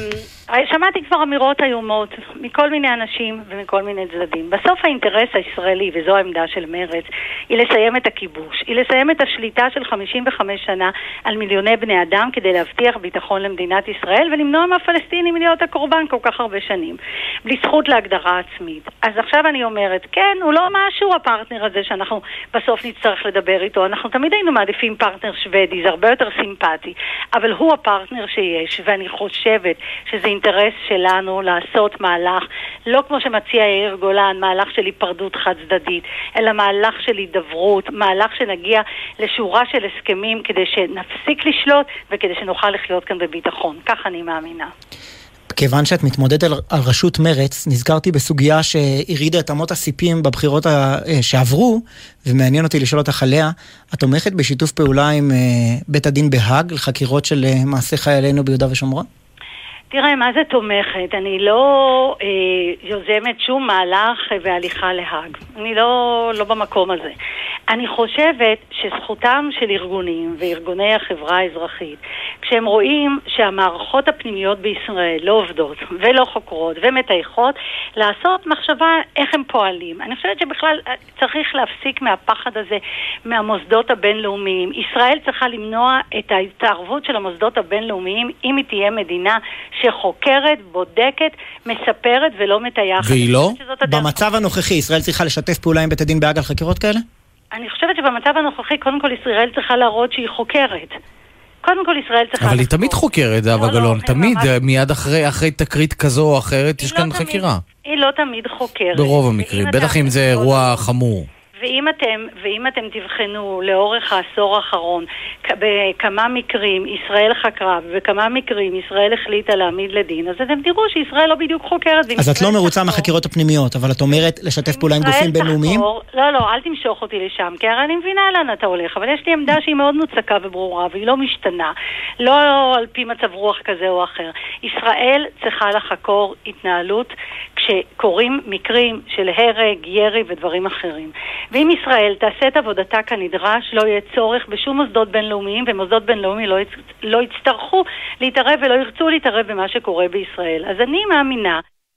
שמעתי כבר אמירות איומות מכל מיני אנשים ומכל מיני צדדים. בסוף האינטרס הישראלי, וזו העמדה של מרץ, היא לסיים את הכיבוש. היא לסיים את השליטה של 55 שנה על מיליוני בני אדם כדי להבטיח ביטחון למדינת ישראל ולמנוע מהפלסטינים להיות הקורבן כל כך הרבה שנים. בלי זכות להגדרה עצמית. אז עכשיו אני אומרת, כן, הוא לא משהו הפרטנר הזה שאנחנו בסוף נצטרך לדבר איתו. אנחנו תמיד היינו מעדיפים פרטנר שוודי, זה הרבה יותר סימפטי. אבל הוא הפרטנר שיש, ואני חושבת שזה אינטרס שלנו לעשות מהלך, לא כמו שמציע יאיר גולן, מהלך של היפרדות חד צדדית, אלא מהלך של הידברות, מהלך שנגיע לשורה של הסכמים כדי שנפסיק לשלוט וכדי שנוכל לחיות כאן בביטחון. כך אני מאמינה. כיוון שאת מתמודדת על ראשות מרץ, נזכרתי בסוגיה שהרידה את אמות הסיפים בבחירות שעברו, ומעניין אותי לשאול אותך עליה. את תומכת בשיתוף פעולה עם בית הדין בהאג לחקירות של מעשי חיילינו ביהודה ושומרון? תראה, מה זה תומכת? אני לא יוזמת שום מהלך והליכה להאג. אני לא במקום הזה. אני חושבת שזכותם של ארגונים וארגוני החברה האזרחית, כשהם רואים שהמערכות הפנימיות בישראל לא עובדות ולא חוקרות ומתייחות, לעשות מחשבה איך הם פועלים. אני חושבת שבכלל צריך להפסיק מהפחד הזה מהמוסדות הבינלאומיים. ישראל צריכה למנוע את ההתערבות של המוסדות הבינלאומיים אם היא תהיה מדינה שחוקרת, בודקת, מספרת ולא מטייחת. והיא לא? במצב הנוכחי ישראל צריכה לשתף פעולה עם בית הדין בהאג על חקירות כאלה? אני חושבת שבמצב הנוכחי, קודם כל ישראל צריכה להראות שהיא חוקרת. קודם כל ישראל צריכה... אבל היא תמיד חוקרת, זהבה גלאון. תמיד, מיד אחרי תקרית כזו או אחרת, יש כאן חקירה. היא לא תמיד חוקרת. ברוב המקרים, בטח אם זה אירוע חמור. ואם אתם תבחנו לאורך העשור האחרון, בכמה מקרים ישראל חקרה, ובכמה מקרים ישראל החליטה להעמיד לדין, אז אתם תראו שישראל לא בדיוק חוקרת. אז את לא מרוצה מהחקירות הפנימיות, אבל את אומרת לשתף פעולה עם גופים בינלאומיים? לא, אל תמשוך אותי לשם, כי הרי אני מבינה לאן אתה הולך, אבל יש לי עמדה שהיא מאוד מוצקה וברורה, והיא לא משתנה, לא על פי מצב רוח כזה או אחר. ישראל צריכה לחקור התנהלות כשקורים מקרים של הרג, ירי ודברים אחרים. ואם ישראל תעשה את עבודתה כנדרש, לא יהיה צורך בשום מוסדות בינלאומיים, ומוסדות בינלאומיים לא יצטרכו להתערב ולא ירצו להתערב במה שקורה בישראל. אז אני מאמינה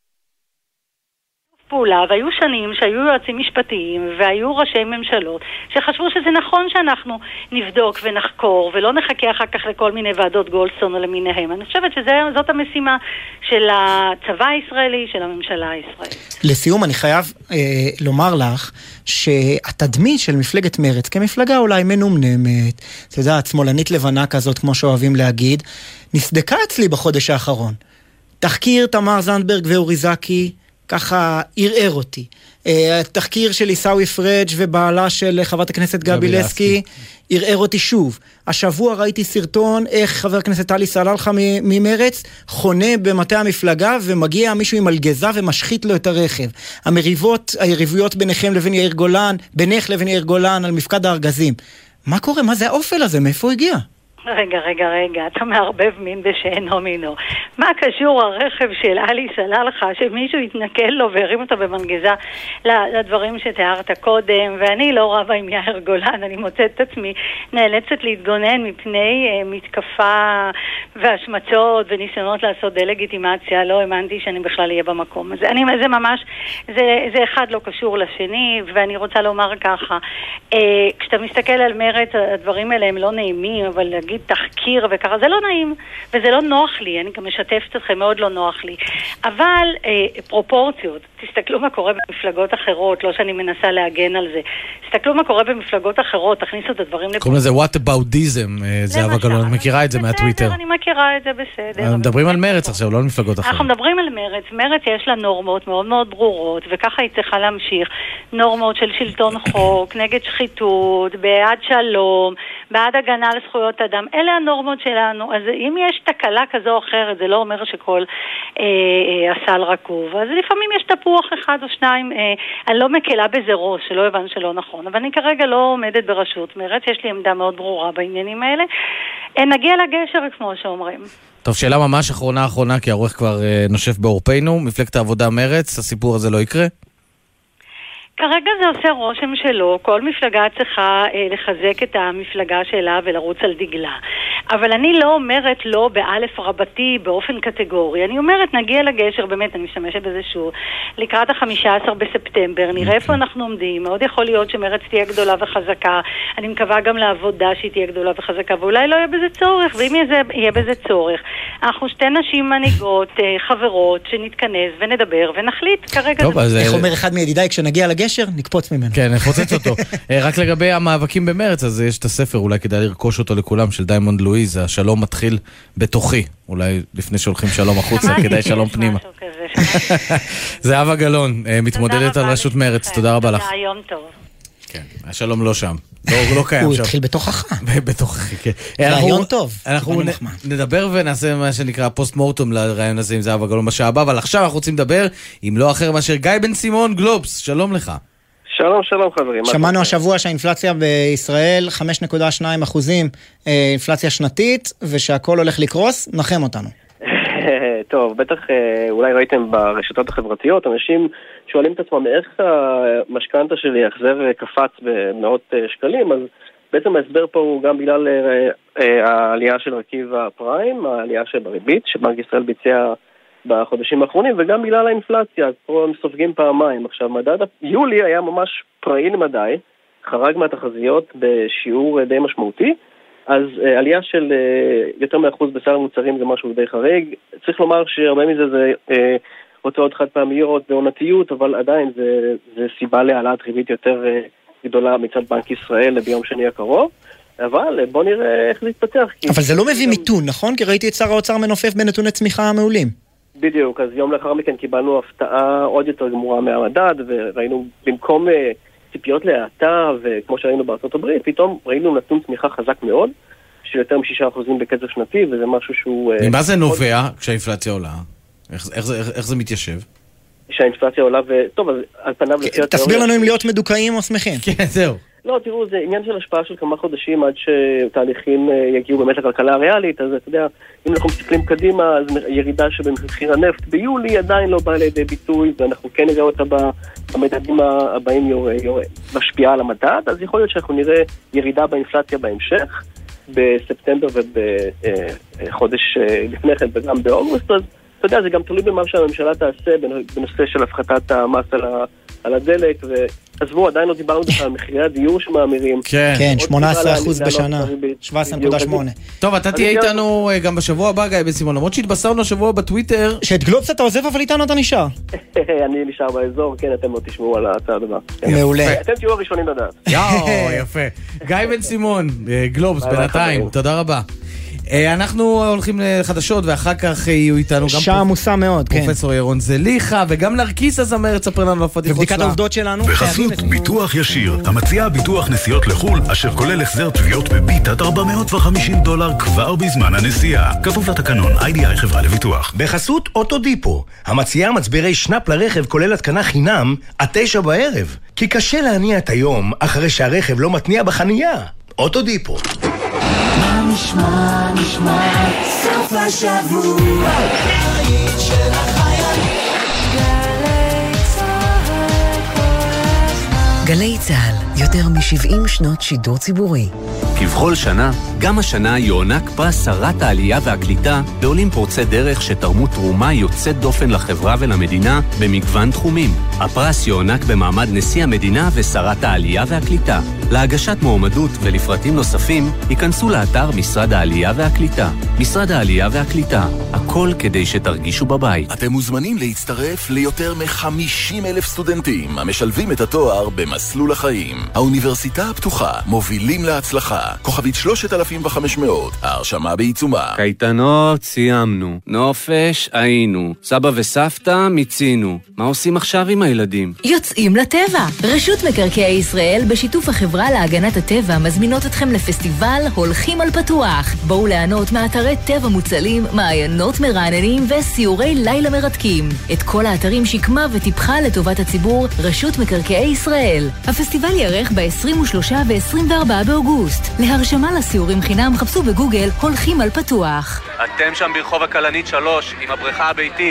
פעולה, והיו שנים שהיו יועצים משפטיים והיו ראשי ממשלות שחשבו שזה נכון שאנחנו נבדוק ונחקור ולא נחכה אחר כך לכל מיני ועדות גולדסטון או למיניהם. אני חושבת שזאת המשימה של הצבא הישראלי, של הממשלה הישראלית. לסיום, אני חייב לומר לך שהתדמית של מפלגת מרץ כמפלגה אולי מנומנמת, אתה יודע, שמאלנית לבנה כזאת כמו שאוהבים להגיד, נסדקה אצלי בחודש האחרון. תחקיר תמר זנדברג ואורי זקי ככה ערער אותי. התחקיר של עיסאווי פריג' ובעלה של חברת הכנסת גבי לסקי ערער אותי שוב. השבוע ראיתי סרטון איך חבר הכנסת עלי סלאלחה ממרץ חונה במטה המפלגה ומגיע מישהו עם אלגזה ומשחית לו את הרכב. היריבויות ביניכם לבין יאיר גולן, בינך לבין יאיר גולן על מפקד הארגזים. מה קורה? מה זה האופל הזה? מאיפה הגיע? רגע, אתה מערבב מין בשאינו מינו. מה קשור הרכב של עלי סלאלחה שמישהו יתנקל לו והרים אותו במנגזה לדברים שתיארת קודם, ואני לא רבה עם יאיר גולן, אני מוצאת את עצמי נאלצת להתגונן מפני מתקפה והשמצות וניסיונות לעשות דלגיטימציה. לא האמנתי שאני בכלל אהיה במקום הזה. זה ממש, זה אחד לא קשור לשני, ואני רוצה לומר ככה, כשאתה מסתכל על מרץ, הדברים האלה הם לא נעימים, אבל להגיד תחקיר וככה, זה לא נעים, וזה לא נוח לי, אני גם משתפת אתכם, מאוד לא נוח לי. אבל פרופורציות, תסתכלו מה קורה במפלגות אחרות, לא שאני מנסה להגן על זה. תסתכלו מה קורה במפלגות אחרות, תכניסו את הדברים לפרופורציות. קוראים לזה what aboutism, זהבה גלאון, את מכירה את זה מהטוויטר. אני מכירה את זה בסדר. אנחנו מדברים על מרץ עכשיו, לא על מפלגות אחרות. אנחנו מדברים על מרץ. מרץ יש לה נורמות מאוד מאוד ברורות, וככה היא צריכה להמשיך. נורמות של שלטון חוק, נגד שחיתות, בעד שלום, בעד הגנה על זכויות אדם. אלה הנורמות שלנו. אז אם יש תקלה כזו או אחרת, זה לא אומר שכל הסל רקוב. אז לפעמים יש תפוח אחד או שניים. אני לא מקלה בזה ראש, שלא הבן שלא נכון. אבל אני כרגע לא עומדת בראשות מרץ. יש לי עמדה מאוד ברורה בעניינים האלה. נגיע לגשר, כמו שאומרים. טוב, שאלה ממש אחרונה, כי העורך כבר נושף בעורפינו. מפלגת העבודה מרץ, הסיפור הזה לא יקרה? כרגע זה עושה רושם שלו, כל מפלגה צריכה לחזק את המפלגה שלה ולרוץ על דגלה. אבל אני לא אומרת לא באלף רבתי באופן קטגורי. אני אומרת, נגיע לגשר, באמת, אני משתמשת בזה שוב, לקראת ה-15 בספטמבר, נראה איפה אנחנו עומדים. מאוד יכול להיות שמרץ תהיה גדולה וחזקה. אני מקווה גם לעבודה שהיא תהיה גדולה וחזקה, ואולי לא יהיה בזה צורך, ואם יהיה בזה צורך, אנחנו שתי נשים מנהיגות, חברות, שנתכנס ונדבר ונחליט כרגע. טוב, אז איך אומר אחד מידידיי, כשנגיע לגשר, נקפוץ ממנו. כן, נפוצץ אותו. רק לגבי המאבקים במרץ, אז יש את הספר, אולי כדאי לרכוש אותו לכולם, של דיימונד לואיז, השלום מתחיל בתוכי. אולי לפני שהולכים שלום החוצה, כדאי שלום פנימה. זהבה גלאון, מתמודדת על ראשות מרץ, תודה רבה לך. יום טוב. כן, השלום לא שם. לא קיים שם. הוא התחיל בתוכך. בתוכך, כן. רעיון טוב. אנחנו נדבר ונעשה מה שנקרא פוסט מורטום לרעיון הזה עם זהבה גלאון בשעה הבאה, אבל עכשיו אנחנו רוצים לדבר עם לא אחר מאשר גיא בן סימון גלובס. שלום לך. שלום חברים. שמענו השבוע שהאינפלציה בישראל 5.2% אינפלציה שנתית, ושהכל הולך לקרוס, נחם אותנו. טוב, בטח אולי ראיתם ברשתות החברתיות, אנשים שואלים את עצמם איך המשכנתא שלי יחזר קפץ במאות שקלים, אז בעצם ההסבר פה הוא גם בגלל העלייה של רכיב הפריים, העלייה שבריבית, שבנק ישראל ביצע בחודשים האחרונים, וגם בגלל האינפלציה, אז פה הם סופגים פעמיים. עכשיו, מדד יולי היה ממש פראי למדי, חרג מהתחזיות בשיעור די משמעותי, אז עלייה של יותר מ1% בסל המוצרים זה משהו די חריג. צריך לומר שהרבה מזה זה הוצאות חד פעמיות ועונתיות, אבל עדיין זה סיבה להעלאת ריבית יותר גדולה מצד בנק ישראל ביום שני הקרוב. אבל בוא נראה איך זה יתפתח. אבל זה לא מביא מיתון, נכון? כי ראיתי את שר האוצר מנופף בנתוני צמיחה מעולים. בדיוק, אז יום לאחר מכן קיבלנו הפתעה עוד יותר גמורה מהמדד, וראינו במקום ציפיות להאטה, וכמו שראינו בארצות הברית, פתאום ראינו נתון צמיחה חזק מאוד, של יותר מ6% בקצב שנתי, וזה משהו שהוא... ממה זה נובע כשהאינפלציה עולה? איך זה מתיישב? שהאינפלציה עולה טוב, אז על פניו... תסביר לנו אם להיות מדוכאים או שמחים. כן, זהו. לא, תראו, זה עניין של השפעה של כמה חודשים עד שתהליכים יגיעו באמת לכלכלה הריאלית, אז אתה יודע, אם אנחנו מסתכלים קדימה, אז ירידה שבמחיר הנפט ביולי עדיין לא באה לידי ביטוי, ואנחנו כן נראה אותה במדדים הבאים משפיעה על המדד, אז יכול להיות שאנחנו נראה ירידה באינפלציה בהמשך, בספטמבר ובחודש לפני כן וגם באוגוסט, אז אתה יודע, זה גם תלוי במה שהממשלה תעשה בנושא של הפחתת המס על הדלק, ועזבו, עדיין לא דיברנו על מחירי הדיור שמאמירים. כן, 18% בשנה, 17.8. טוב, אתה תהיה איתנו גם בשבוע הבא, גיא בן סימון, למרות שהתבשרנו השבוע בטוויטר. שאת גלובס אתה עוזב, אבל איתנו אתה נשאר. אני נשאר באזור, כן, אתם לא תשמעו על הצעד הבא. מעולה. אתם תהיו הראשונים לדעת. יפה. גיא בן סימון, גלובס, בינתיים, תודה רבה. אנחנו הולכים לחדשות, ואחר כך יהיו איתנו גם שעה עמוסה מאוד, כן. פרופסור ירון זליכה, וגם נרקיס הזמרת ספר לנו לפתיחות שלה. ובדיקת העובדות שלנו. בחסות ביטוח ישיר, המציעה ביטוח נסיעות לחול, אשר כולל החזר תביעות בביט עד $450 כבר בזמן הנסיעה. כפוף לתקנון, IDI חברה לביטוח. בחסות אוטודיפו, המציעה מצברי שנאפ לרכב כולל התקנה חינם עד 9 בערב. כי קשה להניע את היום אחרי שהרכב לא מתניע בחנייה. אוטודיפו. נשמע סוף השבוע היית של החיילים גלי צהל, יותר מ-70 שנות שידור ציבורי. כבכל שנה, גם השנה יוענק פרס שרת העלייה והקליטה לעולים פורצי דרך שתרמו תרומה יוצאת דופן לחברה ולמדינה במגוון תחומים. הפרס יוענק במעמד נשיא המדינה ושרת העלייה והקליטה. להגשת מועמדות ולפרטים נוספים, ייכנסו לאתר משרד העלייה והקליטה. משרד העלייה והקליטה, הכל כדי שתרגישו בבית. אתם מוזמנים להצטרף ליותר מ-50,000 סטודנטים המשלבים את התואר במסלול החיים. האוניברסיטה הפתוחה, מובילים להצלחה. כוכבית 3500, ההרשמה בעיצומה. קייטנות סיימנו, נופש היינו, סבא וסבתא מיצינו. מה עושים עכשיו עם הילדים? יוצאים לטבע. רשות מקרקעי ישראל בשיתוף החברה להגנת הטבע מזמינות אתכם לפסטיבל הולכים על פתוח. בואו ליהנות מאתרי טבע מוצלים, מעיינות מרעננים וסיורי לילה מרתקים. את כל האתרים שיקמה וטיפחה לטובת הציבור רשות מקרקעי ישראל. הפסטיבל יארך ב-23 ו-24 באוגוסט. להרשמה לסיורים חינם חפשו בגוגל הולכים על פתוח. אתם שם ברחוב הכלנית 3 עם הבריכה הביתית.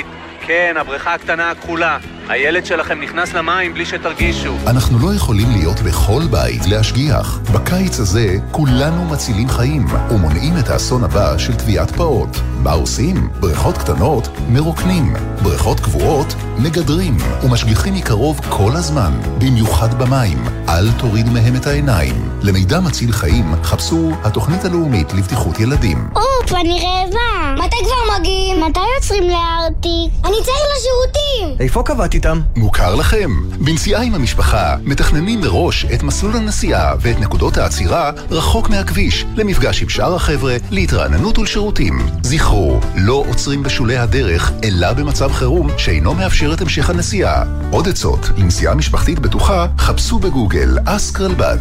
כן, הבריכה הקטנה הכחולה. הילד שלכם נכנס למים בלי שתרגישו. אנחנו לא יכולים להיות בכל בית להשגיח. בקיץ הזה כולנו מצילים חיים ומונעים את האסון הבא של טביעת פעוט. מה עושים? בריכות קטנות מרוקנים, בריכות קבועות מגדרים ומשגיחים מקרוב כל הזמן, במיוחד במים. אל תוריד מהם את העיניים. למידע מציל חיים חפשו התוכנית הלאומית לבטיחות ילדים. אופ, אני רעבה. מתי כבר מגיעים? מתי יוצרים לארטיק? אני צריך לשירותים. איפה קבעת איתם? מוכר לכם. בנסיעה עם המשפחה מתכננים מראש את מסלול הנסיעה ואת נקודות העצירה רחוק מהכביש, למפגש עם שאר החבר'ה, להתרעננות ולשירותים. זכרו, לא עוצרים בשולי הדרך, אלא במצב חירום שאינו מאפשר את המשך הנסיעה. עוד עצות לנסיעה משפחתית בטוחה, חפשו בגוגל אסקרלבד.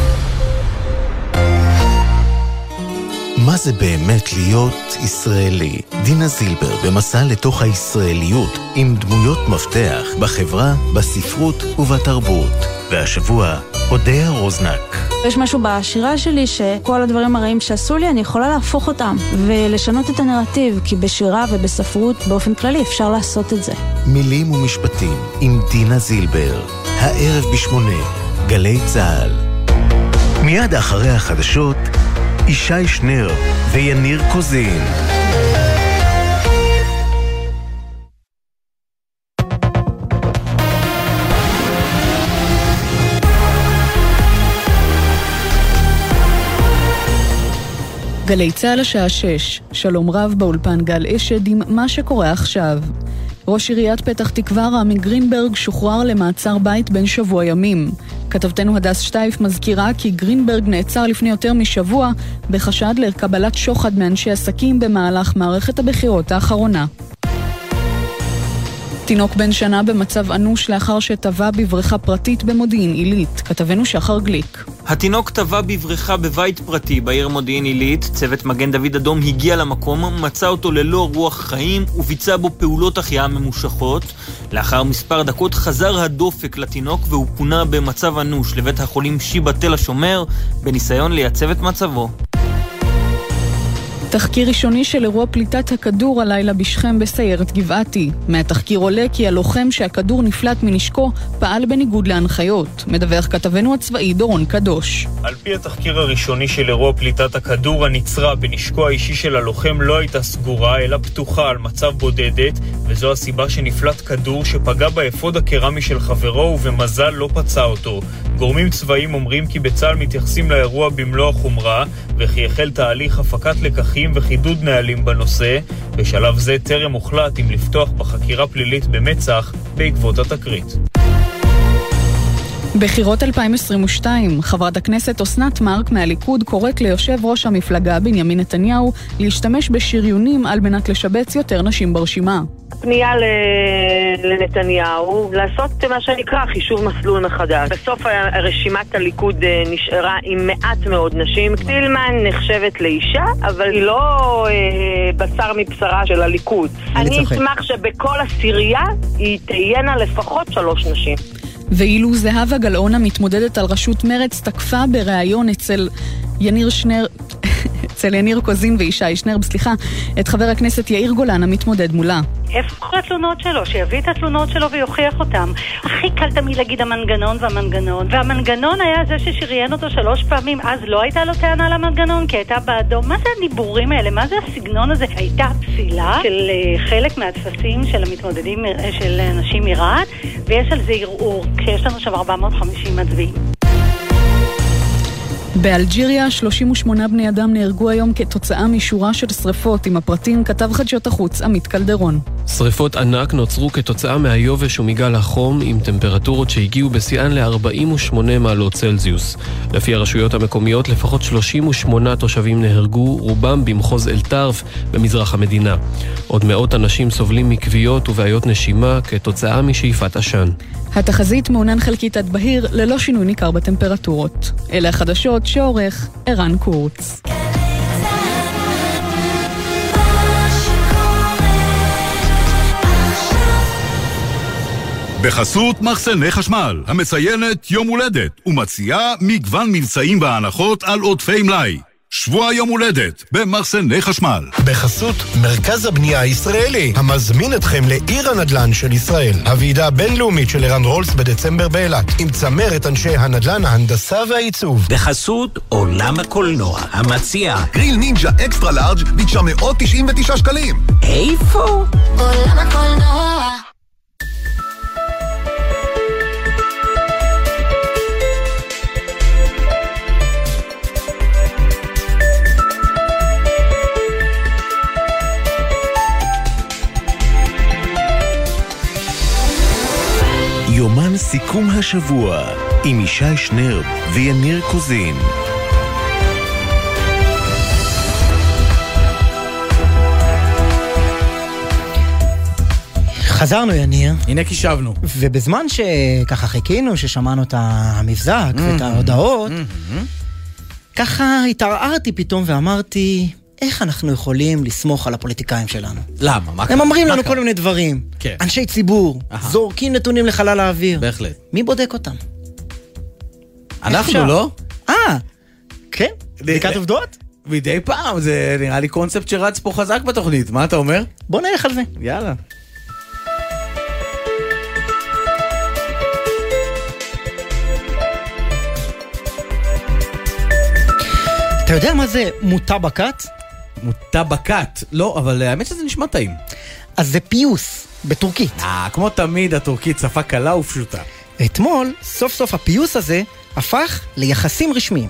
מה זה באמת להיות ישראלי? דינה זילבר במסע לתוך הישראליות עם דמויות מפתח בחברה, בספרות ובתרבות. והשבוע, אודיה רוזנק. יש משהו בשירה שלי שכל הדברים הרעים שעשו לי, אני יכולה להפוך אותם ולשנות את הנרטיב, כי בשירה ובספרות באופן כללי אפשר לעשות את זה. מילים ומשפטים עם דינה זילבר, הערב ב8, גלי צהל. מיד אחרי החדשות, ישי שנר ויניר קוזין. גלי צהל השעה 6, שלום רב באולפן גל אשד עם מה שקורה עכשיו. ראש עיריית פתח תקווה רמי גרינברג שוחרר למעצר בית בין שבוע ימים. כתבתנו הדס שטייף מזכירה כי גרינברג נעצר לפני יותר משבוע בחשד לקבלת שוחד מאנשי עסקים במהלך מערכת הבחירות האחרונה. תינוק בן שנה במצב אנוש לאחר שטבע בבריכה פרטית במודיעין עילית. כתבנו שחר גליק. התינוק טבע בבריכה בבית פרטי בעיר מודיעין עילית. צוות מגן דוד אדום הגיע למקום, מצא אותו ללא רוח חיים וביצע בו פעולות החייאה ממושכות. לאחר מספר דקות חזר הדופק לתינוק והוא פונה במצב אנוש לבית החולים שיבא תל השומר בניסיון לייצב את מצבו. תחקיר ראשוני של אירוע פליטת הכדור הלילה בשכם בסיירת גבעתי. מהתחקיר עולה כי הלוחם שהכדור נפלט מנשקו פעל בניגוד להנחיות. מדווח כתבנו הצבאי דורון קדוש. על פי התחקיר הראשוני של אירוע פליטת הכדור, הנצרה בנשקו האישי של הלוחם לא הייתה סגורה אלא פתוחה על מצב בודדת, וזו הסיבה שנפלט כדור שפגע באפוד הקרמי של חברו ובמזל לא פצע אותו. גורמים צבאיים אומרים כי בצה"ל מתייחסים לאירוע במלוא החומרה וכי החל תהליך הפקת לקחים וחידוד נהלים בנושא. בשלב זה טרם הוחלט אם לפתוח בחקירה פלילית במצ"ח בעקבות התקרית. בחירות 2022, חברת הכנסת אסנת מארק מהליכוד קוראת ליושב ראש המפלגה בנימין נתניהו להשתמש בשריונים על מנת לשבץ יותר נשים ברשימה. פנייה לנתניהו לעשות מה שנקרא חישוב מסלול מחדש. בסוף רשימת הליכוד נשארה עם מעט מאוד נשים. סילמן נחשבת לאישה, אבל היא לא בשר מבשרה של הליכוד. אני אשמח שבכל עשירייה היא תהיינה לפחות 3 נשים. ואילו זהבה גלאון המתמודדת על ראשות מרץ תקפה בראיון אצל יניר קוזין וישי שנר, את חבר הכנסת יאיר גולן המתמודד מולה. איפה התלונות שלו? שיביא את התלונות שלו ויוכיח אותם. הכי קל תמיד להגיד המנגנון והמנגנון היה זה ששריין אותו 3 פעמים. אז לא הייתה לו טענה למנגנון כי הייתה בעדו. מה זה הדיבורים האלה? מה זה הסגנון הזה? הייתה פסילה של חלק מהתפסים של המתמודדים של נשים מרעת, ויש על זה ערעור כשיש לנו שם 450 מצביעים. באלג'יריה 38 בני אדם נהרגו היום כתוצאה משורה של שריפות. עם הפרטים כתב חדשות החוץ עמית קלדרון. שריפות ענק נוצרו כתוצאה מהיובש ומגל החום עם טמפרטורות שהגיעו בשיאן ל-48 מעלות צלזיוס. לפי הרשויות המקומיות לפחות 38 תושבים נהרגו, רובם במחוז אל-טרף במזרח המדינה. עוד מאות אנשים סובלים מכוויות ובעיות נשימה כתוצאה משאיפת עשן. התחזית מעונן חלקית עד בהיר ללא שינוי ניכר בטמפרטורות. אלה החדשות שעורך ערן קורץ. בחסות מחסני חשמל, המציינת יום הולדת ומציעה מגוון מבצעים והנחות על עודפי מלאי. שבוע יום הולדת במחסני חשמל. בחסות מרכז הבנייה הישראלי, המזמין אתכם לעיר הנדל"ן של ישראל. הוועידה הבינלאומית של ערן רולס בדצמבר באילת, עם צמרת אנשי הנדל"ן, ההנדסה והעיצוב. בחסות עולם הקולנוע, המציע גריל נינג'ה אקסטרה לארג' ב-999 שקלים. איפה? עולם הקולנוע. יומן סיכום השבוע עם ישי שנר ויניר קוזין. חזרנו יניר. הנה קישבנו. ובזמן שככה חיכינו, ששמענו את המבזק ואת ההודעות, ככה התערערתי פתאום ואמרתי, איך אנחנו יכולים לסמוך על הפוליטיקאים שלנו? למה? הם אומרים לנו כל מיני דברים. כן. אנשי ציבור, זורקים נתונים לחלל האוויר. בהחלט. מי בודק אותם? אנחנו לא? כן? בדיקת עובדות? מדי פעם, זה נראה לי קונספט שרץ פה חזק בתוכנית. מה אתה אומר? בוא נלך על זה. יאללה. אתה יודע מה זה מוטבקת? מוטבקת? לא, אבל האמת שזה נשמע טעים. אז זה פיוס, בטורקית. כמו תמיד, הטורקית שפה קלה ופשוטה. אתמול, סוף סוף הפיוס הזה הפך ליחסים רשמיים.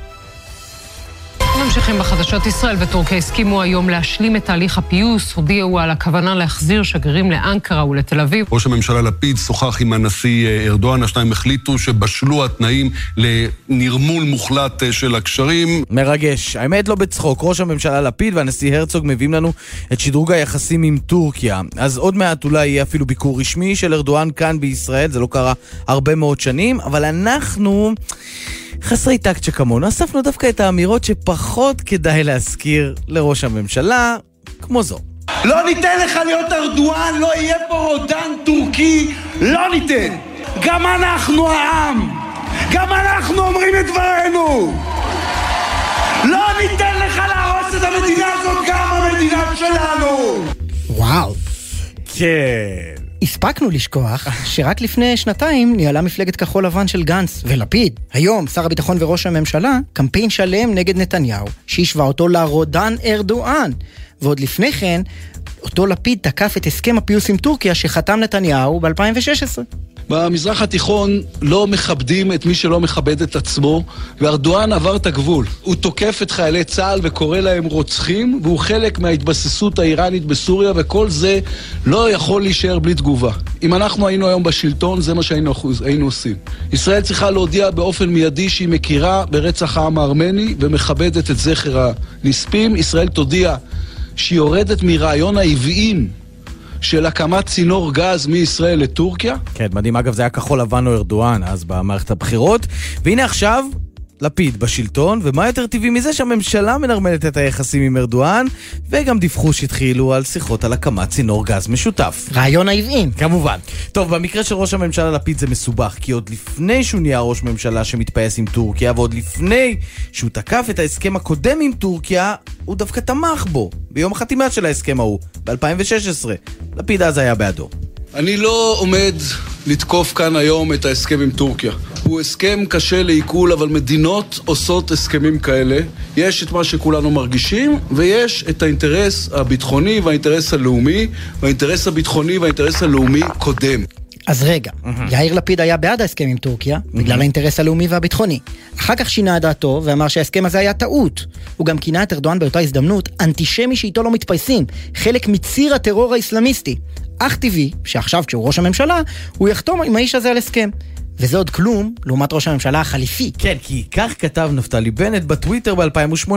ממשיכים בחדשות. ישראל וטורקיה הסכימו היום להשלים את תהליך הפיוס, הודיעו על הכוונה להחזיר שגרירים לאנקרה ולתל אביב. ראש הממשלה לפיד שוחח עם הנשיא ארדואן, השניים החליטו שבשלו התנאים לנרמול מוחלט של הקשרים. מרגש, האמת לא בצחוק, ראש הממשלה לפיד והנשיא הרצוג מביאים לנו את שדרוג היחסים עם טורקיה. אז עוד מעט אולי יהיה אפילו ביקור רשמי של ארדואן כאן בישראל, זה לא קרה הרבה מאוד שנים, אבל אנחנו חסרי טקט שכמונו, אספנו דווקא את האמירות שפחות כדאי להזכיר לראש הממשלה, כמו זו. לא ניתן לך להיות ארדואן, לא יהיה פה רודן טורקי, לא ניתן. גם אנחנו העם, גם אנחנו אומרים את דברנו. לא ניתן לך להרוס את המדינה הזאת, גם המדינה שלנו. וואו. כן. הספקנו לשכוח שרק לפני שנתיים ניהלה מפלגת כחול לבן של גנץ ולפיד. היום שר הביטחון וראש הממשלה קמפיין שלם נגד נתניהו, שהשווה אותו לרודן ארדואן. ועוד לפני כן, אותו לפיד תקף את הסכם הפיוס עם טורקיה שחתם נתניהו ב-2016. במזרח התיכון לא מכבדים את מי שלא מכבד את עצמו, וארדואן עבר את הגבול. הוא תוקף את חיילי צה"ל וקורא להם רוצחים, והוא חלק מההתבססות האיראנית בסוריה, וכל זה לא יכול להישאר בלי תגובה. אם אנחנו היינו היום בשלטון, זה מה שהיינו עושים. ישראל צריכה להודיע באופן מיידי שהיא מכירה ברצח העם הארמני, ומכבדת את זכר הנספים. ישראל תודיע שהיא יורדת מרעיון העוועים של הקמת צינור גז מישראל לטורקיה. כן, מדהים. אגב, זה היה כחול לבן או ארדואן אז במערכת הבחירות. והנה עכשיו, לפיד בשלטון, ומה יותר טבעי מזה שהממשלה מנרמלת את היחסים עם ארדואן, וגם דיווחו שהתחילו על שיחות על הקמת צינור גז משותף. רעיון העוועים. כמובן. טוב, במקרה של ראש הממשלה לפיד זה מסובך, כי עוד לפני שהוא נהיה ראש ממשלה שמתפייס עם טורקיה, ועוד לפני שהוא תקף את ההסכם הקודם עם טורקיה, הוא דווקא תמך בו, ביום החתימה של ההסכם ההוא, ב-2016. לפיד אז היה בעדו. אני לא עומד לתקוף כאן היום את ההסכם עם טורקיה. הוא הסכם קשה לעיכול, אבל מדינות עושות הסכמים כאלה. יש את מה שכולנו מרגישים, ויש את האינטרס הביטחוני והאינטרס הלאומי, והאינטרס הביטחוני והאינטרס הלאומי קודם. אז רגע, יאיר לפיד היה בעד ההסכם עם טורקיה, בגלל האינטרס הלאומי והביטחוני. אחר כך שינה דעתו ואמר שההסכם הזה היה טעות. הוא גם כינה את ארדואן באותה הזדמנות אנטישמי שאיתו לא מתפייסים, חלק מציר הטרור האסלאמיסטי. אך טבעי שעכשיו כשהוא ראש הממשלה, הוא יחתום עם האיש הזה על הסכם. וזה עוד כלום לעומת ראש הממשלה החליפי. כן, כי כך כתב נפתלי בנט בטוויטר ב-2018.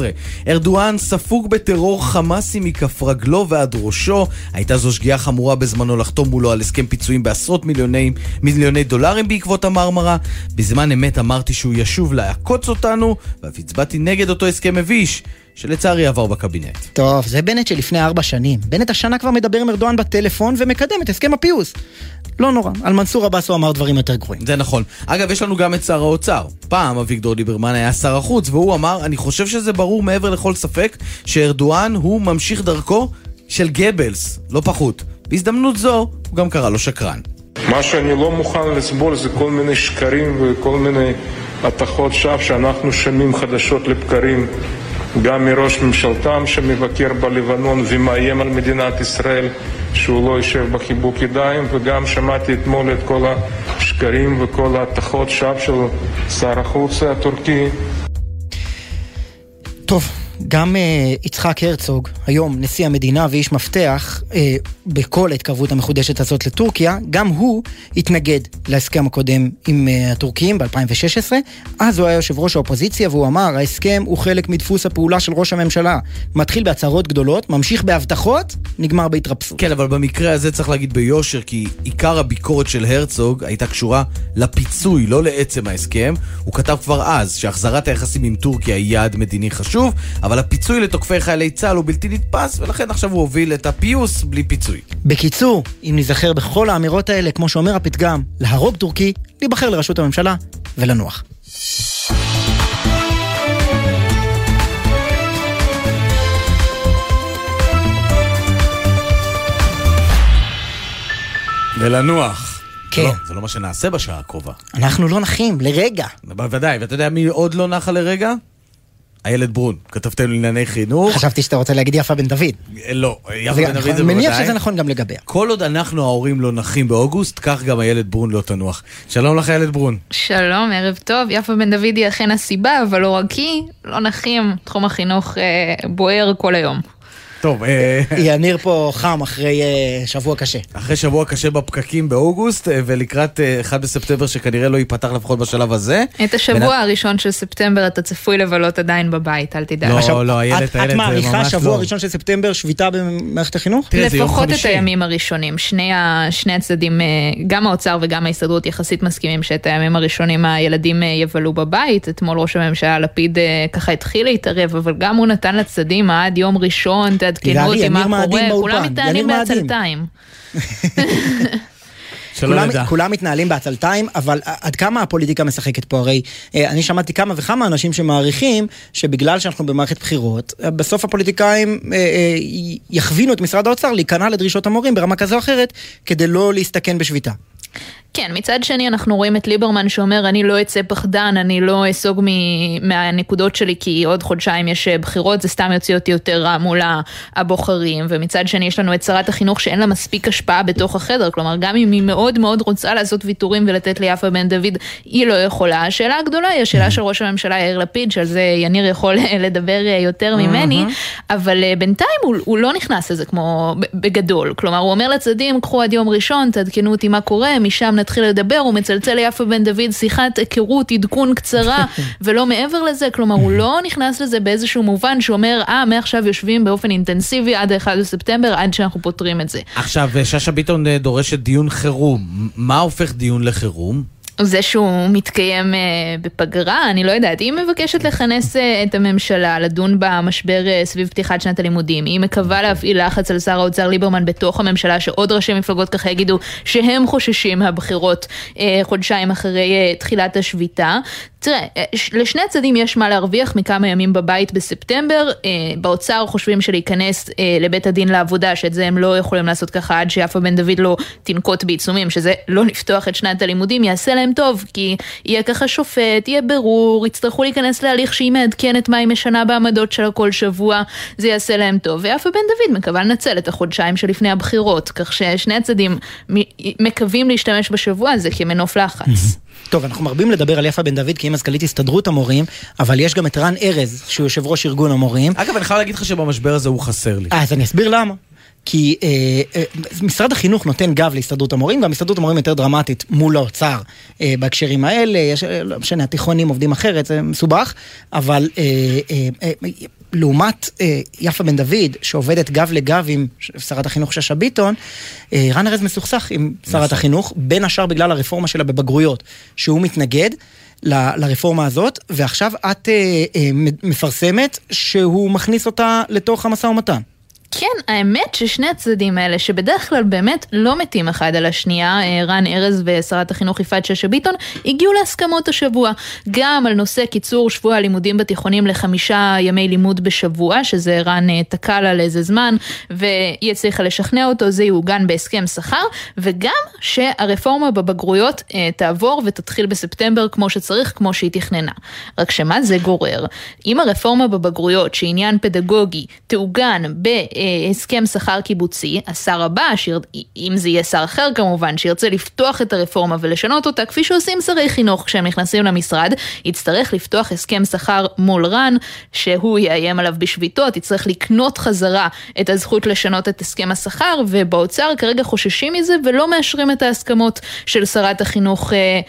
ארדואן ספוג בטרור חמאסי מכף רגלו ועד ראשו. הייתה זו שגיאה חמורה בזמנו לחתום מולו על הסכם פיצויים בעשרות מיליוני דולרים בעקבות המרמרה. בזמן אמת אמרתי שהוא ישוב לעקוץ אותנו, ואף הצבעתי נגד אותו הסכם מביש, שלצערי עבר בקבינט. טוב, זה בנט שלפני 4 שנים. בנט השנה כבר מדבר עם ארדואן בטלפון ומקדם את הסכם הפיוס. לא נורא. על מנסור עבאס הוא אמר דברים יותר גרועים. זה נכון. אגב, יש לנו גם את שר האוצר. פעם אביגדור ליברמן היה שר החוץ, והוא אמר, אני חושב שזה ברור מעבר לכל ספק, שארדואן הוא ממשיך דרכו של גבלס, לא פחות. בהזדמנות זו, הוא גם קרא לו שקרן. מה שאני לא מוכן לסבול זה כל מיני שקרים וכל מיני התחות שווא שאנחנו שומעים חדשות לבקרים, גם מראש ממשלתם שמבקר בלבנון ומאיים על מדינת ישראל שהוא לא יישב בחיבוק ידיים, וגם שמעתי אתמול את כל השקרים וכל התחות שווא של שר החוץ הטורקי. טוב, גם יצחק הרצוג, היום נשיא המדינה ואיש מפתח בכל ההתקרבות המחודשת הזאת לטורקיה, גם הוא התנגד להסכם הקודם עם הטורקים ב-2016. אז הוא היה יושב ראש האופוזיציה והוא אמר, ההסכם הוא חלק מדפוס הפעולה של ראש הממשלה. מתחיל בהצהרות גדולות, ממשיך בהבטחות, נגמר בהתרפסות. כן, אבל במקרה הזה צריך להגיד ביושר, כי עיקר הביקורת של הרצוג הייתה קשורה לפיצוי, לא לעצם ההסכם. הוא כתב כבר אז שהחזרת היחסים עם טורקיה היא יעד מדיני חשוב, אבל הפיצוי לתוקפי חיילי צה"ל הוא בלתי נתפס, ולכן עכשיו הוא הוביל את הפיוס בלי פיצוי. בקיצור, אם נזכר בכל האמירות האלה, כמו שאומר הפתגם, להרוג טורקי, להיבחר לראשות הממשלה ולנוח. ולנוח. כן. לא, זה לא מה שנעשה בשעה הקרובה. אנחנו לא נחים, לרגע. בוודאי, ואתה יודע מי עוד לא נחה לרגע? איילת ברון, כתבתנו לענייני חינוך. חשבתי שאתה רוצה להגיד יפה בן דוד. לא, יפה בן דוד זה בוודאי. מניח שזה נכון גם לגביה. כל עוד אנחנו ההורים לא נחים באוגוסט, כך גם איילת ברון לא תנוח. שלום לך איילת ברון. שלום, ערב טוב. יפה בן דוד היא אכן הסיבה, אבל לא רק היא, לא נחים. תחום החינוך בוער כל היום. טוב, יניר פה חם אחרי שבוע קשה. אחרי שבוע קשה בפקקים באוגוסט, ולקראת 1 בספטמבר שכנראה לא ייפתח לפחות בשלב הזה. את השבוע הראשון של ספטמבר אתה צפוי לבלות עדיין בבית, אל תדע. לא, איילת, את מעריכה שבוע ראשון של ספטמבר שביתה במערכת החינוך? לפחות את הימים הראשונים. שני הצדדים, גם האוצר וגם ההסתדרות יחסית מסכימים שאת הימים הראשונים הילדים יבלו בבית. אתמול ראש הממשלה לפיד ככה התחיל להתערב, אבל גם הוא נתן לצדדים עד יום ראשון, תעדכנו אותי מה קורה, כולם מתנהלים בעצלתיים. כולם מתנהלים בעצלתיים, אבל עד כמה הפוליטיקה משחקת פה? הרי אני שמעתי כמה וכמה אנשים שמעריכים שבגלל שאנחנו במערכת בחירות, בסוף הפוליטיקאים יכווינו את משרד האוצר להיכנע לדרישות המורים ברמה כזו או אחרת, כדי לא להסתכן בשביתה. כן, מצד שני אנחנו רואים את ליברמן שאומר אני לא אצא פחדן, אני לא אסוג מהנקודות שלי כי עוד חודשיים יש בחירות, זה סתם יוציא אותי יותר רע מול הבוחרים, ומצד שני יש לנו את שרת החינוך שאין לה מספיק השפעה בתוך החדר, כלומר גם אם היא מאוד מאוד רוצה לעשות ויתורים ולתת ליפה בן דוד, היא לא יכולה. השאלה הגדולה היא השאלה של ראש הממשלה יאיר לפיד, שעל זה יניר יכול לדבר יותר ממני, אבל בינתיים הוא לא נכנס לזה כמו בגדול, כלומר הוא אומר לצדדים, קחו עד יום ראשון, תעדכנו אותי מה קורה, משם נתחיל לדבר, הוא מצלצל ליפה בן דוד שיחת היכרות, עדכון קצרה, ולא מעבר לזה, כלומר הוא לא נכנס לזה באיזשהו מובן שאומר, מעכשיו יושבים באופן אינטנסיבי עד 1 בספטמבר, עד שאנחנו פותרים את זה. עכשיו, שאשא ביטון דורשת דיון חירום. מה הופך דיון לחירום? זה שהוא מתקיים בפגרה, אני לא יודעת, היא מבקשת לכנס את הממשלה, לדון במשבר סביב פתיחת שנת הלימודים, היא מקווה להפעיל לחץ על שר האוצר ליברמן בתוך הממשלה, שעוד ראשי מפלגות ככה יגידו שהם חוששים מהבחירות חודשיים אחרי תחילת השביתה. תראה, לשני הצדדים יש מה להרוויח מכמה ימים בבית בספטמבר, באוצר חושבים שלהיכנס לבית הדין לעבודה, שאת זה הם לא יכולים לעשות ככה עד שיפה בן דוד לא תנקוט בעיצומים, שזה לא לפתוח את שנת הלימודים, יעשה להם טוב, כי יהיה ככה שופט, יהיה ברור, יצטרכו להיכנס להליך שהיא מעדכנת מה היא משנה בעמדות שלה כל שבוע, זה יעשה להם טוב, ויפה בן דוד מקווה לנצל את החודשיים שלפני הבחירות, כך ששני הצדדים מקווים להשתמש בשבוע הזה כמנוף לחץ. טוב, אנחנו מרבים לדבר על יפה בן דוד כי היא מזכ"לית הסתדרות המורים, אבל יש גם את רן ארז, שהוא יושב ראש ארגון המורים. אגב, אני חייב להגיד לך שבמשבר הזה הוא חסר לי. אז אני אסביר למה. כי משרד החינוך נותן גב להסתדרות המורים, גם הסתדרות המורים יותר דרמטית מול האוצר בהקשרים האלה, יש, לא משנה, התיכונים עובדים אחרת, זה מסובך, אבל לעומת יפה בן דוד, שעובדת גב לגב עם שרת החינוך שאשא ביטון, רן ארז מסוכסך עם שרת החינוך, בין השאר בגלל הרפורמה שלה בבגרויות, שהוא מתנגד לרפורמה הזאת, ועכשיו את מפרסמת שהוא מכניס אותה לתוך המשא ומתן. כן, האמת ששני הצדדים האלה, שבדרך כלל באמת לא מתים אחד על השנייה, רן ארז ושרת החינוך יפעת שאשא ביטון, הגיעו להסכמות השבוע, גם על נושא קיצור שבוע הלימודים בתיכונים ל5 ימי לימוד בשבוע, שזה רן תקע לה לאיזה זמן, והיא הצליחה לשכנע אותו, זה יעוגן בהסכם שכר, וגם שהרפורמה בבגרויות תעבור ותתחיל בספטמבר כמו שצריך, כמו שהיא תכננה. רק שמה זה גורר? אם הרפורמה בבגרויות, שעניין פדגוגי, תעוגן בהסכם שכר קיבוצי, השר הבא, אם זה יהיה שר אחר כמובן, שירצה לפתוח את הרפורמה ולשנות אותה, כפי שעושים שרי חינוך כשהם נכנסים למשרד, יצטרך לפתוח הסכם שכר מול רן, שהוא יאיים עליו בשביתות, יצטרך לקנות חזרה את הזכות לשנות את הסכם השכר, ובאוצר כרגע חוששים מזה ולא מאשרים את ההסכמות של שרת החינוך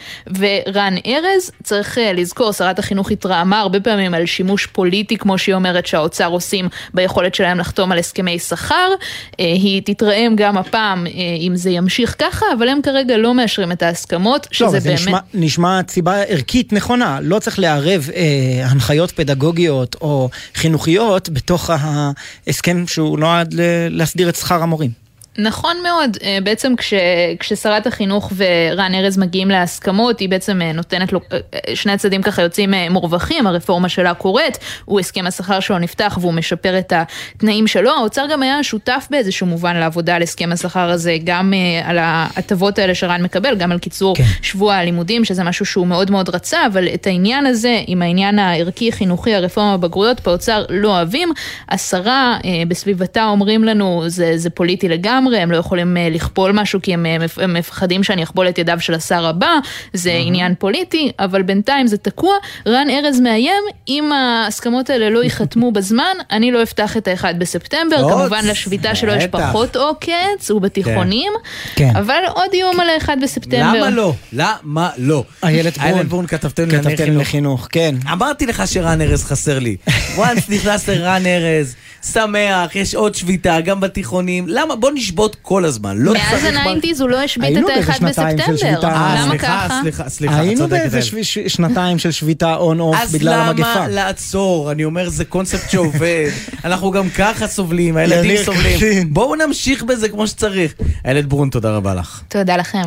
ורן ארז. צריך לזכור, שרת החינוך התרעמה הרבה פעמים על שימוש פוליטי, כמו שהיא אומרת שהאוצר עושים ביכולת שלהם לחתום על הסכמי שכר. היא תתרעם גם הפעם אם זה ימשיך ככה, אבל הם כרגע לא מאשרים את ההסכמות, שזה באמת... נשמע סיבה ערכית נכונה, לא צריך לערב הנחיות פדגוגיות או חינוכיות בתוך ההסכם שהוא נועד להסדיר את שכר המורים. נכון מאוד, בעצם כששרת החינוך ורן ארז מגיעים להסכמות, היא בעצם נותנת לו, שני הצדדים ככה יוצאים מורווחים, הרפורמה שלה קורית, הוא הסכם השכר שלו נפתח והוא משפר את התנאים שלו, האוצר גם היה שותף באיזשהו מובן לעבודה על הסכם השכר הזה, גם על ההטבות האלה שרן מקבל, גם על קיצור שבוע הלימודים, שזה משהו שהוא מאוד מאוד רצה, אבל את העניין הזה, עם העניין הערכי חינוכי, הרפורמה בבגרויות, באוצר לא אוהבים, השרה בסביבתה אומרים לנו, זה פוליטי לגמרי, הם לא יכולים לכפול משהו, כי הם מפחדים שאני אכבול את ידיו של השר הבא, זה עניין פוליטי, אבל בינתיים זה תקוע. רן ארז מאיים, אם ההסכמות האלה לא ייחתמו בזמן, אני לא אפתח את ה1 בספטמבר, כמובן לשביתה שלו יש פחות עוקץ, הוא בתיכונים, אבל עוד יום על ה1 בספטמבר. למה לא? למה לא? איילת ברון, כתבתם לחינוך, כן. אמרתי לך שרן ארז חסר לי. וואנס נכנס לרן ארז, שמח, יש עוד שביתה, גם בתיכונים. למה? בוא נשבות כל הזמן. מאז ה-90s הוא לא השבית את ה1 בספטמבר. למה ככה? סליחה, היינו באיזה שנתיים של שביתה און-אוף בגלל המגפה. אז למה לעצור? אני אומר, זה קונספט שעובד. אנחנו גם ככה סובלים, הילדים סובלים. בואו נמשיך בזה כמו שצריך. איילת ברון, תודה רבה לך. תודה לכם.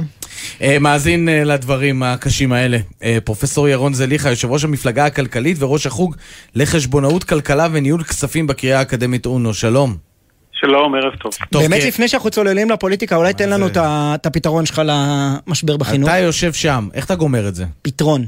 מאזין לדברים הקשים האלה. פרופסור ירון זליכה, יושב ראש המפלגה הכלכלית וראש החוג לחשבונאות כלכלה וניהול כספים בקריאה האקדמית אונו. שלום. שלום, ערב טוב. באמת לפני שאנחנו צוללים לפוליטיקה, אולי תן לנו את הפתרון שלך למשבר בחינוך. אתה יושב שם, איך אתה גומר את זה? פתרון.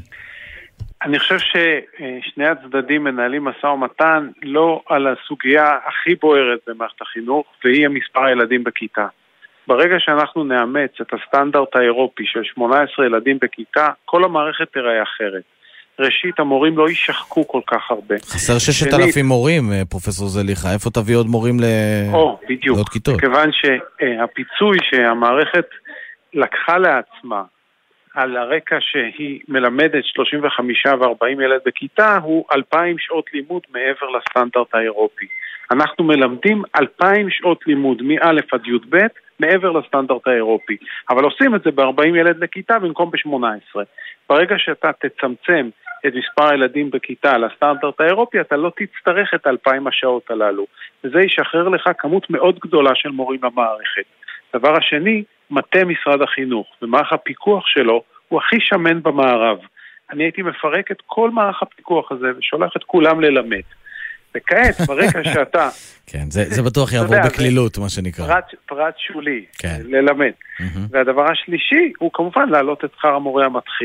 אני חושב ששני הצדדים מנהלים משא ומתן לא על הסוגיה הכי בוערת במערכת החינוך, והיא המספר הילדים בכיתה. ברגע שאנחנו נאמץ את הסטנדרט האירופי של 18 ילדים בכיתה, כל המערכת תראה אחרת. ראשית, המורים לא יישחקו כל כך הרבה. חסר 6,000 מורים, פרופסור זליכה. איפה תביא עוד מורים בדיוק. לעוד כיתות? כיוון שהפיצוי שהמערכת לקחה לעצמה על הרקע שהיא מלמדת 35 ו-40 ילד בכיתה, הוא 2,000 שעות לימוד מעבר לסטנדרט האירופי. אנחנו מלמדים 2,000 שעות לימוד מא' עד י"ב מעבר לסטנדרט האירופי. אבל עושים את זה ב-40 ילד לכיתה במקום ב-18. ברגע שאתה תצמצם את מספר הילדים בכיתה לסטנדרט האירופי, אתה לא תצטרך את 2,000 השעות הללו. וזה ישחרר לך כמות מאוד גדולה של מורים למערכת. דבר השני, מטה משרד החינוך, ומערך הפיקוח שלו הוא הכי שמן במערב. אני הייתי מפרק את כל מערך הפיקוח הזה ושולח את כולם ללמד. וכעת, ברגע שאתה... כן, זה בטוח יעבור בכלילות, מה שנקרא. פרט שולי, ללמד. והדבר השלישי הוא כמובן להעלות את שכר המורה המתחיל.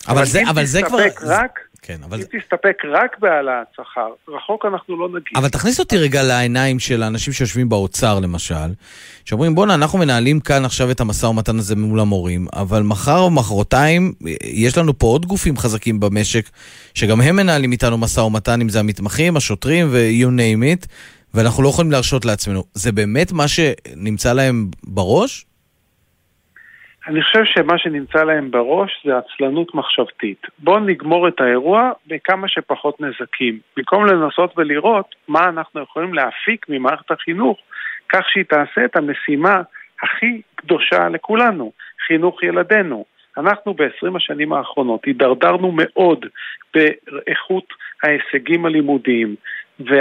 אבל זה כבר... אם תסתפק רק בהעלאת שכר, רחוק אנחנו לא נגיע. אבל תכניס אותי רגע לעיניים של האנשים שיושבים באוצר למשל, שאומרים בוא'נה, אנחנו מנהלים כאן עכשיו את המשא ומתן הזה מול המורים, אבל מחר או מחרתיים יש לנו פה עוד גופים חזקים במשק, שגם הם מנהלים איתנו משא ומתן, אם זה המתמחים, השוטרים ו-you name it, ואנחנו לא יכולים להרשות לעצמנו. זה באמת מה שנמצא להם בראש? אני חושב שמה שנמצא להם בראש זה עצלנות מחשבתית. בואו נגמור את האירוע בכמה שפחות נזקים. במקום לנסות ולראות מה אנחנו יכולים להפיק ממערכת החינוך, כך שהיא תעשה את המשימה הכי קדושה לכולנו, חינוך ילדינו. אנחנו ב-20 השנים האחרונות הידרדרנו מאוד באיכות ההישגים הלימודיים,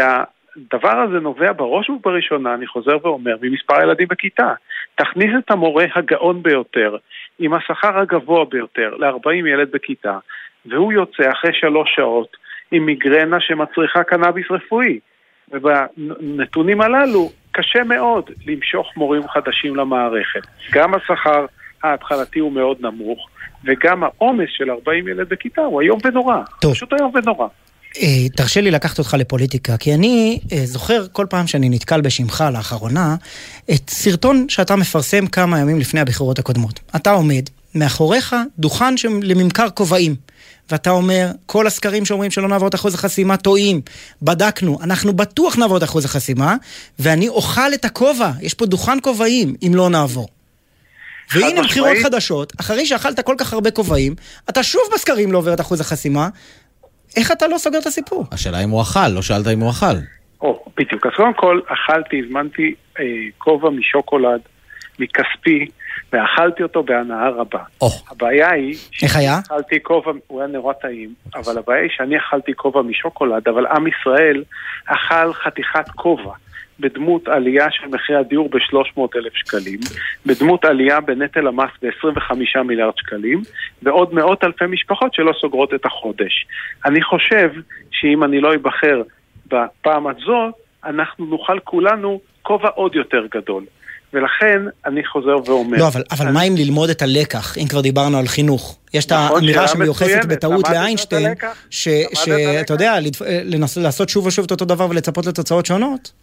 הדבר הזה נובע בראש ובראשונה, אני חוזר ואומר, ממספר הילדים בכיתה. תכניס את המורה הגאון ביותר, עם השכר הגבוה ביותר, ל-40 ילד בכיתה, והוא יוצא אחרי 3 שעות עם מיגרנה שמצריכה קנאביס רפואי. ובנתונים הללו קשה מאוד למשוך מורים חדשים למערכת. גם השכר ההתחלתי הוא מאוד נמוך, וגם העומס של 40 ילד בכיתה הוא היום ונורא. טוב. פשוט היום ונורא. תרשה לי לקחת אותך לפוליטיקה, כי אני זוכר כל פעם שאני נתקל בשמך לאחרונה, את סרטון שאתה מפרסם כמה ימים לפני הבחירות הקודמות. אתה עומד מאחוריך דוכן לממכר כובעים, ואתה אומר, כל הסקרים שאומרים שלא נעבור את אחוז החסימה טועים, בדקנו, אנחנו בטוח נעבור את אחוז החסימה, ואני אוכל את הכובע, יש פה דוכן כובעים אם לא נעבור. והנה בחירות חדשות, אחרי שאכלת כל כך הרבה כובעים, אתה שוב בסקרים לא עובר את אחוז החסימה, איך אתה לא סוגר את הסיפור? השאלה אם הוא אכל, לא שאלת אם הוא אכל. בדיוק. אז קודם כל, הזמנתי כובע משוקולד, מכספי, ואכלתי אותו בהנאה רבה. הבעיה היא... איך היה? אכלתי כובע, הוא היה נורא טעים, אבל הבעיה היא שאני אכלתי כובע משוקולד, אבל עם ישראל אכל חתיכת כובע, בדמות עלייה של מחיר הדיור ב-300,000 שקלים, בדמות עלייה בנטל המס ב-25 מיליארד שקלים, ועוד מאות אלפי משפחות שלא סוגרות את החודש. אני חושב שאם אני לא אבחר בפעם הזו, אנחנו נוכל כולנו כובע עוד יותר גדול. ולכן אני חוזר ואומר... לא, אבל מה אם ללמוד את הלקח, אם כבר דיברנו על חינוך? יש את האמירה שמיוחסת בטעות לאיינשטיין, שאתה יודע, לעשות שוב ושוב את אותו דבר ולצפות לתוצאות שונות?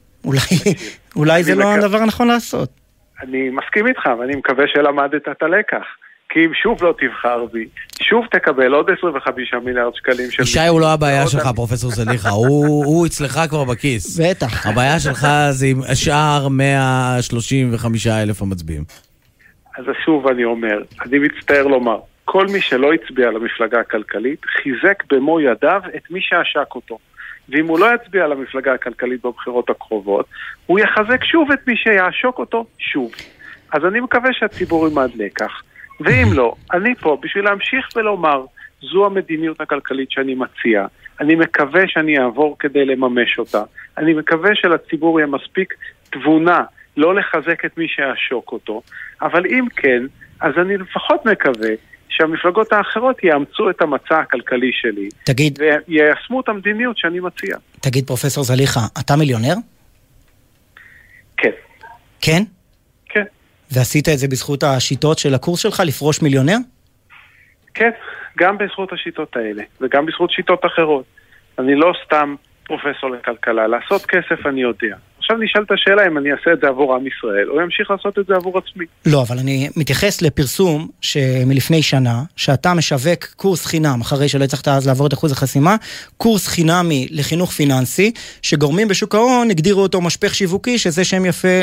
אולי זה לא הדבר הנכון לעשות. אני מסכים איתך, ואני מקווה שלמדת את הלקח. כי אם שוב לא תבחר בי, שוב תקבל עוד 25 מיליארד שקלים. ישי הוא לא הבעיה שלך, פרופסור זליכה, הוא אצלך כבר בכיס. בטח. הבעיה שלך זה עם שאר 135,000 המצביעים. אז שוב אני אומר, אני מצטער לומר, כל מי שלא הצביע למפלגה הכלכלית, חיזק במו ידיו את מי שעשק אותו. ואם הוא לא יצביע למפלגה הכלכלית בבחירות הקרובות, הוא יחזק שוב את מי שיעשוק אותו שוב. אז אני מקווה שהציבור ילמד לקח. ואם לא, אני פה בשביל להמשיך ולומר, זו המדיניות הכלכלית שאני מציע. אני מקווה שאני אעבור כדי לממש אותה. אני מקווה שלציבור יהיה מספיק תבונה, לא לחזק את מי שיעשוק אותו. אבל אם כן, אז אני לפחות מקווה שהמפלגות האחרות יאמצו את המצע הכלכלי שלי. תגיד, ויישמו את המדיניות שאני מציע. תגיד פרופסור זליכה, אתה מיליונר? כן. כן? כן. ועשית את זה בזכות השיטות של הקורס שלך לפרוש מיליונר? כן, גם בזכות השיטות האלה, וגם בזכות שיטות אחרות. אני לא סתם פרופסור לכלכלה, לעשות כסף אני יודע. עכשיו נשאל את השאלה אם אני אעשה את זה עבור עם ישראל, או ימשיך לעשות את זה עבור עצמי. לא, אבל אני מתייחס לפרסום שמלפני שנה, שאתה משווק קורס חינם, אחרי שלא הצלחת אז לעבור את אחוז החסימה, קורס חינמי לחינוך פיננסי, שגורמים בשוק ההון הגדירו אותו משפך שיווקי, שזה שם יפה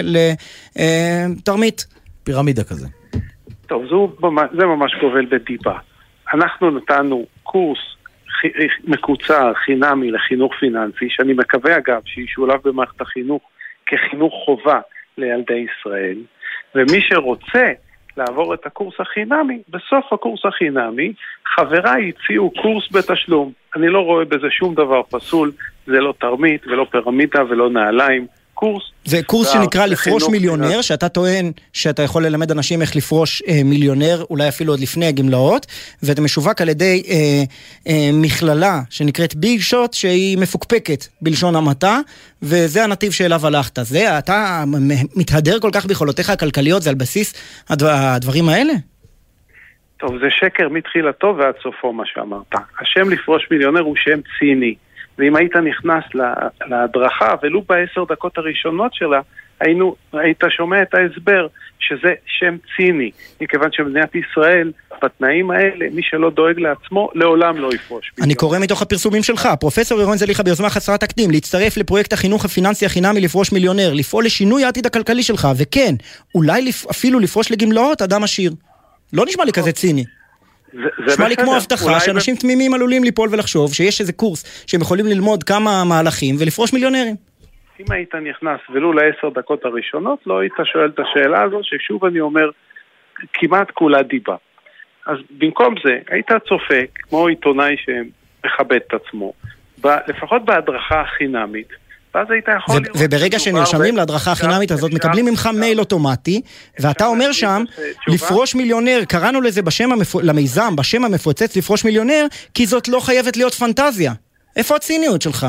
לתרמית. פירמידה כזה. טוב, זה ממש גובל בדיבה. אנחנו נתנו קורס מקוצר, חינמי לחינוך פיננסי, שאני מקווה אגב שישולב במערכת החינוך כחינוך חובה לילדי ישראל, ומי שרוצה לעבור את הקורס החינמי, בסוף הקורס החינמי, חבריי הציעו קורס בתשלום. אני לא רואה בזה שום דבר פסול, זה לא תרמית ולא פירמידה ולא נעליים, קורס. זה קורס שנקרא לפרוש מיליונר, שאתה טוען שאתה יכול ללמד אנשים איך לפרוש מיליונר, אולי אפילו עוד לפני הגמלאות, ואתה משווק על ידי מכללה שנקראת ביג שוט, שהיא מפוקפקת בלשון המעטה, וזה הנתיב שאליו הלכת. זה, אתה מתהדר כל כך ביכולותיך הכלכליות, זה על בסיס הדברים האלה? טוב, זה שקר מתחילתו ועד סופו מה שאמרת. השם לפרוש מיליונר הוא שם ציני. ואם היית נכנס להדרכה, ולו ב10 דקות הראשונות שלה, היית שומע את ההסבר שזה שם ציני, מכיוון שבמדינת ישראל, בתנאים האלה, מי שלא דואג לעצמו, לעולם לא יפרוש. אני קורא מתוך הפרסומים שלך, פרופסור ירון זליכה ביוזמה חסרת תקדים, להצטרף לפרויקט החינוך הפיננסי החינמי לפרוש מיליונר, לפעול לשינוי העתיד הכלכלי שלך, וכן, אולי אפילו לפרוש לגמלאות אדם עשיר. לא נשמע לי כזה ציני. נשמע לי כמו הבטחה שאנשים תמימים עלולים ליפול ולחשוב שיש איזה קורס שהם יכולים ללמוד כמה מהלכים ולפרוש מיליונרים. אם היית נכנס ולו ל10 דקות הראשונות, לא היית שואל את השאלה הזו, ששוב אני אומר, כמעט כולה דיבה. אז במקום זה, היית צופה, כמו עיתונאי שמכבד את עצמו, לפחות בהדרכה החינמית, ואז היית יכול לראות... וברגע שנרשמים להדרכה החינמית הזאת, מקבלים ממך מייל אוטומטי, ואתה אומר שם, לפרוש מיליונר, קראנו לזה למיזם, בשם המפוצץ לפרוש מיליונר, כי זאת לא חייבת להיות פנטזיה. איפה הציניות שלך?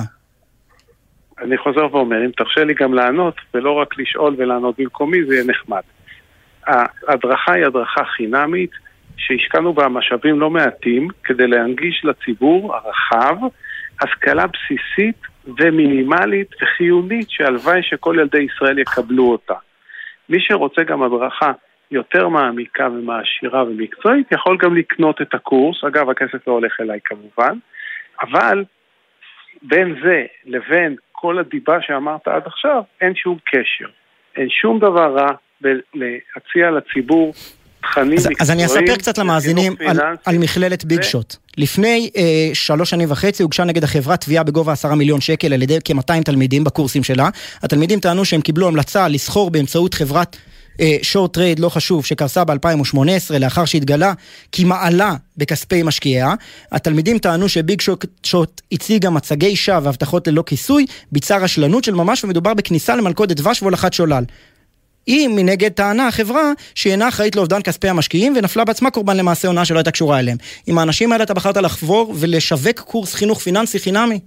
אני חוזר ואומר, אם תרשה לי גם לענות, ולא רק לשאול ולענות במקומי, זה יהיה נחמד. ההדרכה היא הדרכה חינמית, שהשקענו בה משאבים לא מעטים, כדי להנגיש לציבור הרחב, השכלה בסיסית ומינימלית וחיונית, שהלוואי שכל ילדי ישראל יקבלו אותה. מי שרוצה גם הדרכה יותר מעמיקה ומעשירה ומקצועית, יכול גם לקנות את הקורס, אגב, הכסף לא הולך אליי כמובן, אבל בין זה לבין כל הדיבה שאמרת עד עכשיו, אין שום קשר. אין שום דבר רע להציע לציבור תכנים מקצועיים. אז אני אספר קצת למאזינים על מכללת ביג שוט. לפני 3 שנים וחצי הוגשה נגד החברה תביעה בגובה 10 מיליון שקל על ידי כ-200 תלמידים בקורסים שלה. התלמידים טענו שהם קיבלו המלצה לסחור באמצעות חברת שורט טרייד לא חשוב שקרסה ב-2018 לאחר שהתגלה כי מעלה בכספי משקיעה. התלמידים טענו שביג שוט הציגה מצגי שווא והבטחות ללא כיסוי, ביצע רשלנות של ממש ומדובר בכניסה למלכודת דבש והולכת שולל. היא מנגד טענה החברה שהיא אינה אחראית לאובדן כספי המשקיעים ונפלה בעצמה קורבן למעשה עונה שלא הייתה קשורה אליהם. עם האנשים האלה אתה בחרת לחבור ולשווק קורס חינוך פיננסי חינמי?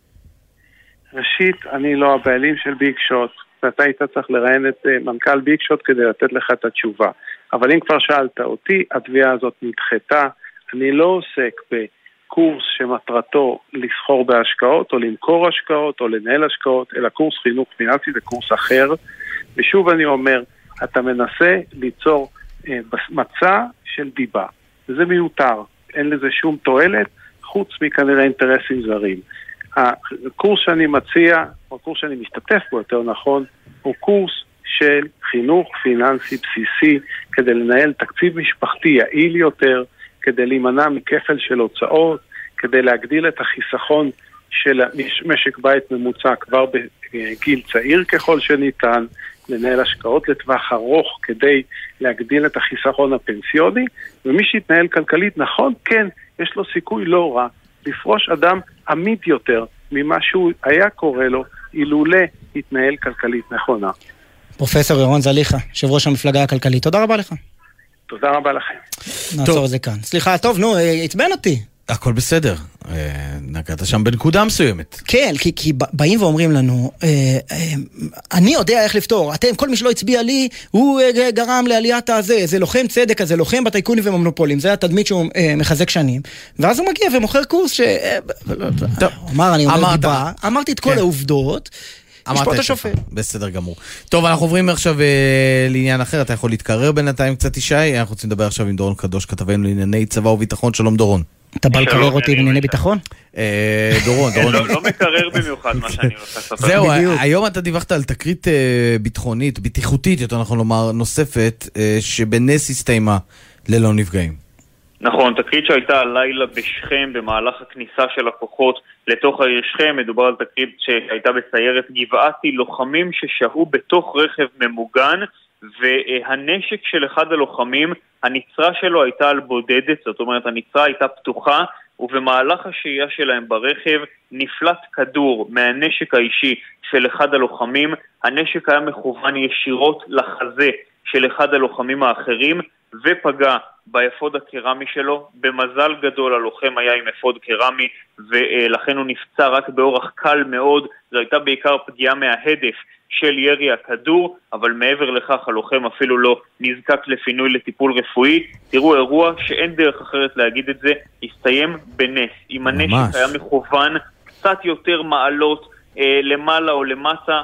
ראשית, אני לא הבעלים של ביג שוט. ואתה היית צריך לראיין את מנכ"ל ביג שוט כדי לתת לך את התשובה. אבל אם כבר שאלת אותי, התביעה הזאת נדחתה. אני לא עוסק בקורס שמטרתו לסחור בהשקעות, או למכור השקעות, או לנהל השקעות, אלא קורס חינוך פיננסי זה קורס אחר. ושוב אני אומר, אתה מנסה ליצור מצע של דיבה. וזה מיותר. אין לזה שום תועלת, חוץ מכנראה אינטרסים זרים. הקורס שאני מציע, או הקורס שאני משתתף בו יותר נכון, הוא קורס של חינוך פיננסי בסיסי, כדי לנהל תקציב משפחתי יעיל יותר, כדי להימנע מכפל של הוצאות, כדי להגדיל את החיסכון של משק בית ממוצע כבר בגיל צעיר ככל שניתן, לנהל השקעות לטווח ארוך כדי להגדיל את החיסכון הפנסיוני, ומי שיתנהל כלכלית נכון, כן, יש לו סיכוי לא רע, לפרוש אדם עמיד יותר ממה שהוא היה קורא לו אילולא התנהל כלכלית נכונה. פרופסור ירון זליכה, יושב ראש המפלגה הכלכלית, תודה רבה לך. תודה רבה לכם. נעצור את זה כאן. סליחה, טוב, נו, עצבן אותי. הכל בסדר, נגעת שם בנקודה מסוימת. כן, כי באים ואומרים לנו, אני יודע איך לפתור, אתם, כל מי שלא הצביע לי, הוא גרם לעליית הזה, זה לוחם צדק, זה לוחם בטייקונים ומונופולים, זה התדמית שהוא מחזק שנים, ואז הוא מגיע ומוכר קורס ש... אמר, אני אומר דיבה, אמרתי את כל העובדות, יש פה את השופט. בסדר גמור. טוב, אנחנו עוברים עכשיו לעניין אחר, אתה יכול להתקרר בינתיים קצת ישי, אנחנו רוצים לדבר עכשיו עם דורון קדוש, כתבנו לענייני צבא וביטחון, שלום דורון. אתה בא לקרר אותי בענייני ביטחון? דורון. לא מקרר במיוחד מה שאני רוצה לעשות. זהו, היום אתה דיווחת על תקרית ביטחונית, בטיחותית, יותר נכון לומר, נוספת, שבנס הסתיימה ללא נפגעים. נכון, תקרית שהייתה הלילה בשכם במהלך הכניסה של הכוחות לתוך העיר שכם. מדובר על תקרית שהייתה בסיירת גבעתי, לוחמים ששהו בתוך רכב ממוגן, והנשק של אחד הלוחמים, הנצרה שלו הייתה על בודדת, זאת אומרת הנצרה הייתה פתוחה, ובמהלך השהייה שלהם ברכב נפלט כדור מהנשק האישי של אחד הלוחמים. הנשק היה מכוון ישירות לחזה של אחד הלוחמים האחרים ופגע באפוד הקרמי שלו. במזל גדול הלוחם היה עם אפוד קרמי ולכן הוא נפצע רק באורח קל מאוד. זו הייתה בעיקר פגיעה מההדף של ירי הכדור, אבל מעבר לכך הלוחם אפילו לא נזקק לפינוי לטיפול רפואי. תראו, אירוע שאין דרך אחרת להגיד את זה, הסתיים בנס. אם הנשק היה מכוון קצת יותר מעלות למעלה או למטה,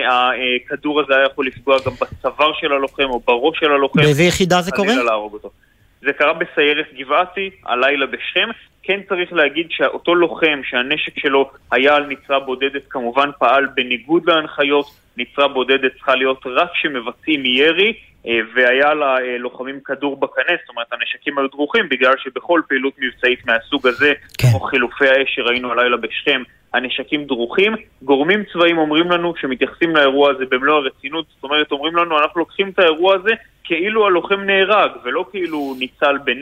הכדור הזה היה יכול לפגוע גם בצוואר של הלוחם או בראש של הלוחם. באיזה יחידה זה קורה? זה קרה בסיירת גבעתי, הלילה בשכם. כן צריך להגיד שאותו לוחם שהנשק שלו היה על נצרה בודדת כמובן פעל בניגוד להנחיות. נצרה בודדת צריכה להיות רק שמבצעים ירי, והיה ללוחמים כדור בכנס, זאת אומרת הנשקים היו דרוכים בגלל שבכל פעילות מבצעית מהסוג הזה, כמו חילופי האש שראינו הלילה בשכם, הנשקים דרוכים. גורמים צבאיים אומרים לנו שמתייחסים לאירוע הזה במלוא הרצינות, זאת אומרת אומרים לנו אנחנו לוקחים את האירוע הזה כאילו הלוחם נהרג ולא כאילו ניצל בנס.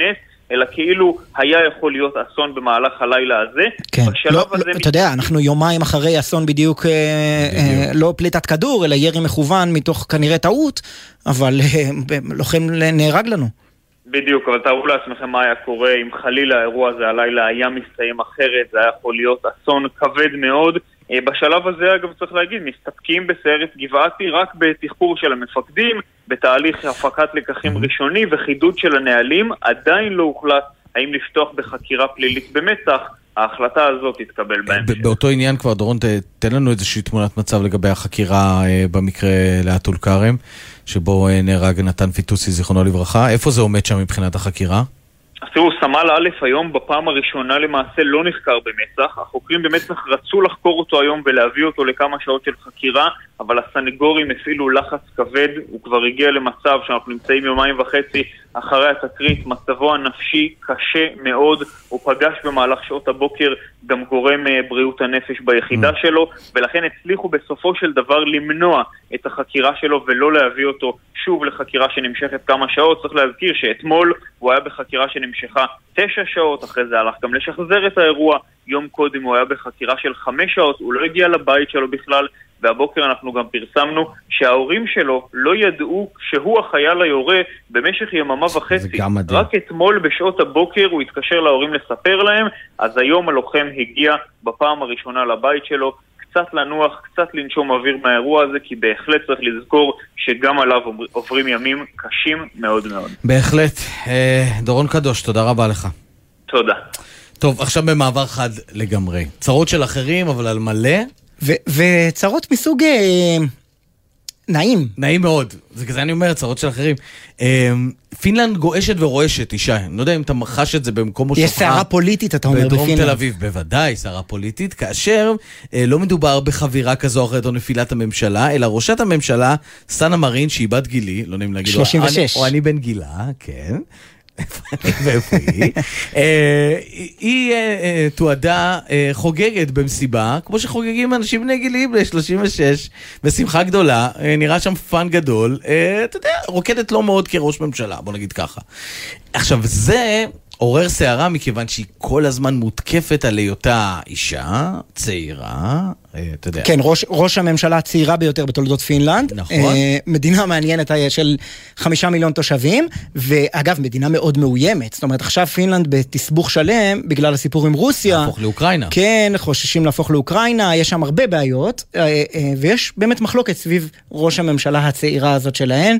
אלא כאילו היה יכול להיות אסון במהלך הלילה הזה. כן, אתה יודע, אנחנו יומיים אחרי אסון בדיוק, לא פליטת כדור, אלא ירי מכוון מתוך כנראה טעות, אבל לוחם נהרג לנו. בדיוק, אבל תארו לעצמכם מה היה קורה אם חלילה האירוע הזה הלילה היה מסתיים אחרת, זה היה יכול להיות אסון כבד מאוד. בשלב הזה, אגב, צריך להגיד, מסתפקים בסיירת גבעתי רק בתחקור של המפקדים, בתהליך הפקת לקחים ראשוני וחידוד של הנהלים. עדיין לא הוחלט האם לפתוח בחקירה פלילית במצ"ח. ההחלטה הזאת תתקבל בהמשך. באותו עניין כבר, דורון, תן לנו איזושהי תמונת מצב לגבי החקירה במקרה לאטול כרם, שבו נהרג נתן פיטוסי, זיכרונו לברכה. איפה זה עומד שם מבחינת החקירה? אז תראו, סמל א' היום בפעם הראשונה למעשה לא נחקר במצ"ח. החוקרים במצ"ח רצו לחקור אותו היום ולהביא אותו לכמה שעות של חקירה, אבל הסנגורים הפעילו לחץ כבד. הוא כבר הגיע למצב שאנחנו נמצאים יומיים וחצי אחרי התקרית. מצבו הנפשי קשה מאוד. הוא פגש במהלך שעות הבוקר גם גורם בריאות הנפש ביחידה שלו, ולכן הצליחו בסופו של דבר למנוע את החקירה שלו ולא להביא אותו שוב לחקירה שנמשכת כמה שעות. צריך להזכיר שאתמול הוא היה בחקירה שנמשכה 9 שעות, אחרי זה הלך גם לשחזר את האירוע. יום קודם הוא היה בחקירה של 5 שעות, הוא לא הגיע לבית שלו בכלל, והבוקר אנחנו גם פרסמנו שההורים שלו לא ידעו שהוא החייל היורה במשך יממה וחצי. רק אתמול בשעות הבוקר הוא התקשר להורים לספר להם, אז היום הלוחם הגיע בפעם הראשונה לבית שלו, קצת לנוח, קצת לנשום אוויר מהאירוע הזה, כי בהחלט צריך לזכור שגם עליו עוברים ימים קשים מאוד מאוד. בהחלט. דורון קדוש, תודה רבה לך. תודה. טוב, עכשיו במעבר חד לגמרי. צרות של אחרים, אבל על מלא. וצרות מסוג נעים. נעים מאוד. זה כזה אני אומר, צרות של אחרים. פינלנד גועשת ורועשת, ישי. אני לא יודע אם אתה מחש את זה במקום מושבך. יש שערה פוליטית, אתה אומר, בפינלנד. בדרום תל אביב, בוודאי, שערה פוליטית, כאשר לא מדובר בחבירה כזו או אחרת או נפילת הממשלה, אלא ראשת הממשלה, סאנה מרין, שהיא בת גילי, לא נעים להגיד, 36. או אני בן גילה, כן. ואיפה היא? היא תועדה חוגגת במסיבה, כמו שחוגגים אנשים בני גילי בני 36, בשמחה גדולה, נראה שם פן גדול, אתה יודע, רוקדת לא מאוד כראש ממשלה, בוא נגיד ככה. עכשיו זה עורר שערה מכיוון שהיא כל הזמן מותקפת על היותה אישה צעירה, אתה יודע. כן, ראש הממשלה הצעירה ביותר בתולדות פינלנד. נכון. מדינה מעניינת של 5 מיליון תושבים, ואגב, מדינה מאוד מאוימת. זאת אומרת, עכשיו פינלנד בתסבוך שלם, בגלל הסיפור עם רוסיה. להפוך לאוקראינה. כן, חוששים להפוך לאוקראינה, יש שם הרבה בעיות, ויש באמת מחלוקת סביב ראש הממשלה הצעירה הזאת שלהן.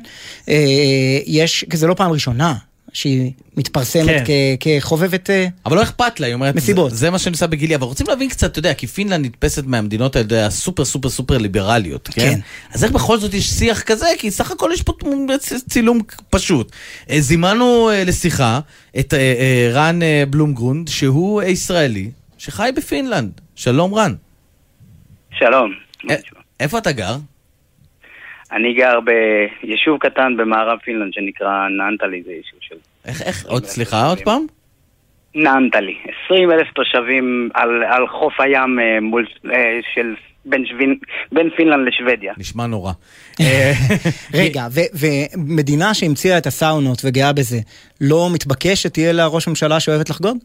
זה לא פעם ראשונה. שהיא מתפרסמת כחובבת אבל לא אכפת לה, היא אומרת, מסיבות. זה מה שניסה בגילי, אבל רוצים להבין קצת, אתה יודע, כי פינלנד נתפסת מהמדינות הסופר סופר סופר ליברליות, כן? אז איך בכל זאת יש שיח כזה? כי סך הכל יש פה צילום פשוט. זימנו לשיחה את רן בלומגרונד, שהוא ישראלי, שחי בפינלנד. שלום רן. שלום. איפה אתה גר? אני גר ביישוב קטן במערב פינלנד שנקרא נאנטלי, זה יישוב של... איך? סליחה, עוד פעם? נאנטלי, 20,000 תושבים על חוף הים של בין פינלנד לשוודיה. נשמע נורא. רגע, ומדינה שהמציאה את הסאונות וגאה בזה, לא מתבקש שתהיה לה ראש ממשלה שאוהבת לחגוג?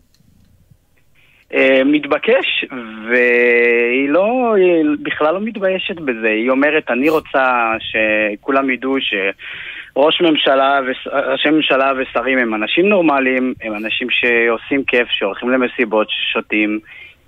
מתבקש, והיא בכלל לא מתביישת בזה. היא אומרת, אני רוצה שכולם ידעו שראש ממשלה וראשי ממשלה ושרים הם אנשים נורמליים, הם אנשים שעושים כיף, שהולכים למסיבות, ששותים,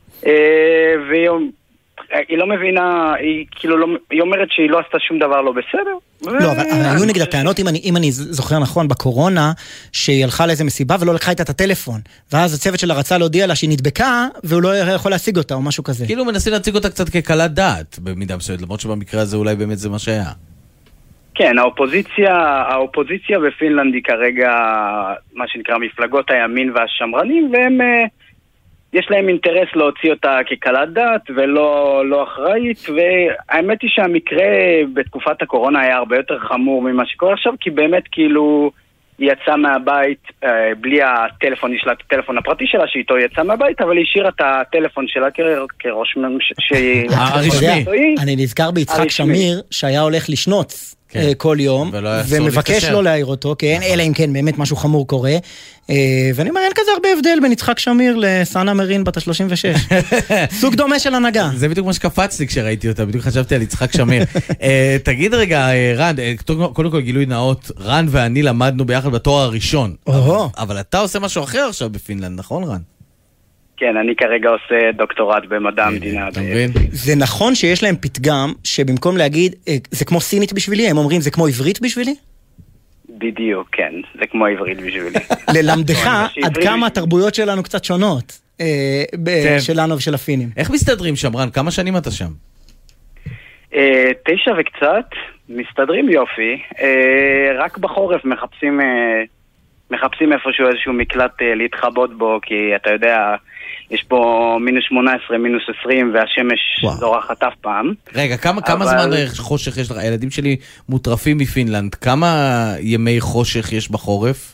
והיא לא מבינה, היא אומרת שהיא לא עשתה שום דבר לא בסדר. לא, אבל היו נגד הטענות, אם אני זוכר נכון, בקורונה, שהיא הלכה לאיזה מסיבה ולא לקחה איתה את הטלפון, ואז הצוות שלה רצה להודיע לה שהיא נדבקה, והוא לא יכול להשיג אותה או משהו כזה. כאילו מנסים להציג אותה קצת כקלת דעת, במידה מסוימת, למרות שבמקרה הזה אולי באמת זה מה שהיה. כן, האופוזיציה בפינלנד היא כרגע, מה שנקרא, מפלגות הימין והשמרנים, והם... יש להם אינטרס להוציא אותה כקלת דת ולא אחראית, והאמת היא שהמקרה בתקופת הקורונה היה הרבה יותר חמור ממה שקורה עכשיו, כי באמת כאילו היא יצאה מהבית בלי הטלפון, יש לה את הטלפון הפרטי שלה שאיתו היא יצאה מהבית, אבל היא השאירה את הטלפון שלה כראש הרשמי. אני נזכר ביצחק שמיר שהיה הולך לשנוץ כל יום, ומבקש לא להעיר אותו, כן, אלא אם כן באמת משהו חמור קורה, ואני אומר, אין כזה הרבה הבדל בין יצחק שמיר לסאנה מרין בת ה-36. סוג דומה של הנהגה. זה בדיוק מה שקפצתי כשראיתי אותה, בדיוק חשבתי על יצחק שמיר. תגיד רגע, רן, קודם כל גילוי נאות, רן ואני למדנו ביחד בתואר הראשון, אבל אתה עושה משהו אחר עכשיו בפינלנד, נכון רן? כן, אני כרגע עושה דוקטורט במדע המדינה. זה נכון שיש להם פתגם שבמקום להגיד, זה כמו סינית בשבילי, הם אומרים זה כמו עברית בשבילי? בדיוק, כן, זה כמו עברית בשבילי. ללמדך עד כמה התרבויות שלנו קצת שונות, שלנו ושל הפינים. איך מסתדרים שם, רן? כמה שנים אתה שם? 9 וקצת, מסתדרים יופי, רק בחורף מחפשים איזשהו מקלט להתחבות בו, כי אתה יודע, יש פה מינוס 18, מינוס 20, והשמש זורחת אף פעם. רגע, כמה זמן חושך יש לך? הילדים שלי מוטרפים מפינלנד. כמה ימי חושך יש בחורף?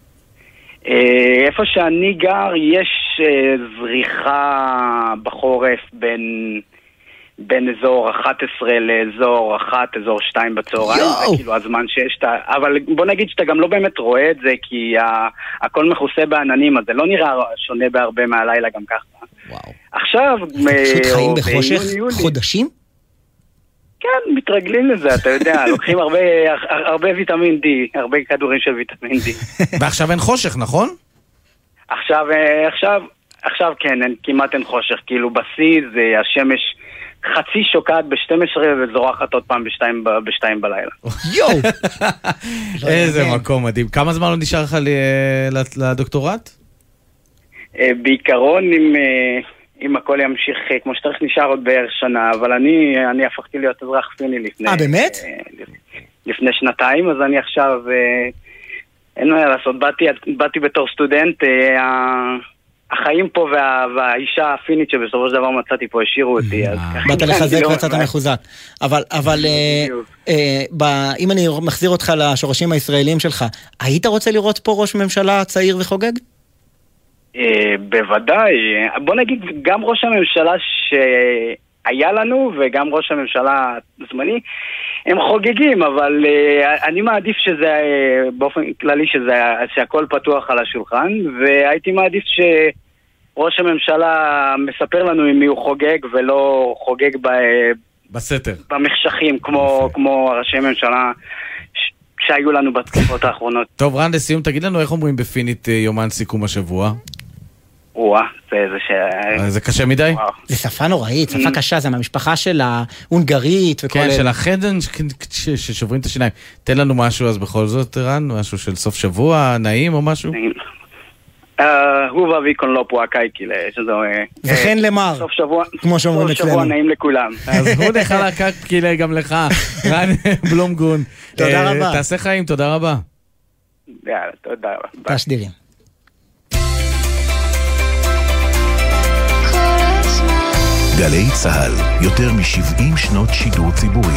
איפה שאני גר, יש זריחה בחורף בין אזור 11 לאזור 1, אזור 2 בצהריים, זה כאילו הזמן שיש, אבל בוא נגיד שאתה גם לא באמת רואה את זה, כי הכל מכוסה בעננים, אז זה לא נראה שונה בהרבה מהלילה גם ככה. עכשיו, פשוט חיים בחושך חודשים? כן, מתרגלים לזה, אתה יודע, לוקחים הרבה ויטמין D, הרבה כדורים של ויטמין D. ועכשיו אין חושך, נכון? עכשיו כן, כמעט אין חושך, כאילו בשיא זה השמש חצי שוקעת ב-12 וזורחת עוד פעם ב-2 בלילה. יואו! איזה מקום מדהים. כמה זמן לא נשאר לך לדוקטורט? בעיקרון, אם הכל ימשיך כמו שצריך, נשאר עוד בערך שנה, אבל אני הפכתי להיות אזרח פיני באמת? לפני שנתיים, אז אני עכשיו, אין מה לעשות, באתי בתור סטודנט, החיים פה והאישה הפינית שבסופו של דבר מצאתי פה השאירו אותי, אז ככה... באת לחזק קצת המחוזק. אבל אם אני מחזיר אותך לשורשים הישראלים שלך, היית רוצה לראות פה ראש ממשלה צעיר וחוגג? בוודאי. בוא נגיד, גם ראש הממשלה שהיה לנו וגם ראש הממשלה זמני, הם חוגגים, אבל אני מעדיף שזה, באופן כללי, שהכל פתוח על השולחן, והייתי מעדיף שראש הממשלה מספר לנו עם מי הוא חוגג, ולא חוגג בסתר. במחשכים, כמו ראשי ממשלה שהיו לנו בתקופות האחרונות. טוב, רן, לסיום, תגיד לנו איך אומרים בפינית יומן סיכום השבוע? זה קשה מדי? זה שפה נוראית, שפה קשה, זה מהמשפחה של ההונגרית וכל... כן, של החדן ששוברים את השיניים. תן לנו משהו אז בכל זאת, רן, משהו של סוף שבוע, נעים או משהו? הוא ואביקון לא פה הקייקי, וכן למר, כמו שאומרים אצלנו. סוף שבוע נעים לכולם. אז הוא נחל הקייקי גם לך, רן בלומגון. תודה רבה. תעשה חיים, תודה רבה. יאללה, תודה רבה. תשדירים. גלי צהל, יותר מ-70 שנות שידור ציבורי.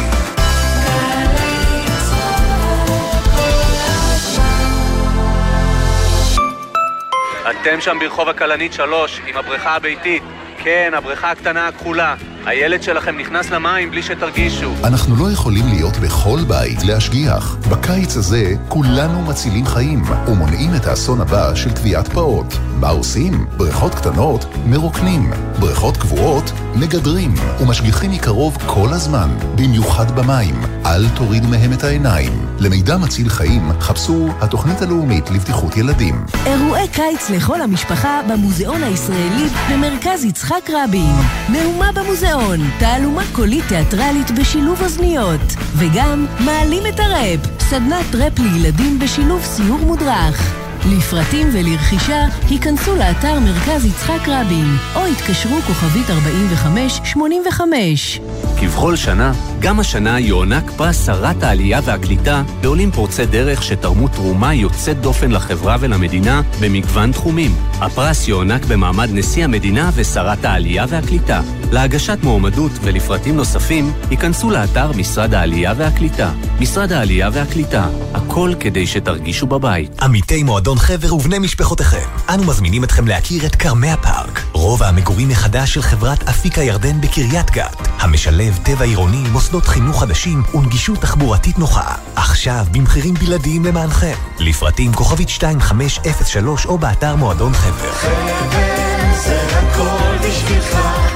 אתם שם ברחוב הכלנית 3 עם הבריכה הביתית. כן, הבריכה הקטנה הכחולה. הילד שלכם נכנס למים בלי שתרגישו. אנחנו לא יכולים להיות בכל בית להשגיח. בקיץ הזה כולנו מצילים חיים ומונעים את האסון הבא של טביעת פעוט. מה עושים? בריכות קטנות מרוקנים, בריכות קבועות מגדרים ומשגיחים מקרוב כל הזמן, במיוחד במים. אל תורידו מהם את העיניים. למידע מציל חיים חפשו התוכנית הלאומית לבטיחות ילדים. אירועי קיץ לכל המשפחה במוזיאון הישראלי במרכז יצחק רבין. מהומה במוזיאון, תעלומה קולית תיאטרלית בשילוב אוזניות, וגם מעלים את הראפ, סדנת ראפ לילדים בשילוב סיור מודרך. לפרטים ולרכישה היכנסו לאתר מרכז יצחק רבין או התקשרו כוכבית 4585. כבכל שנה, גם השנה יוענק פרס שרת העלייה והקליטה לעולים פורצי דרך שתרמו תרומה יוצאת דופן לחברה ולמדינה במגוון תחומים. הפרס יוענק במעמד נשיא המדינה ושרת העלייה והקליטה. להגשת מועמדות ולפרטים נוספים היכנסו לאתר משרד העלייה והקליטה. משרד העלייה והקליטה, הכל כדי שתרגישו בבית. עמיתי מועדון חבר ובני משפחותיכם, אנו מזמינים אתכם להכיר את קרמי הפארק, רובע המגורים מחדש של חברת אפיק הירדן בקריית גת, המשלב טבע עירוני, מוסדות מוסדות חינוך חדשים ונגישות תחבורתית נוחה. עכשיו במחירים בלעדיים למענכם. לפרטים כוכבית 2503 או באתר מועדון חבר. חבר זה הכל בשבילך.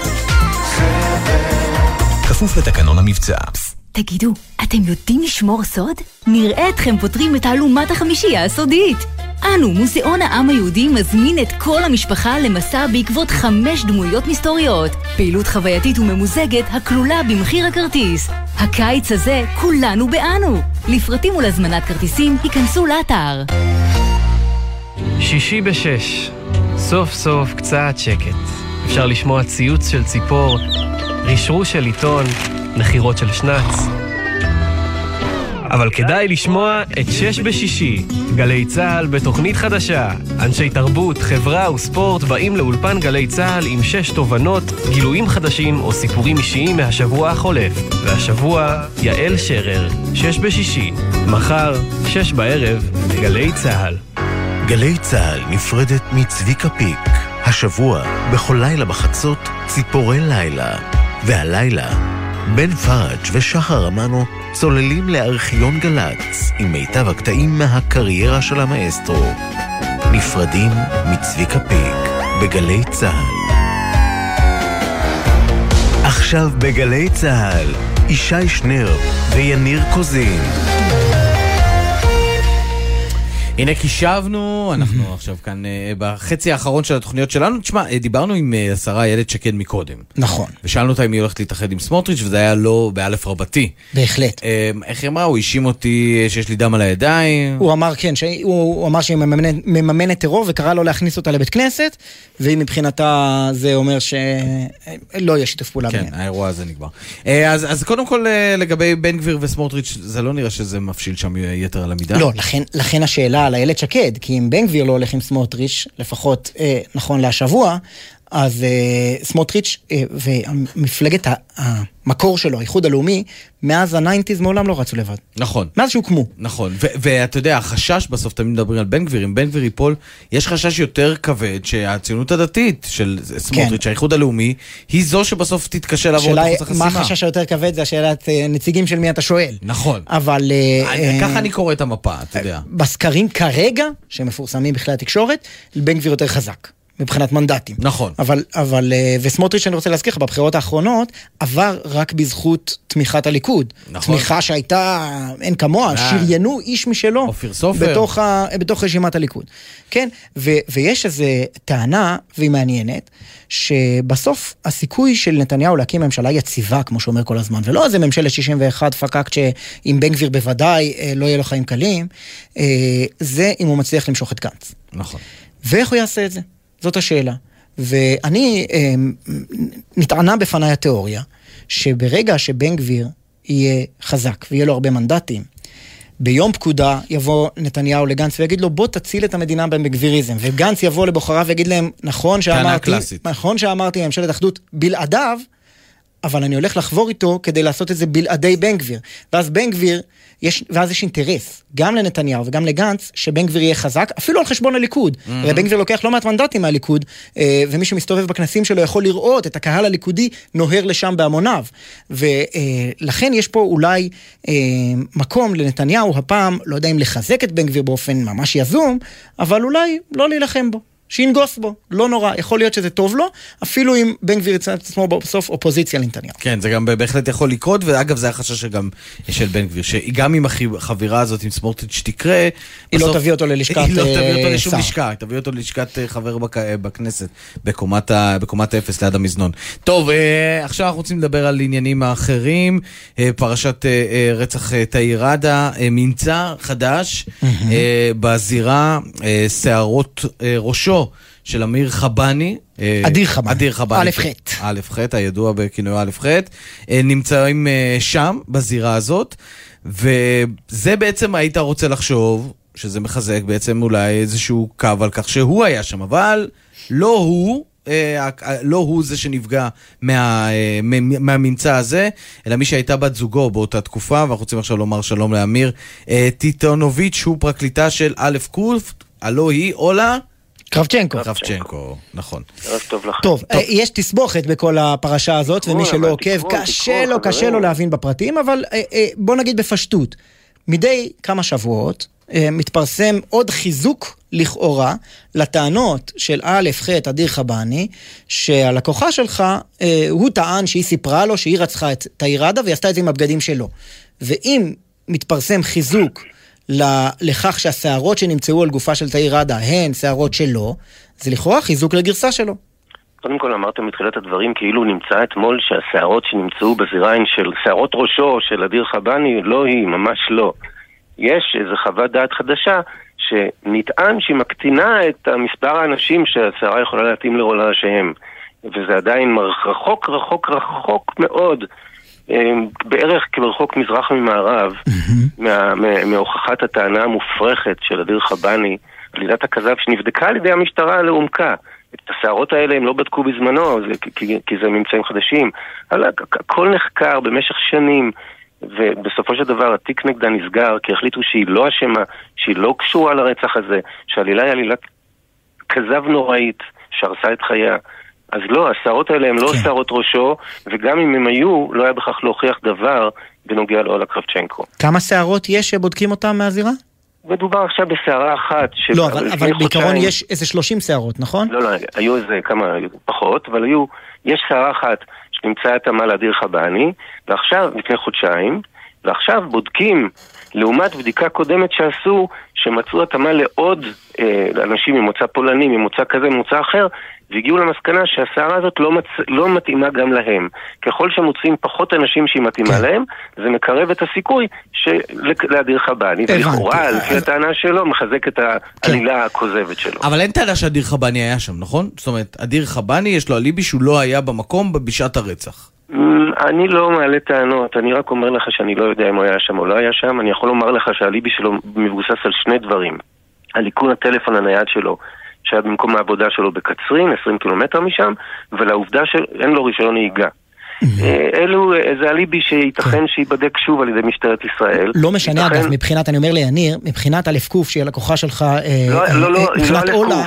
כפוף לתקנון המבצע. תגידו, אתם יודעים לשמור סוד? נראה אתכם פותרים את תעלומת החמישייה הסודית. אנו, מוזיאון העם היהודי, מזמין את כל המשפחה למסע בעקבות 5 דמויות מסתוריות. פעילות חווייתית וממוזגת הכלולה במחיר הכרטיס. הקיץ הזה כולנו באנו. לפרטים ולהזמנת כרטיסים היכנסו לאתר. שישי ב-6. סוף סוף קצת שקט. אפשר לשמוע ציוץ של ציפור, רשרוש של עיתון, נחירות של שנץ. אבל כדאי לשמוע את 6 בשישי, גלי צהל בתוכנית חדשה. אנשי תרבות, חברה וספורט באים לאולפן גלי צהל עם 6 תובנות, גילויים חדשים או סיפורים אישיים מהשבוע החולף. והשבוע, יעל שרר, 6 בשישי, מחר, 6 בערב, גלי צהל. גלי צהל נפרדת מצביקה פיק. השבוע, בכל לילה בחצות, ציפורי לילה. והלילה, בן פרג' ושחר אמנו צוללים לארכיון גלץ עם מיטב הקטעים מהקריירה של המאסטרו. נפרדים מצביקה פיק בגלי צהל. עכשיו בגלי צהל, ישי שנר ויניר קוזין. הנה קישבנו, אנחנו עכשיו כאן בחצי האחרון של התוכניות שלנו. תשמע, דיברנו עם השרה איילת שקד מקודם. נכון. ושאלנו אותה אם היא הולכת להתאחד עם סמוטריץ' וזה היה לא באלף רבתי. בהחלט. איך היא אמרה? הוא האשים אותי שיש לי דם על הידיים. הוא אמר, כן, הוא אמר שהיא מממנת טרור וקרא לו להכניס אותה לבית כנסת, והיא מבחינתה זה אומר שלא יהיה שיתוף פעולה. כן, האירוע הזה נגמר. אז קודם כל לגבי בן גביר וסמוטריץ', זה לא נראה שזה מפשיל שם יתר על המידה. לא, לכן השאלה על איילת שקד, כי אם בן גביר לא הולך עם סמוטריץ', לפחות נכון להשבוע, אז סמוטריץ' ומפלגת המקור שלו, האיחוד הלאומי, מאז ה-90s מעולם לא רצו לבד. נכון. מאז שהוקמו. נכון, ואתה יודע, החשש בסוף תמיד מדברים על בן גביר, אם בן גביר ייפול, יש חשש יותר כבד שהציונות הדתית של סמוטריץ', כן. האיחוד הלאומי, היא זו שבסוף תתקשה לעבור את אחוז החסימה. מה החשש היותר כבד? זה השאלת נציגים של מי אתה שואל. נכון. אבל... ככה אני קורא את המפה, אתה יודע. בסקרים כרגע, שמפורסמים בכלי התקשורת, בן גביר יותר חזק. מבחינת מנדטים. נכון. אבל וסמוטריץ', אני רוצה להזכיר לך, בבחירות האחרונות, עבר רק בזכות תמיכת הליכוד. נכון. תמיכה שהייתה, אין כמוה, שריינו איש משלו. אופיר סופר. בתוך רשימת הליכוד. כן? ויש איזו טענה, והיא מעניינת, שבסוף הסיכוי של נתניהו להקים ממשלה יציבה, כמו שאומר כל הזמן, ולא איזה ממשלת 61 פקקט שעם בן גביר בוודאי לא יהיה לו חיים קלים, זה אם הוא מצליח למשוך את גנץ. נכון. ואיך הוא יעשה את זה? זאת השאלה. ואני נטענה בפני התיאוריה, שברגע שבן גביר יהיה חזק ויהיה לו הרבה מנדטים, ביום פקודה יבוא נתניהו לגנץ ויגיד לו, בוא תציל את המדינה בגביריזם, וגנץ יבוא לבוחריו ויגיד להם, נכון שאמרתי ממשלת אחדות בלעדיו, אבל אני הולך לחבור איתו כדי לעשות את זה בלעדי בן גביר. ואז בן גביר, ואז יש אינטרס, גם לנתניהו וגם לגנץ, שבן גביר יהיה חזק, אפילו על חשבון הליכוד. הרי בן גביר לוקח לא מעט מנדטים מהליכוד, ומי שמסתובב בכנסים שלו יכול לראות את הקהל הליכודי נוהר לשם בהמוניו. ולכן יש פה אולי מקום לנתניהו הפעם, לא יודע אם לחזק את בן גביר באופן ממש יזום, אבל אולי לא להילחם בו. שינגוס בו, לא נורא, יכול להיות שזה טוב לו, אפילו אם בן גביר יצא את עצמו בסוף אופוזיציה לנתניהו. כן, זה גם בהחלט יכול לקרות, ואגב זה החשש שגם של בן גביר, שגם אם החבירה הזאת עם סמוטריץ' תקרה, היא לא תביא אותו ללשכת שר. היא לא תביא אותו לשום לשכה, היא תביא אותו ללשכת חבר בכנסת, בקומת האפס ליד המזנון. טוב, עכשיו אנחנו רוצים לדבר על עניינים האחרים, פרשת רצח תאיר ראדה, ממצא חדש, בזירה, שערות ראשו, של אמיר חבני, אדיר חבני, א' ח', הידוע בכינוי א' ח', נמצאים שם, בזירה הזאת, וזה בעצם היית רוצה לחשוב, שזה מחזק בעצם אולי איזשהו קו על כך שהוא היה שם, אבל לא הוא זה שנפגע מהממצא הזה, אלא מי שהייתה בת זוגו באותה תקופה, ואנחנו רוצים עכשיו לומר שלום לאמיר טיטונוביץ', הוא פרקליטה של א' ק', הלא היא אולה קרבצ'נקו, נכון. טוב, יש תסבוכת בכל הפרשה הזאת, ומי שלא עוקב, קשה לו להבין בפרטים, אבל בוא נגיד בפשטות, מדי כמה שבועות מתפרסם עוד חיזוק לכאורה לטענות של א' ח' אדיר חבני, שהלקוחה שלך, הוא טען שהיא סיפרה לו שהיא רצחה את תאיראדה, והיא עשתה את זה עם הבגדים שלו. ואם מתפרסם חיזוק לכך שהשערות שנמצאו על גופה של תאיראדה הן שערות שלו, זה לכאורה חיזוק לגרסה שלו. קודם כל אמרתם מתחילת הדברים כאילו נמצא אתמול שהשערות שנמצאו בזיריים של שערות ראשו של אדיר חבני, לא היא, ממש לא. יש איזו חוות דעת חדשה שנטען שהיא מקטינה את מספר האנשים שהשערה יכולה להתאים לראשיהם, וזה עדיין רחוק מאוד, בערך כרחוק מזרח ממערב מהוכחת הטענה המופרכת של אדיר חבני על עילת הכזב שנבדקה על ידי המשטרה לעומקה. את השערות האלה הם לא בדקו בזמנו, כי זה ממצאים חדשים. הכל נחקר במשך שנים, ובסופו של דבר התיק נגדה נסגר, כי החליטו שהיא לא אשמה, שהיא לא קשורה לרצח הזה, שהעלילה היא עלילת כזב נוראית שהרסה את חייה. אז לא, השערות האלה הם לא שערות ראשו, וגם אם הם היו, לא היה בכך להוכיח דבר בנוגע לאולה קרבצ'נקו. כמה שערות יש שבודקים אותם מהזירה? מדובר עכשיו בשערה אחת. לא, אבל בעיקרון יש איזה 30 שערות, נכון? לא, היו איזה כמה פחות, אבל יש שערה אחת שנמצא את המל אדיר חבני, ועכשיו, לפני חודשיים, ועכשיו בודקים, לעומת בדיקה קודמת שעשו, שמצאו התאמה לעוד אנשים ממוצא פולני, ממוצא כזה, ממוצא אחר, והגיעו למסקנה שהשערה הזאת לא מתאימה גם להם. ככל שמוצאים פחות אנשים שהיא מתאימה להם, זה מקרב את הסיכוי לאדיר חבני, ולכאורה, לפי הטענה שלו, מחזק את העלילה הכוזבת שלו. אבל אין טענה שאדיר חבני היה שם, נכון? זאת אומרת, אדיר חבני יש לו אליבי שהוא לא היה במקום בשעת הרצח. אני לא מעלה טענות, אני רק אומר לך שאני לא יודע אם הוא היה שם או לא היה שם. אני יכול לומר לך שהאליבי שלו מבוסס על שני דברים: על איכון הטלפון הנייד שלו שהיה במקום העבודה שלו בקצרין, 20 קילומטר משם, ולעובדה שאין לו רישיון נהיגה. אלו, זה אליבי שייתכן שיבדק שוב על ידי משטרת ישראל. לא משנה, אגב, מבחינת, אני אומר ליניר, מבחינת א' קוף, שהיא הלקוחה שלך, מבחינת אולה,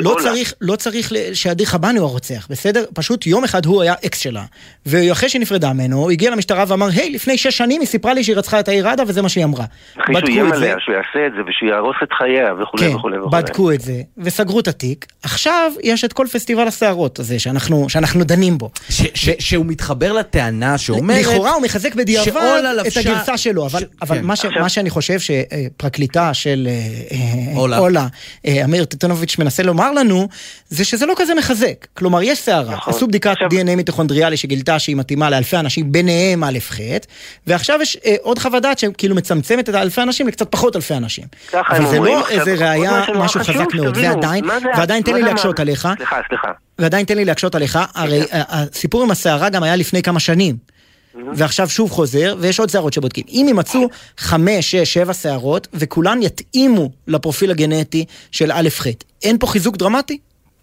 לא צריך שאדיר חבני הוא הרוצח, בסדר? פשוט יום אחד הוא היה אקס שלה, ואחרי שנפרדה ממנו, הוא הגיע למשטרה ואמר, היי, לפני 6 שנים היא סיפרה לי שהיא רצחה את תאיראדה, וזה מה שהיא אמרה. אחרי שהוא יהיה מלא, שהוא יעשה את זה, ושהוא יהרוס את חייה, וכו' וכו'. בדקו את זה, וסגרו את התיק. עכשיו יש את כל פסטיבל השערות הזה, שאנחנו דנים בו. שהוא מתחבר לטענה שאומרת... לכאורה הוא מחזק בדיעבד את הגרסה שלו, אבל מה שאני חושב שפרקליטה של אולה, אמיר טטונוביץ' מנסה לומר לנו, זה שזה לא כזה מחזק. כלומר, יש שערה, עשו בדיקת DNA מיטוכונדריאלי שגילתה שהיא מתאימה לאלפי אנשים, ביניהם א' ח', ועכשיו יש עוד חוות דעת שכאילו מצמצמת את האלפי אנשים לקצת פחות אלפי אנשים. אבל זה לא איזה ראיה, משהו חזק מאוד, ועדיין תן לי להקשות עליך. ועדיין תן לי להקשות עליך, הרי הסיפור עם השערה גם היה לפני כמה שנים, ועכשיו שוב חוזר, ויש עוד שערות שבודקים. אם ימצאו 5, 6, 7 שערות, וכולן יתאימו לפרופיל הגנטי של א' ח', אין פה חיזוק דרמטי?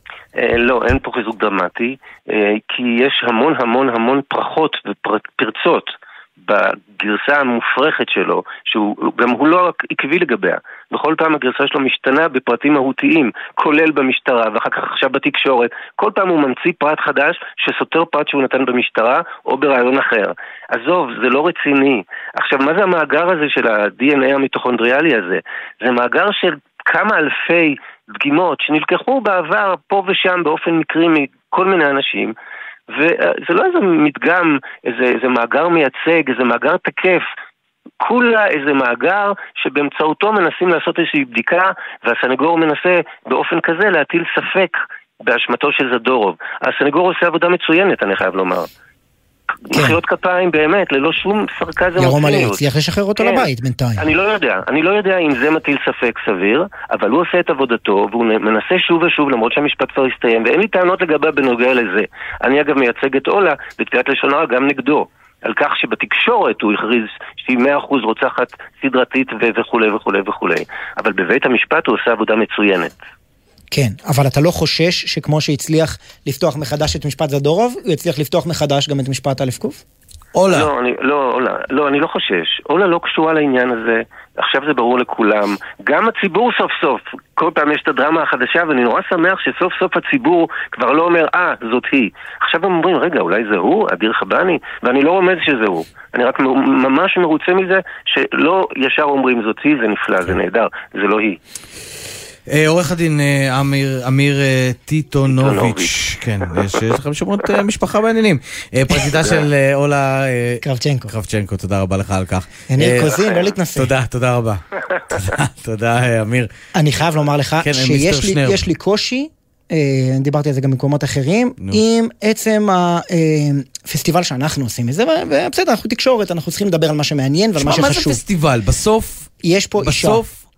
לא, אין פה חיזוק דרמטי, כי יש המון פרחות ופרצות בגרסה המופרכת שלו, גם הוא לא עקבי לגביה. בכל פעם הגרסה שלו משתנה בפרטים מהותיים, כולל במשטרה, ואחר כך עכשיו בתקשורת. כל פעם הוא ממציא פרט חדש שסותר פרט שהוא נתן במשטרה או ברעיון אחר. עזוב, זה לא רציני. עכשיו, מה זה המאגר הזה של ה-DNA המיטוכונדריאלי הזה? זה מאגר של כמה אלפי דגימות שנלקחו בעבר פה ושם באופן מקרי מכל מיני אנשים, וזה לא איזה מדגם, איזה מאגר מייצג, איזה מאגר תקף, כולה איזה מאגר שבאמצעותו מנסים לעשות איזושהי בדיקה, והסנגור מנסה באופן כזה להטיל ספק באשמתו של זדורוב. הסנגור עושה עבודה מצוינת, אני חייב לומר. מחיאות כפיים באמת, ללא שום סרקזם. ירום עלי, הצליח לשחרר אותו לבית בינתיים. אני לא יודע אם זה מטיל ספק סביר, אבל הוא עושה את עבודתו, והוא מנסה שוב ושוב, למרות שהמשפט כבר הסתיים, ואין לי טענות לגבי בנוגע לזה. אני אגב מייצג את אולה בתביעת לשון הרע גם נגדו, על כך שבתקשורת הוא הכריז שהיא 100% רוצחת סדרתית וכו' וכו' וכו'. אבל בבית המשפט הוא עושה עבודה מצוינת. כן, אבל אתה לא חושש שכמו שהצליח לפתוח מחדש את משפט זדורוב, הוא יצליח לפתוח מחדש גם את משפט א' קוף? אולה. לא, אני לא חושש. אולה לא קשורה לעניין הזה. עכשיו זה ברור לכולם. גם הציבור סוף סוף, כל פעם יש את הדרמה החדשה, ואני נורא שמח שסוף סוף הציבור כבר לא אומר, זאת היא. עכשיו הם אומרים, רגע, אולי זה הוא, אדיר חבני? ואני לא רומז שזה הוא. אני רק ממש מרוצה מזה שלא ישר אומרים זאת היא, זה נפלא, זה נהדר, זה לא היא. עורך הדין אמיר טיטונוביץ', כן, יש לכם שמות משפחה בעניינים. פרקליטה של אולה קרבצ'נקו, תודה רבה לך על כך. יניר קוזין, לא להתנסה. תודה רבה. תודה, אמיר. אני חייב לומר לך שיש לי קושי, דיברתי על זה גם במקומות אחרים, עם עצם הפסטיבל שאנחנו עושים מזה, ובסדר, אנחנו תקשורת, אנחנו צריכים לדבר על מה שמעניין ועל מה שחשוב. מה זה פסטיבל? בסוף, יש פה אישה.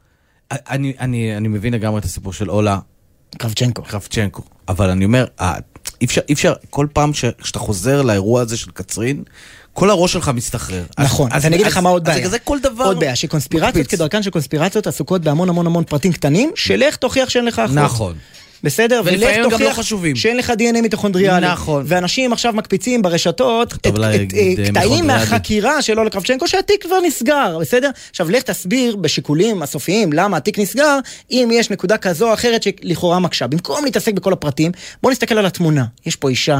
אני מבין לגמרי את הסיפור של אולה קרבצ'נקו, אבל אני אומר, אי אפשר, כל פעם שאתה חוזר לאירוע הזה של קצרין, כל הראש שלך מסתחרר. נכון, אז אני אגיד לך מה עוד בעיה. זה כל דבר. עוד בעיה, שקונספירציות כדרכן של קונספירציות עסוקות בהמון המון המון פרטים קטנים, שלך תוכיח שאין לך אחות. נכון. בסדר? ולפעמים גם לא חשובים. שאין לך DNA מיטוכונדריאלי. נכון. ואנשים עכשיו מקפיצים ברשתות קטעים מהחקירה של אולה קרבצ'נקו שהתיק כבר נסגר, בסדר? עכשיו לך תסביר בשיקולים הסופיים למה התיק נסגר, אם יש נקודה כזו או אחרת שלכאורה מקשה. במקום להתעסק בכל הפרטים, בוא נסתכל על התמונה. יש פה אישה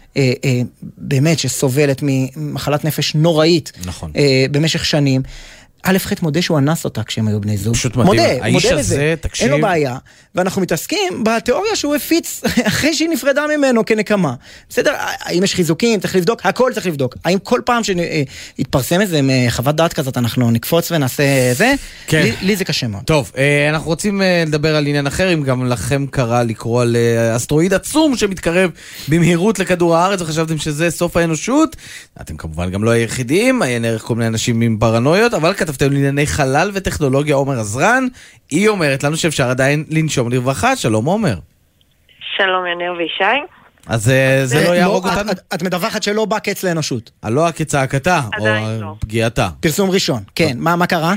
באמת שסובלת ממחלת נפש נוראית במשך שנים. א' ח' מודה שהוא אנס אותה כשהם היו בני זוג. פשוט מדהים. מודה בזה. אין לו בעיה. ואנחנו מתעסקים בתיאוריה שהוא הפיץ אחרי שהיא נפרדה ממנו כנקמה. בסדר? האם יש חיזוקים? צריך לבדוק? הכל צריך לבדוק. האם כל פעם שהתפרסם איזה חוות דעת כזאת, אנחנו נקפוץ ונעשה זה? כן. לי זה קשה מאוד. טוב, אנחנו רוצים לדבר על עניין אחר, אם גם לכם קרה לקרוא על אסטרואיד עצום שמתקרב במהירות לכדור הארץ, וחשבתם שזה סוף האנושות. אתם כמובן גם לא היחידים, נערך כל מיני אנשים עם פרנויות, אבל כתבתם לענייני חלל וטכנולוגיה עומר עזרן, היא אומרת לנו שאפשר עדיין לנשום לרווחה. שלום עומר. שלום יניר וישי. אז זה לא יהרוג אותנו? את מדווחת שלא בא קץ לאנושות. לא כצעקתה, או פגיעתה. פרסום ראשון, כן. מה קרה?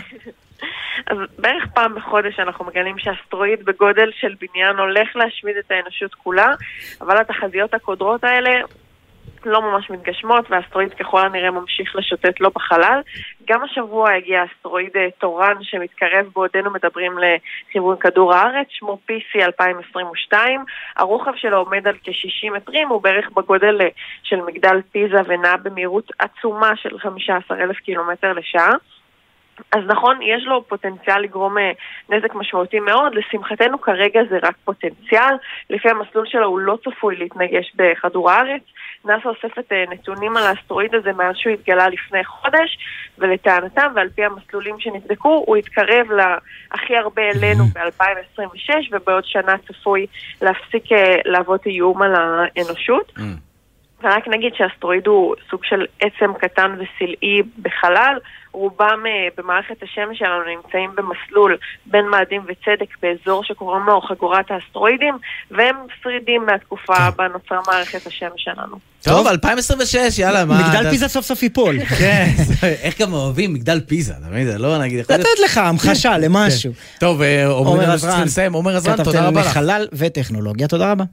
אז בערך פעם בחודש אנחנו מגלים שהאסטרואיד בגודל של בניין הולך להשמיד את האנושות כולה, אבל התחזיות הקודרות האלה לא ממש מתגשמות, והאסטרואיד ככל הנראה ממשיך לשוטט לא בחלל. גם השבוע הגיע אסטרואיד טורן שמתקרב בעודנו מדברים לכיוון כדור הארץ, שמו PC 2022. הרוחב שלו עומד על כ-60 מטרים, הוא בערך בגודל של מגדל פיזה ונע במהירות עצומה של 15,000 קילומטר לשעה. אז נכון, יש לו פוטנציאל לגרום נזק משמעותי מאוד, לשמחתנו כרגע זה רק פוטנציאל, לפי המסלול שלו הוא לא צפוי להתנגש בכדור הארץ. נאס"א אוספת נתונים על האסטרואיד הזה מאז שהוא התגלה לפני חודש, ולטענתם ועל פי המסלולים שנבדקו, הוא התקרב הכי הרבה אלינו ב-2026, ובעוד שנה צפוי להפסיק להוות איום על האנושות. ורק נגיד שהאסטרואיד הוא סוג של עצם קטן וסלעי בחלל, רובם במערכת השמש שלנו נמצאים במסלול בין מאדים וצדק באזור שקוראים לו חגורת האסטרואידים, והם שרידים מהתקופה בה נוצרה מערכת השמש שלנו. טוב, 2026, יאללה, מה? מגדל פיזה סוף סוף ייפול. כן, איך גם אוהבים מגדל פיזה, לא נגיד. לתת לך המחשה למשהו. טוב, עומר עזרן, תודה רבה לך. חלל וטכנולוגיה, תודה רבה.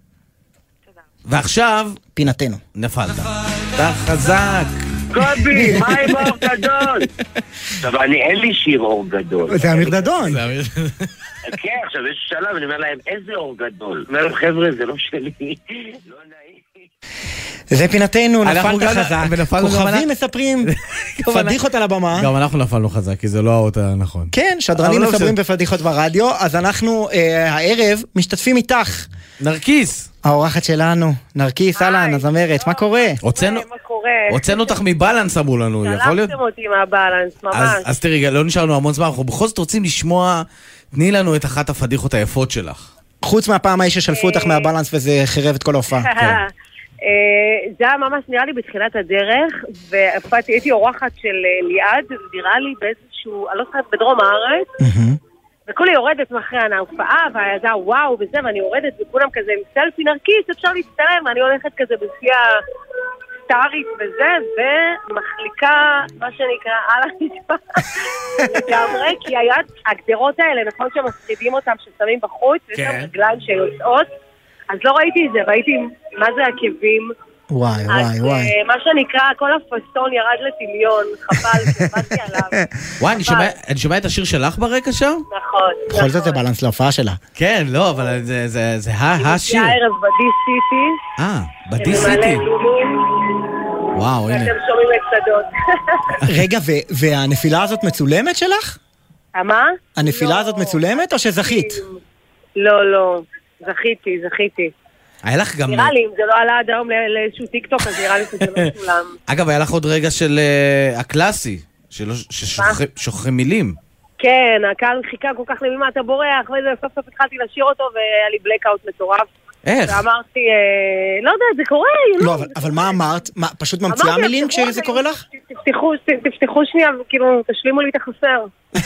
ועכשיו, פינתנו. נפלת. אתה חזק. קובי, מה עם אור גדול? עכשיו, אין לי שיר אור גדול. זה אמיר דדון. כן, עכשיו יש שלב, אני אומר להם, איזה אור גדול? אומר להם, חבר'ה, זה לא שלי. לא נעים. זה פינתנו, נפלת חזק. כוכבים מספרים פדיחות על הבמה. גם אנחנו נפלנו חזק, כי זה לא האות הנכון. כן, שדרנים מספרים בפדיחות ברדיו, אז אנחנו הערב משתתפים איתך. נרקיס. האורחת שלנו, נרקיס, אלן, הזמרת, מה קורה? הוצאנו אותך מבלנס, אמרו לנו, יכול להיות? שלחתם אותי מהבלנס, ממש. אז תראי, לא נשארנו המון זמן, אנחנו בכל זאת רוצים לשמוע, תני לנו את אחת הפדיחות היפות שלך. חוץ מהפעם האיש ששלפו אותך מהבלנס וזה חירב את כל ההופעה. זה היה ממש נראה לי בתחילת הדרך, והייתי אורחת של ליעד, נראה לי באיזשהו, אני לא זוכרת, בדרום הארץ, וכולי יורדת מאחרי ההופעה, והיה וואו וזה, ואני יורדת וכולם כזה עם סלפי נרקיס, אפשר להצטלם, ואני הולכת כזה בשיא הסטארית וזה, ומחליקה, מה שנקרא, על הרצפה לגמרי, כי הגדרות האלה, נכון שמפחידים אותם ששמים בחוץ, ויש שם רגליים שיוצאות, אז לא ראיתי את זה, ראיתי מה זה עקבים וואי, אז וואי, וואי. מה שנקרא, כל הפסון ירד לטמיון, חבל, שבאתי עליו. וואי, אני שומע את השיר שלך ברקע שם? נכון. בכל זאת זה בלנס להופעה שלה. כן, לא, אבל זה השיר. זה הערב ב-D-City. ב-D-City. וואו, הנה. ואתם שומעים את שדות. רגע, והנפילה הזאת מצולמת שלך? מה? הנפילה הזאת מצולמת או שזכית? לא, זכיתי. היה לך גם... נראה לי, אם זה לא עלה עד היום לאיזשהו טיקטוק, אז נראה לי שזה לא מצולם. אגב, היה לך עוד רגע של הקלאסי, ששוכחים מילים. כן, הקהל חיכה כל כך למה אתה בורח, וסוף סוף התחלתי לשיר אותו, והיה לי בלקאוט מטורף. איך? ואמרתי, לא יודע, זה קורה. לא, אבל מה אמרת? פשוט ממציאה מילים כשזה קורה לך? תפתחו שנייה, כאילו, תשלימו לי את החסר.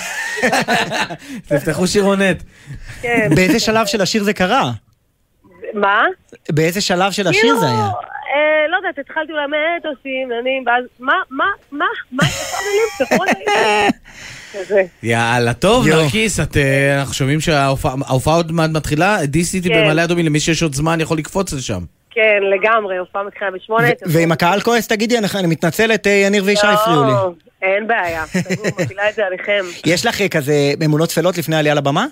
תפתחו שירונט. באיזה שלב של השיר זה קרה? מה? באיזה שלב של השיר זה היה? לא יודעת, התחלתי אולי מאתוסים, ואז מה? תפתחו לי. יאללה, טוב, נרקיס, אנחנו שומעים שההופעה עוד מעט מתחילה, D-City במעלה אדומים, למי שיש עוד זמן יכול לקפוץ לשם. כן, לגמרי, הופעה מתחילה ב8. ועם הקהל כועס, תגידי, אני מתנצלת, יניר וישי הפריעו לי. אין בעיה, תגור, מפילה את זה עליכם. יש לך כזה אמונות תפלות לפני עלייה לבמה?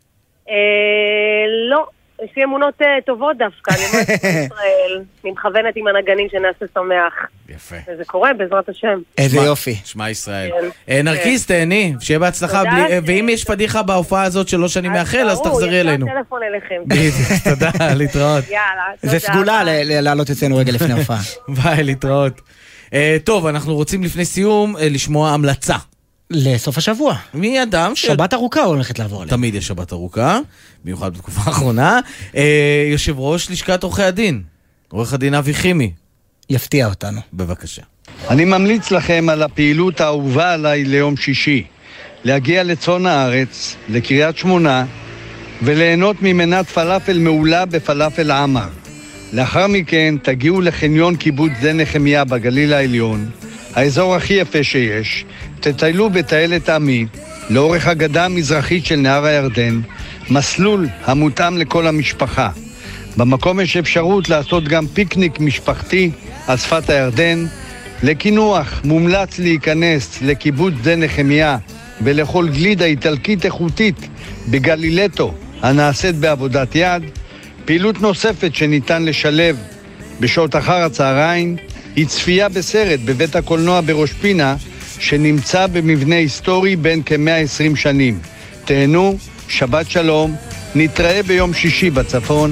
לא. יש לי אמונות טובות דווקא, אני אומרת ישראל, אני מכוונת עם הנגנים שנעשה שמח. יפה. וזה קורה בעזרת השם. איזה יופי. שמע ישראל. נרקיס, תהני, שיהיה בהצלחה, ואם יש פדיחה בהופעה הזאת שלא שאני מאחל, אז תחזרי אלינו. יש לי טלפון אליכם. תודה, להתראות. יאללה, תודה. זה סגולה לעלות אצלנו רגע לפני הופעה. ביי, להתראות. טוב, אנחנו רוצים לפני סיום לשמוע המלצה. לסוף השבוע. מי אדם שבת ארוכה הולכת לעבור עליה. תמיד יש שבת ארוכה, במיוחד בתקופה האחרונה. יושב ראש לשכת עורכי הדין, עורך הדין אבי חימי. יפתיע אותנו. בבקשה. אני ממליץ לכם על הפעילות האהובה עליי ליום שישי. להגיע לצפון הארץ, לקריית שמונה, וליהנות ממנת פלאפל מעולה בפלאפל עמר. לאחר מכן תגיעו לחניון קיבוץ שדה נחמיה בגליל העליון, האזור הכי יפה שיש, תטיילו בטיילת עמי, לאורך הגדה המזרחית של נהר הירדן, מסלול המותאם לכל המשפחה. במקום יש אפשרות לעשות גם פיקניק משפחתי על שפת הירדן. לקינוח מומלץ להיכנס לקיבוץ שדה נחמיה ולאכול גלידה איטלקית איכותית בגלילטו, הנעשית בעבודת יד. פעילות נוספת שניתן לשלב בשעות אחר הצהריים היא צפייה בסרט בבית הקולנוע בראש פינה, שנמצא במבנה היסטורי בין כ-120 שנים. תהנו, שבת שלום, נתראה ביום שישי בצפון.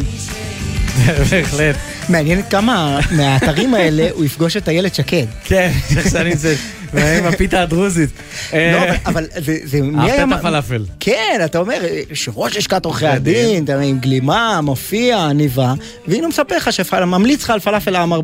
בהחלט. מעניין כמה מהאתרים האלה הוא יפגוש את הילד שקד. כן, שאני זה, עם הפיתה הדרוזית. לא, אבל זה... הפתח פלאפל. כן, אתה אומר, שראש לשכת עורכי הדין, עם גלימה, מופיע, עניבה, והנה הוא מספר לך שממליץ לך על פלאפל עמר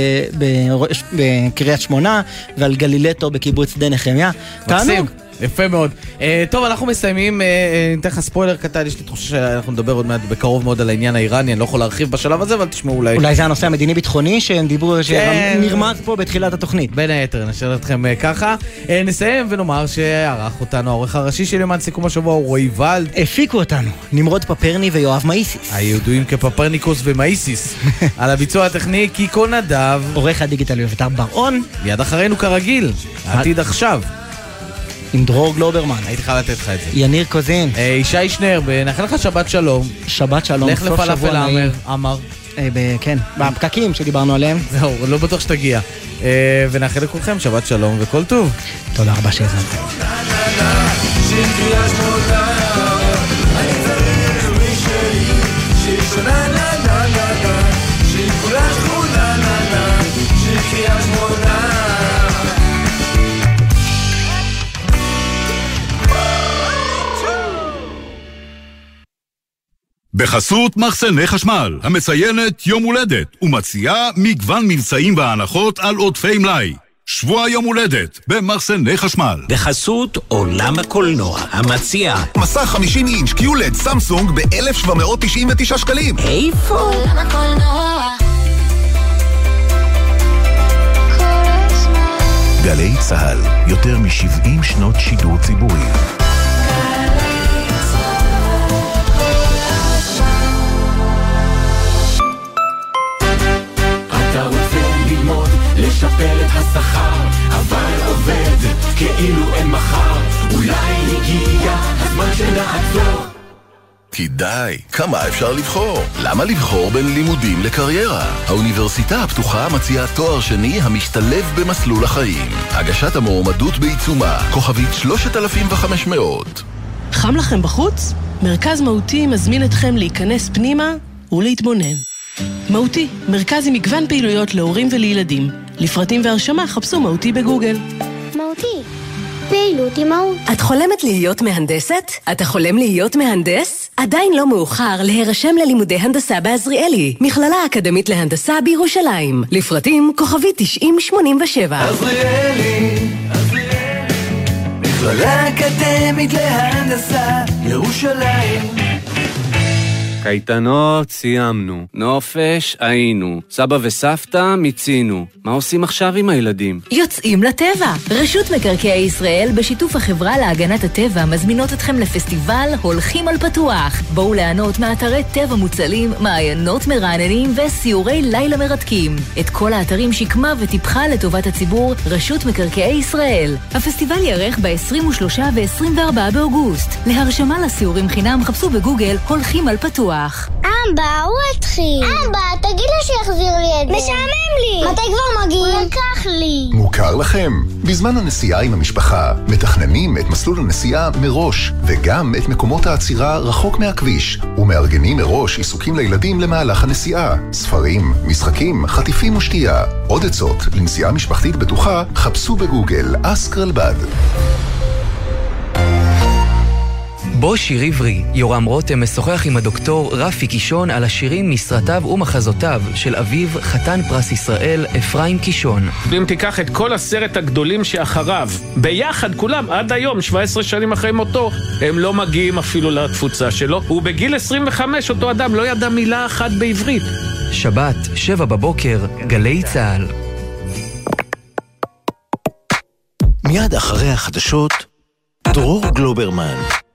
בקריית שמונה, ועל גלילטו בקיבוץ שדה נחמיה. מקסים. יפה מאוד. טוב, אנחנו מסיימים, ניתן לך ספוילר קטן, יש לי תחושה שאנחנו נדבר עוד מעט בקרוב מאוד על העניין האיראני, אני לא יכול להרחיב בשלב הזה, אבל תשמעו אולי... אולי זה הנושא המדיני-ביטחוני שהם דיברו, שנרמז פה בתחילת התוכנית. בין היתר, נשאר אתכם ככה. נסיים ונאמר שערך אותנו העורך הראשי של יומן סיכום השבוע, רועי ולד. הפיקו אותנו, נמרוד פפרני ויואב מאיסיס. הידועים כפפרניקוס ומאיסיס. על הביצוע הטכני קיקו נדב. עורך הדיגיטל יובל ברון. מיד אחרינו כרגיל, העתיד עכשיו. עם דרור גלוברמן. הייתי חייב לתת לך את זה. יניר קוזין. ישי שנר, נאחל לך שבת שלום. שבת שלום. לך לפלאפל עמר. כן, בפקקים שדיברנו עליהם. זהו, לא בטוח שתגיע. ונאחל לכולכם שבת שלום וכל טוב. תודה רבה שהזמנתם. בחסות מחסני חשמל, המציינת יום הולדת, ומציעה מגוון מבצעים והנחות על עודפי מלאי. שבוע יום הולדת במחסני חשמל. בחסות עולם הקולנוע, המציע מסך 50 אינץ' קיולד סמסונג ב-1,799 שקלים. איפה? עולם הקולנוע. גלי צהל, יותר מ-70 שנות שידור ציבורי. אתה רוצה לשפר את השכר, אבל עובד כאילו אין מחר. אולי הגיע הזמן שנעצור. כי די, כמה אפשר לבחור? למה לבחור בין לימודים לקריירה? האוניברסיטה הפתוחה מציעה תואר שני המשתלב במסלול החיים. הגשת המועמדות בעיצומה, כוכבית 3500. חם לכם בחוץ? מרכז מהותי מזמין אתכם להיכנס פנימה ולהתבונן. מהותי, מרכז עם מגוון פעילויות להורים ולילדים. לפרטים והרשמה חפשו מהותי בגוגל. מהותי, פעילות עם מהות. את חולמת להיות מהנדסת? אתה חולם להיות מהנדס? עדיין לא מאוחר להירשם ללימודי הנדסה בעזריאלי, מכללה אקדמית להנדסה בירושלים. לפרטים כוכבי 9087. עזריאלי, מכללה אקדמית להנדסה ירושלים. קייטנות סיימנו, נופש היינו, סבא וסבתא מיצינו. מה עושים עכשיו עם הילדים? יוצאים לטבע. רשות מקרקעי ישראל בשיתוף החברה להגנת הטבע מזמינות אתכם לפסטיבל הולכים על פתוח. בואו ליהנות מאתרי טבע מוצלים, מעיינות מרעננים וסיורי לילה מרתקים. את כל האתרים שקמה וטיפחה לטובת הציבור רשות מקרקעי ישראל. הפסטיבל יארך ב-23 ו-24 באוגוסט. להרשמה לסיורים חינם חפשו בגוגל הולכים על פתוח. אבא, הוא התחיל. אבא, תגיד לו שיחזיר לי את זה. משעמם לי. מתי כבר מגיע? הוא לקח לי. מוכר לכם? בזמן הנסיעה עם המשפחה, מתכננים את מסלול הנסיעה מראש, וגם את מקומות העצירה רחוק מהכביש, ומארגנים מראש עיסוקים לילדים למהלך הנסיעה. ספרים, משחקים, חטיפים ושתייה. עוד עצות לנסיעה משפחתית בטוחה, חפשו בגוגל אסק רלב"ד. בו שיר עברי, יורם רותם משוחח עם הדוקטור רפי קישון על השירים מסרטיו ומחזותיו של אביו חתן פרס ישראל אפרים קישון. אם תיקח את כל 10 הגדולים שאחריו, ביחד כולם עד היום 17 שנים אחרי מותו, הם לא מגיעים אפילו לתפוצה שלו. ובגיל 25 אותו אדם לא ידע מילה אחת בעברית. שבת, 7 בבוקר, גלי צהל. מיד אחרי החדשות, דרור גלוברמן.